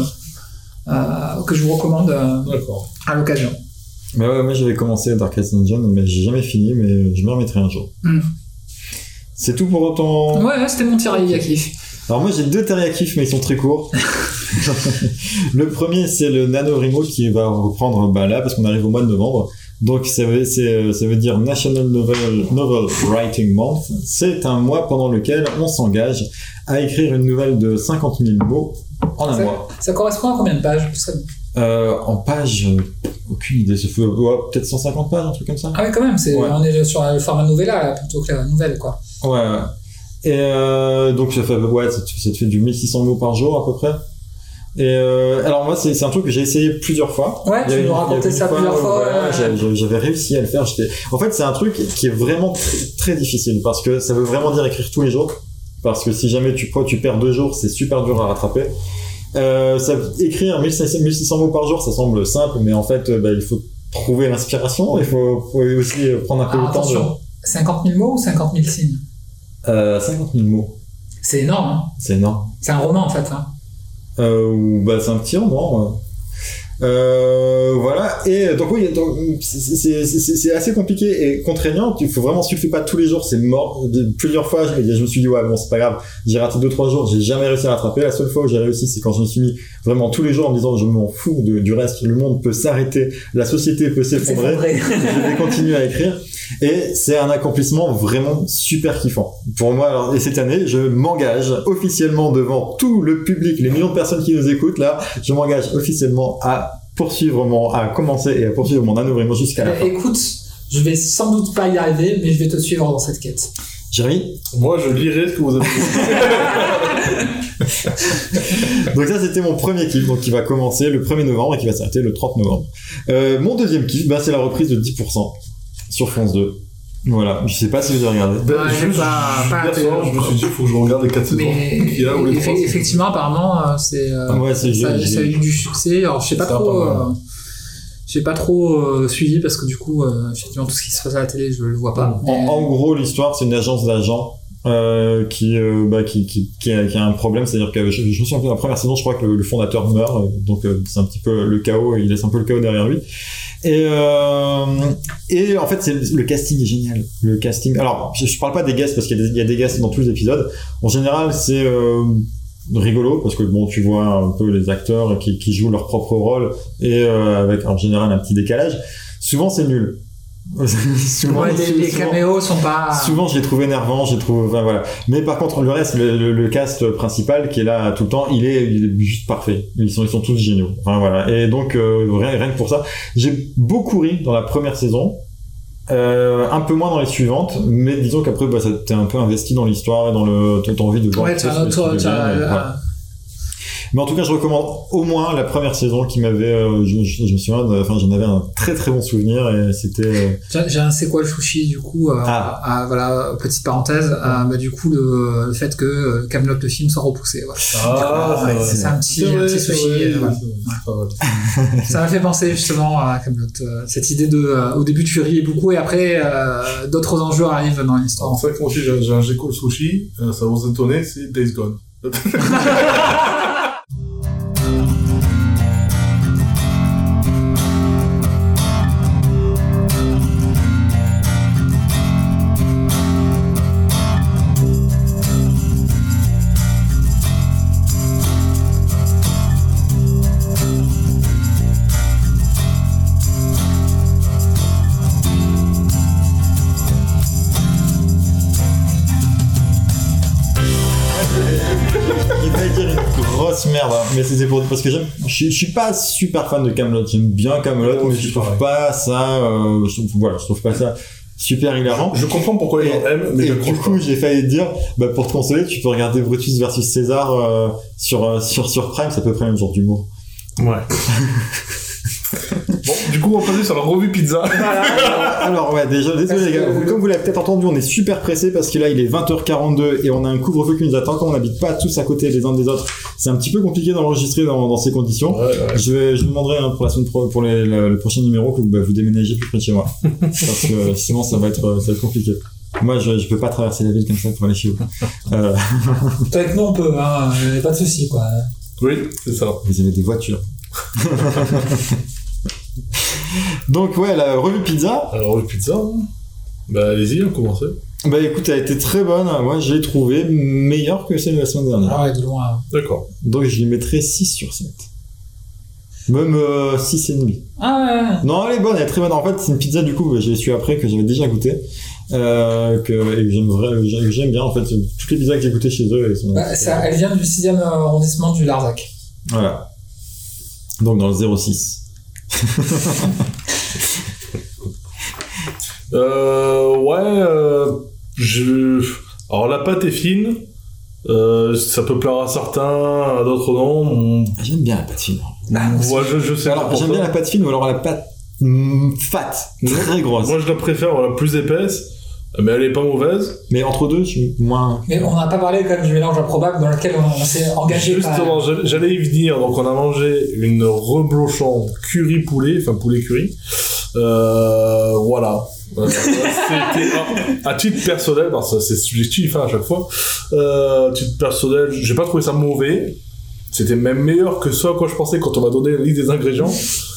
euh, que je vous recommande euh, D'accord. à l'occasion. Mais ouais, moi j'avais commencé Darkest Dungeon, mais j'ai jamais fini, mais je me remettrai un jour. Mm. C'est tout pour autant. Ouais, ouais, c'était mon teriyakif. Alors moi j'ai deux teriyakifs, mais ils sont très courts. Le premier c'est le NaNoWriMo qui va reprendre bah, là, parce qu'on arrive au mois de novembre. Donc ça veut, c'est, ça veut dire National Novel, Novel Writing Month. C'est un mois pendant lequel on s'engage à écrire une nouvelle de cinquante mille mots en un Ça, mois. ça correspond à combien de pages? Ça- Euh, en page, euh, aucune idée. Ça fait ouais, peut-être cent cinquante pages, un truc comme ça. Ah ouais, quand même, c'est, Ouais. on est sur le format novella, là, plutôt que la nouvelle, quoi. Ouais, ouais. Et euh, donc ça fait, ouais, ça te, ça te fait du mille six cents mots par jour à peu près. Et euh, alors moi c'est, c'est un truc que j'ai essayé plusieurs fois. Ouais, Il y tu a- nous il y a racontais une ça plusieurs où, fois, voilà, ouais. j'avais- j'avais, j'avais réussi à le faire. J'étais... En fait c'est un truc qui est vraiment très, très difficile parce que ça veut vraiment dire écrire tous les jours. Parce que si jamais tu, tu perds deux jours, c'est super dur à rattraper. Euh, ça, écrire mille six cents mots par jour, ça semble simple, mais en fait, euh, bah, il faut trouver l'inspiration, il faut, faut aussi prendre un peu Ah, le temps de... attention, cinquante mille mots ou cinquante mille signes? Euh, cinquante mille mots, C'est énorme, hein. c'est énorme. C'est un roman en fait. Hein. Euh, ou bah c'est un petit roman. Ouais. Euh, voilà, et donc oui, donc, c'est, c'est, c'est, c'est assez compliqué et contraignant. Il faut vraiment, si tu le fais pas tous les jours, c'est mort. Plusieurs fois, je, je me suis dit ouais bon c'est pas grave, j'ai raté deux trois jours, j'ai jamais réussi à rattraper. La seule fois où j'ai réussi, c'est quand je me suis mis vraiment tous les jours en me disant je m'en fous de, du reste, le monde peut s'arrêter, la société peut s'effondrer, je vais continuer à écrire. Et c'est un accomplissement vraiment super kiffant pour moi. Alors, et cette année, je m'engage officiellement devant tout le public, les millions de personnes qui nous écoutent là, je m'engage officiellement à poursuivre mon, à commencer et à poursuivre mon anneau jusqu'à la Eh, fin. Écoute, je vais sans doute pas y arriver, mais je vais te suivre dans cette quête. Jérémy? Moi, je lirai ce que vous avez dit. Donc ça, c'était mon premier kiff, donc qui va commencer le premier novembre et qui va s'arrêter le trente novembre. Euh, mon deuxième kiff, bah, c'est la reprise de dix pour cent sur France deux. Voilà, je sais pas si vous avez regardé. Ben, Ouais, je, j'ai pas- je- pas hier été- soir, je me suis dit, il faut que je regarde les quatre saisons Mais qu'il y a, ou les effe- trois. effectivement, apparemment, euh, c'est, euh, Ah ouais, c'est ça, j'ai- ça a j'ai- eu du succès. Alors, je sais pas Ça a trop, pas mal. euh, j'ai pas trop euh, suivi parce que du coup, euh, effectivement, tout ce qui se passe à la télé, je le vois pas. En, en gros, l'histoire, c'est une agence d'agents euh, qui, euh, bah, qui, qui, qui, a, qui a un problème, c'est-à-dire que je, je me souviens que dans la première saison, je crois que le, le fondateur meurt, euh, donc euh, c'est un petit peu le chaos, il laisse un peu le chaos derrière lui. Et, euh, et en fait, c'est, le casting est génial. Le casting. Alors, je, je parle pas des guests parce qu'il y a des, il y a des guests dans tous les épisodes. En général, c'est euh, rigolo parce que bon, tu vois un peu les acteurs qui, qui jouent leur propre rôle et euh, avec en général un petit décalage. Souvent, c'est nul. souvent, Ouais, les, les souvent- caméos sont pas. Souvent, je les trouve énervants, je les trouve, enfin voilà. Mais par contre, le reste, le, le, le cast principal qui est là tout le temps, il est, il est juste parfait. Ils sont, ils sont tous géniaux. Enfin voilà. Et donc, euh, rien, rien que pour ça, j'ai beaucoup ri dans la première saison. Euh, un peu moins dans les suivantes, mais disons qu'après, bah, ça t'es un peu investi dans l'histoire et dans le, t'as envie de voir. Ouais, tu tu sais, as un ce qui autre. devient, tu as- et voilà. Mais en tout cas, je recommande au moins la première saison qui m'avait, euh, je, je, je me souviens, de- enfin, j'en avais un très très bon souvenir et c'était. euh, J'ai j'ai un c'est quoi le sushi du coup. Euh, Ah. ah, voilà, petite parenthèse. Euh, bah, du coup, le, le fait que Camelot le film soit repoussé. Voilà. Ah, Ouais, c'est c'est vrai. c'est un petit, C'est un vrai, petit c'est sushi. vrai, euh, voilà. c'est pas mal. Ça m'a fait penser justement à Camelot. Euh, cette idée de, euh, au début tu riais beaucoup et après euh, d'autres enjeux arrivent dans l'histoire. C'est vrai que moi aussi, j'ai j'ai un G-Call sushi, euh, ça va vous étonner, c'est Days Gone. Il va dire une grosse merde, hein. Mais c'était pour parce que j'aime, je, suis- je suis pas super fan de Camelot. J'aime bien Camelot, Moi mais aussi, je trouve pareil. pas ça, euh, je trouve, voilà, je trouve pas ça super hilarant. Je comprends pourquoi les Et, gens aiment, mais et je du crois coup, j'ai failli dire, bah, pour te consoler, tu peux regarder Brutus versus César euh, sur, euh, sur sur Prime, c'est à peu près le même genre d'humour. pas. Ouais. Bon, du coup, on va passer sur la revue pizza. Alors ouais, déjà, désolé les gars, comme vous l'avez peut-être entendu, on est super pressé parce que là il est vingt heures quarante-deux et on a un couvre-feu qui nous attend. Comme on n'habite pas tous à côté les uns des autres, c'est un petit peu compliqué d'enregistrer dans, dans ces conditions. Ouais, ouais. Je vais, je vous demanderai hein, pour la semaine pro, pour les, le, le prochain numéro que vous, bah, vous déménagez plus près de chez moi, parce que euh, sinon ça va être, euh, ça va être compliqué. Moi, je, je peux pas traverser la ville comme ça pour aller chez vous. Euh, Avec nous on peut, hein, y a pas de souci quoi. Oui, c'est ça. vous avez des voitures. Donc ouais, la revue pizza. Alors, revue pizza, hein. Bah, allez-y, on commence. Bah écoute, elle a été très bonne. Moi, je l'ai trouvée meilleure que celle de la semaine dernière. Ah ouais, de loin. D'accord. Donc je lui mettrais six sur sept. Même euh, six et demi. Ah ouais. Non, elle est bonne, elle est très bonne. En fait, c'est une pizza du coup, je l'ai su après que j'avais déjà goûté. Euh, que, et que j'aime, vra- j'aime j'aime bien en fait. Toutes les pizzas que j'ai goûtées chez eux, elles sont. Bah, ça, elle vient du sixième arrondissement du Larzac. Voilà. Donc dans le zéro six. Euh, ouais, euh, je... Alors, la pâte est fine. Euh, ça peut plaire à certains, à d'autres non. J'aime bien la pâte fine. Moi, je, je sais Alors pas j'aime pour bien ça. la pâte fine ou alors la pâte mm, fat, très grosse. Moi, je la préfère, voilà, plus épaisse. Mais elle est pas mauvaise. Mais entre deux, je suis moins. Mais on n'a pas parlé quand même du mélange improbable dans lequel on, on s'est engagé. Justement, par- j'allais- j'allais y venir. Donc, on a mangé une reblochon curry poulet, enfin poulet curry, Euh, voilà. Euh, c'était à, à titre personnel, parce que c'est subjectif hein, à chaque fois. Euh, à titre personnel, j'ai pas trouvé ça mauvais. C'était même meilleur que ce à quoi je pensais quand on m'a donné la liste des ingrédients.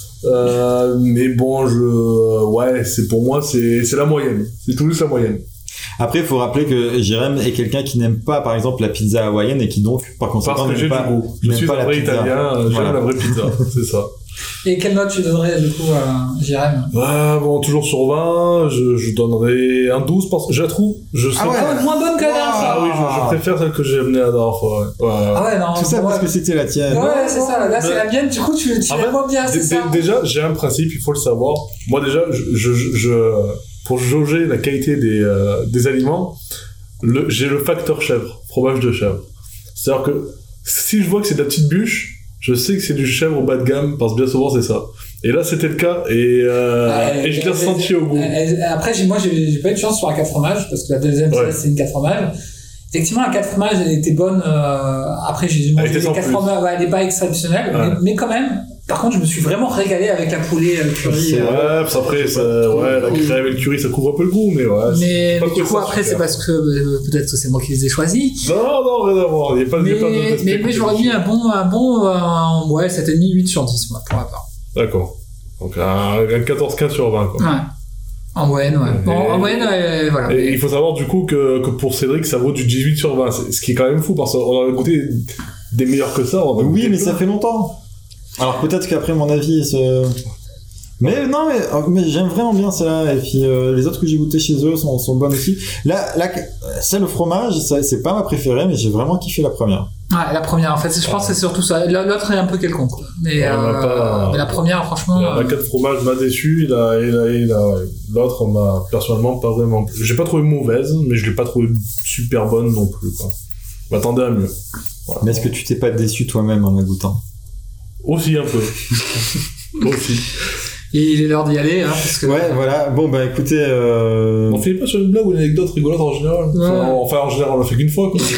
Euh, mais bon, je, ouais, c'est pour moi, c'est, c'est la moyenne. C'est tout juste la moyenne. Après, il faut rappeler que Jérém est quelqu'un qui n'aime pas, par exemple, la pizza hawaïenne et qui donc, par conséquent, parce que j'ai pas, du goût. Je n'aime suis pas un la vrai pizza. italien, j'aime Voilà. la vraie pizza, c'est ça. Et quelle note tu donnerais, du coup, à Jérém? Ouais, bon, toujours sur vingt, je, je donnerais un douze parce que je la trouve, je sais Ah ouais. pas. Ah, moins bonne que la dernière fois. Ah oui, je, je préfère celle que j'ai amenée la dernière fois, ouais. ouais. Ah ouais, non. Tout ça ouais. parce que c'était la tienne. Ouais, c'est ça. Là, c'est Mais- la mienne. Du coup, tu, tu En l'aimes fait, moins bien, c'est dé- ça. dé- Déjà, j'ai un principe, il faut le savoir. Moi, déjà, je, je, je, je- pour jauger la qualité des, euh, des aliments, le, j'ai le facteur chèvre, fromage de chèvre. C'est-à-dire que si je vois que c'est de la petite bûche, je sais que c'est du chèvre au bas de gamme, parce que bien souvent c'est ça. Et là, c'était le cas, et, euh, Ah, et je l'ai elle- ressenti au goût. elle- elle- Après, j'ai, moi, j'ai, j'ai pas eu de chance sur la quatre fromages, parce que la deuxième, Ouais. c'est une quatre fromages. Effectivement, la quatre fromages, elle était bonne. Euh, après, j'ai mangé était les sans quatre plus. fromages, ouais, elle est pas exceptionnelle, Ouais. mais, mais quand même. Par contre, je me suis vraiment régalé avec la poulet euh, curry. C'est euh, Ouais, parce après, ça, ouais, la crème et le curry, ça couvre un peu le goût, mais ouais. mais, pas mais du que coup, ça, après, super. c'est parce que euh, peut-être que c'est moi qui les ai choisis. Non, non, rien à voir. Il n'y a pas il y Mais, a pas de test mais, mais j'aurais mis un bon, un bon, euh, ouais, sept virgule cinq, huit sur dix, moi, pour ma part. D'accord. Donc, un, un quatorze quinze sur vingt, quoi. Ouais. En moyenne, ouais. Bon, Et- en moyenne, euh, voilà. Et il faut savoir du coup que, que pour Cédric ça vaut du dix-huit sur vingt, c'est- ce qui est quand même fou parce qu'on a goûté des meilleurs que ça. On a Oui, goûté mais plein. ça fait longtemps. Alors peut-être qu'après mon avis se... Mais non, mais, mais j'aime vraiment bien celle-là. Et puis euh, les autres que j'ai goûté chez eux sont, sont bonnes aussi. Là, là, celle au fromage, ça, c'est pas ma préférée, mais j'ai vraiment kiffé la première. Ouais, la première, en fait, c'est- je pense que c'est surtout ça. L'autre est un peu quelconque, quoi. Mais, Ouais, euh, on a pas- mais la première, franchement. La, la euh, quatre fromages m'a déçu, il a, il a, il a, l'autre m'a personnellement pas vraiment plu. J'ai pas trouvé mauvaise, mais je l'ai pas trouvé super bonne non plus, quoi. Je m'attendais à mieux. Voilà. Mais est-ce que tu t'es pas déçu toi-même en la goûtant? Aussi un peu. Aussi. Et il est l'heure d'y aller, hein, parce que. Ouais, voilà. Bon, bah écoutez... Euh... On finit pas sur une blague ou une anecdote rigolote en général. Ouais. Enfin, enfin, en général, on l'a fait qu'une fois, quoi.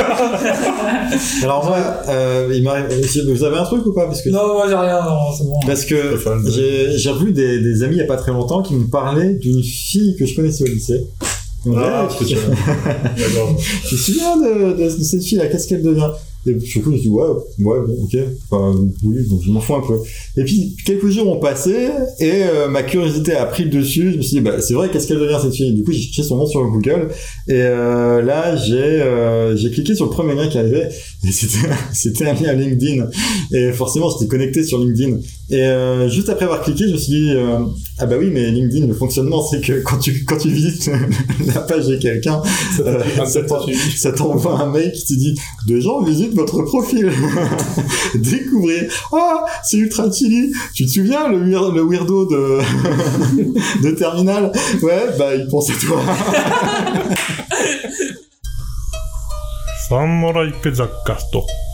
Alors moi, euh, il m'arrive... Vous avez un truc ou pas? Parce que... Non, moi j'ai rien, non, c'est bon. Parce que Enfin, le- j'ai, j'ai revu des, des amis il y a pas très longtemps qui me parlaient d'une fille que je connaissais au lycée. Ils me disaient, Ah, Ah, parce que tu, tu D'accord. tu te souviens de, de, de cette fille-là, qu'est-ce qu'elle devient? Et du coup, je dis, ouais, ouais, bon, ok, enfin, oui, donc je m'en fous un peu. Et puis, quelques jours ont passé, et euh, ma curiosité a pris le dessus, je me suis dit, bah, c'est vrai, qu'est-ce qu'elle devient, cette fille? Du coup, j'ai cherché son nom sur Google, et euh, là, j'ai euh, j'ai cliqué sur le premier lien qui arrivait, et c'était, c'était un lien LinkedIn, et forcément, j'étais connecté sur LinkedIn. Et euh, juste après avoir cliqué, je me suis dit, euh, ah bah oui, mais LinkedIn, le fonctionnement, c'est que quand tu, quand tu visites la page de quelqu'un, Ça euh, t'a- ça ça t'en- t'a suivi. ça t'envoie un mail qui te dit des gens visitent votre profil. Découvrez. Ah, c'est Ultra Chili. Tu te souviens le, weir- le weirdo de de Terminal? Ouais, bah il pense à toi. Samurai Pizza Cast.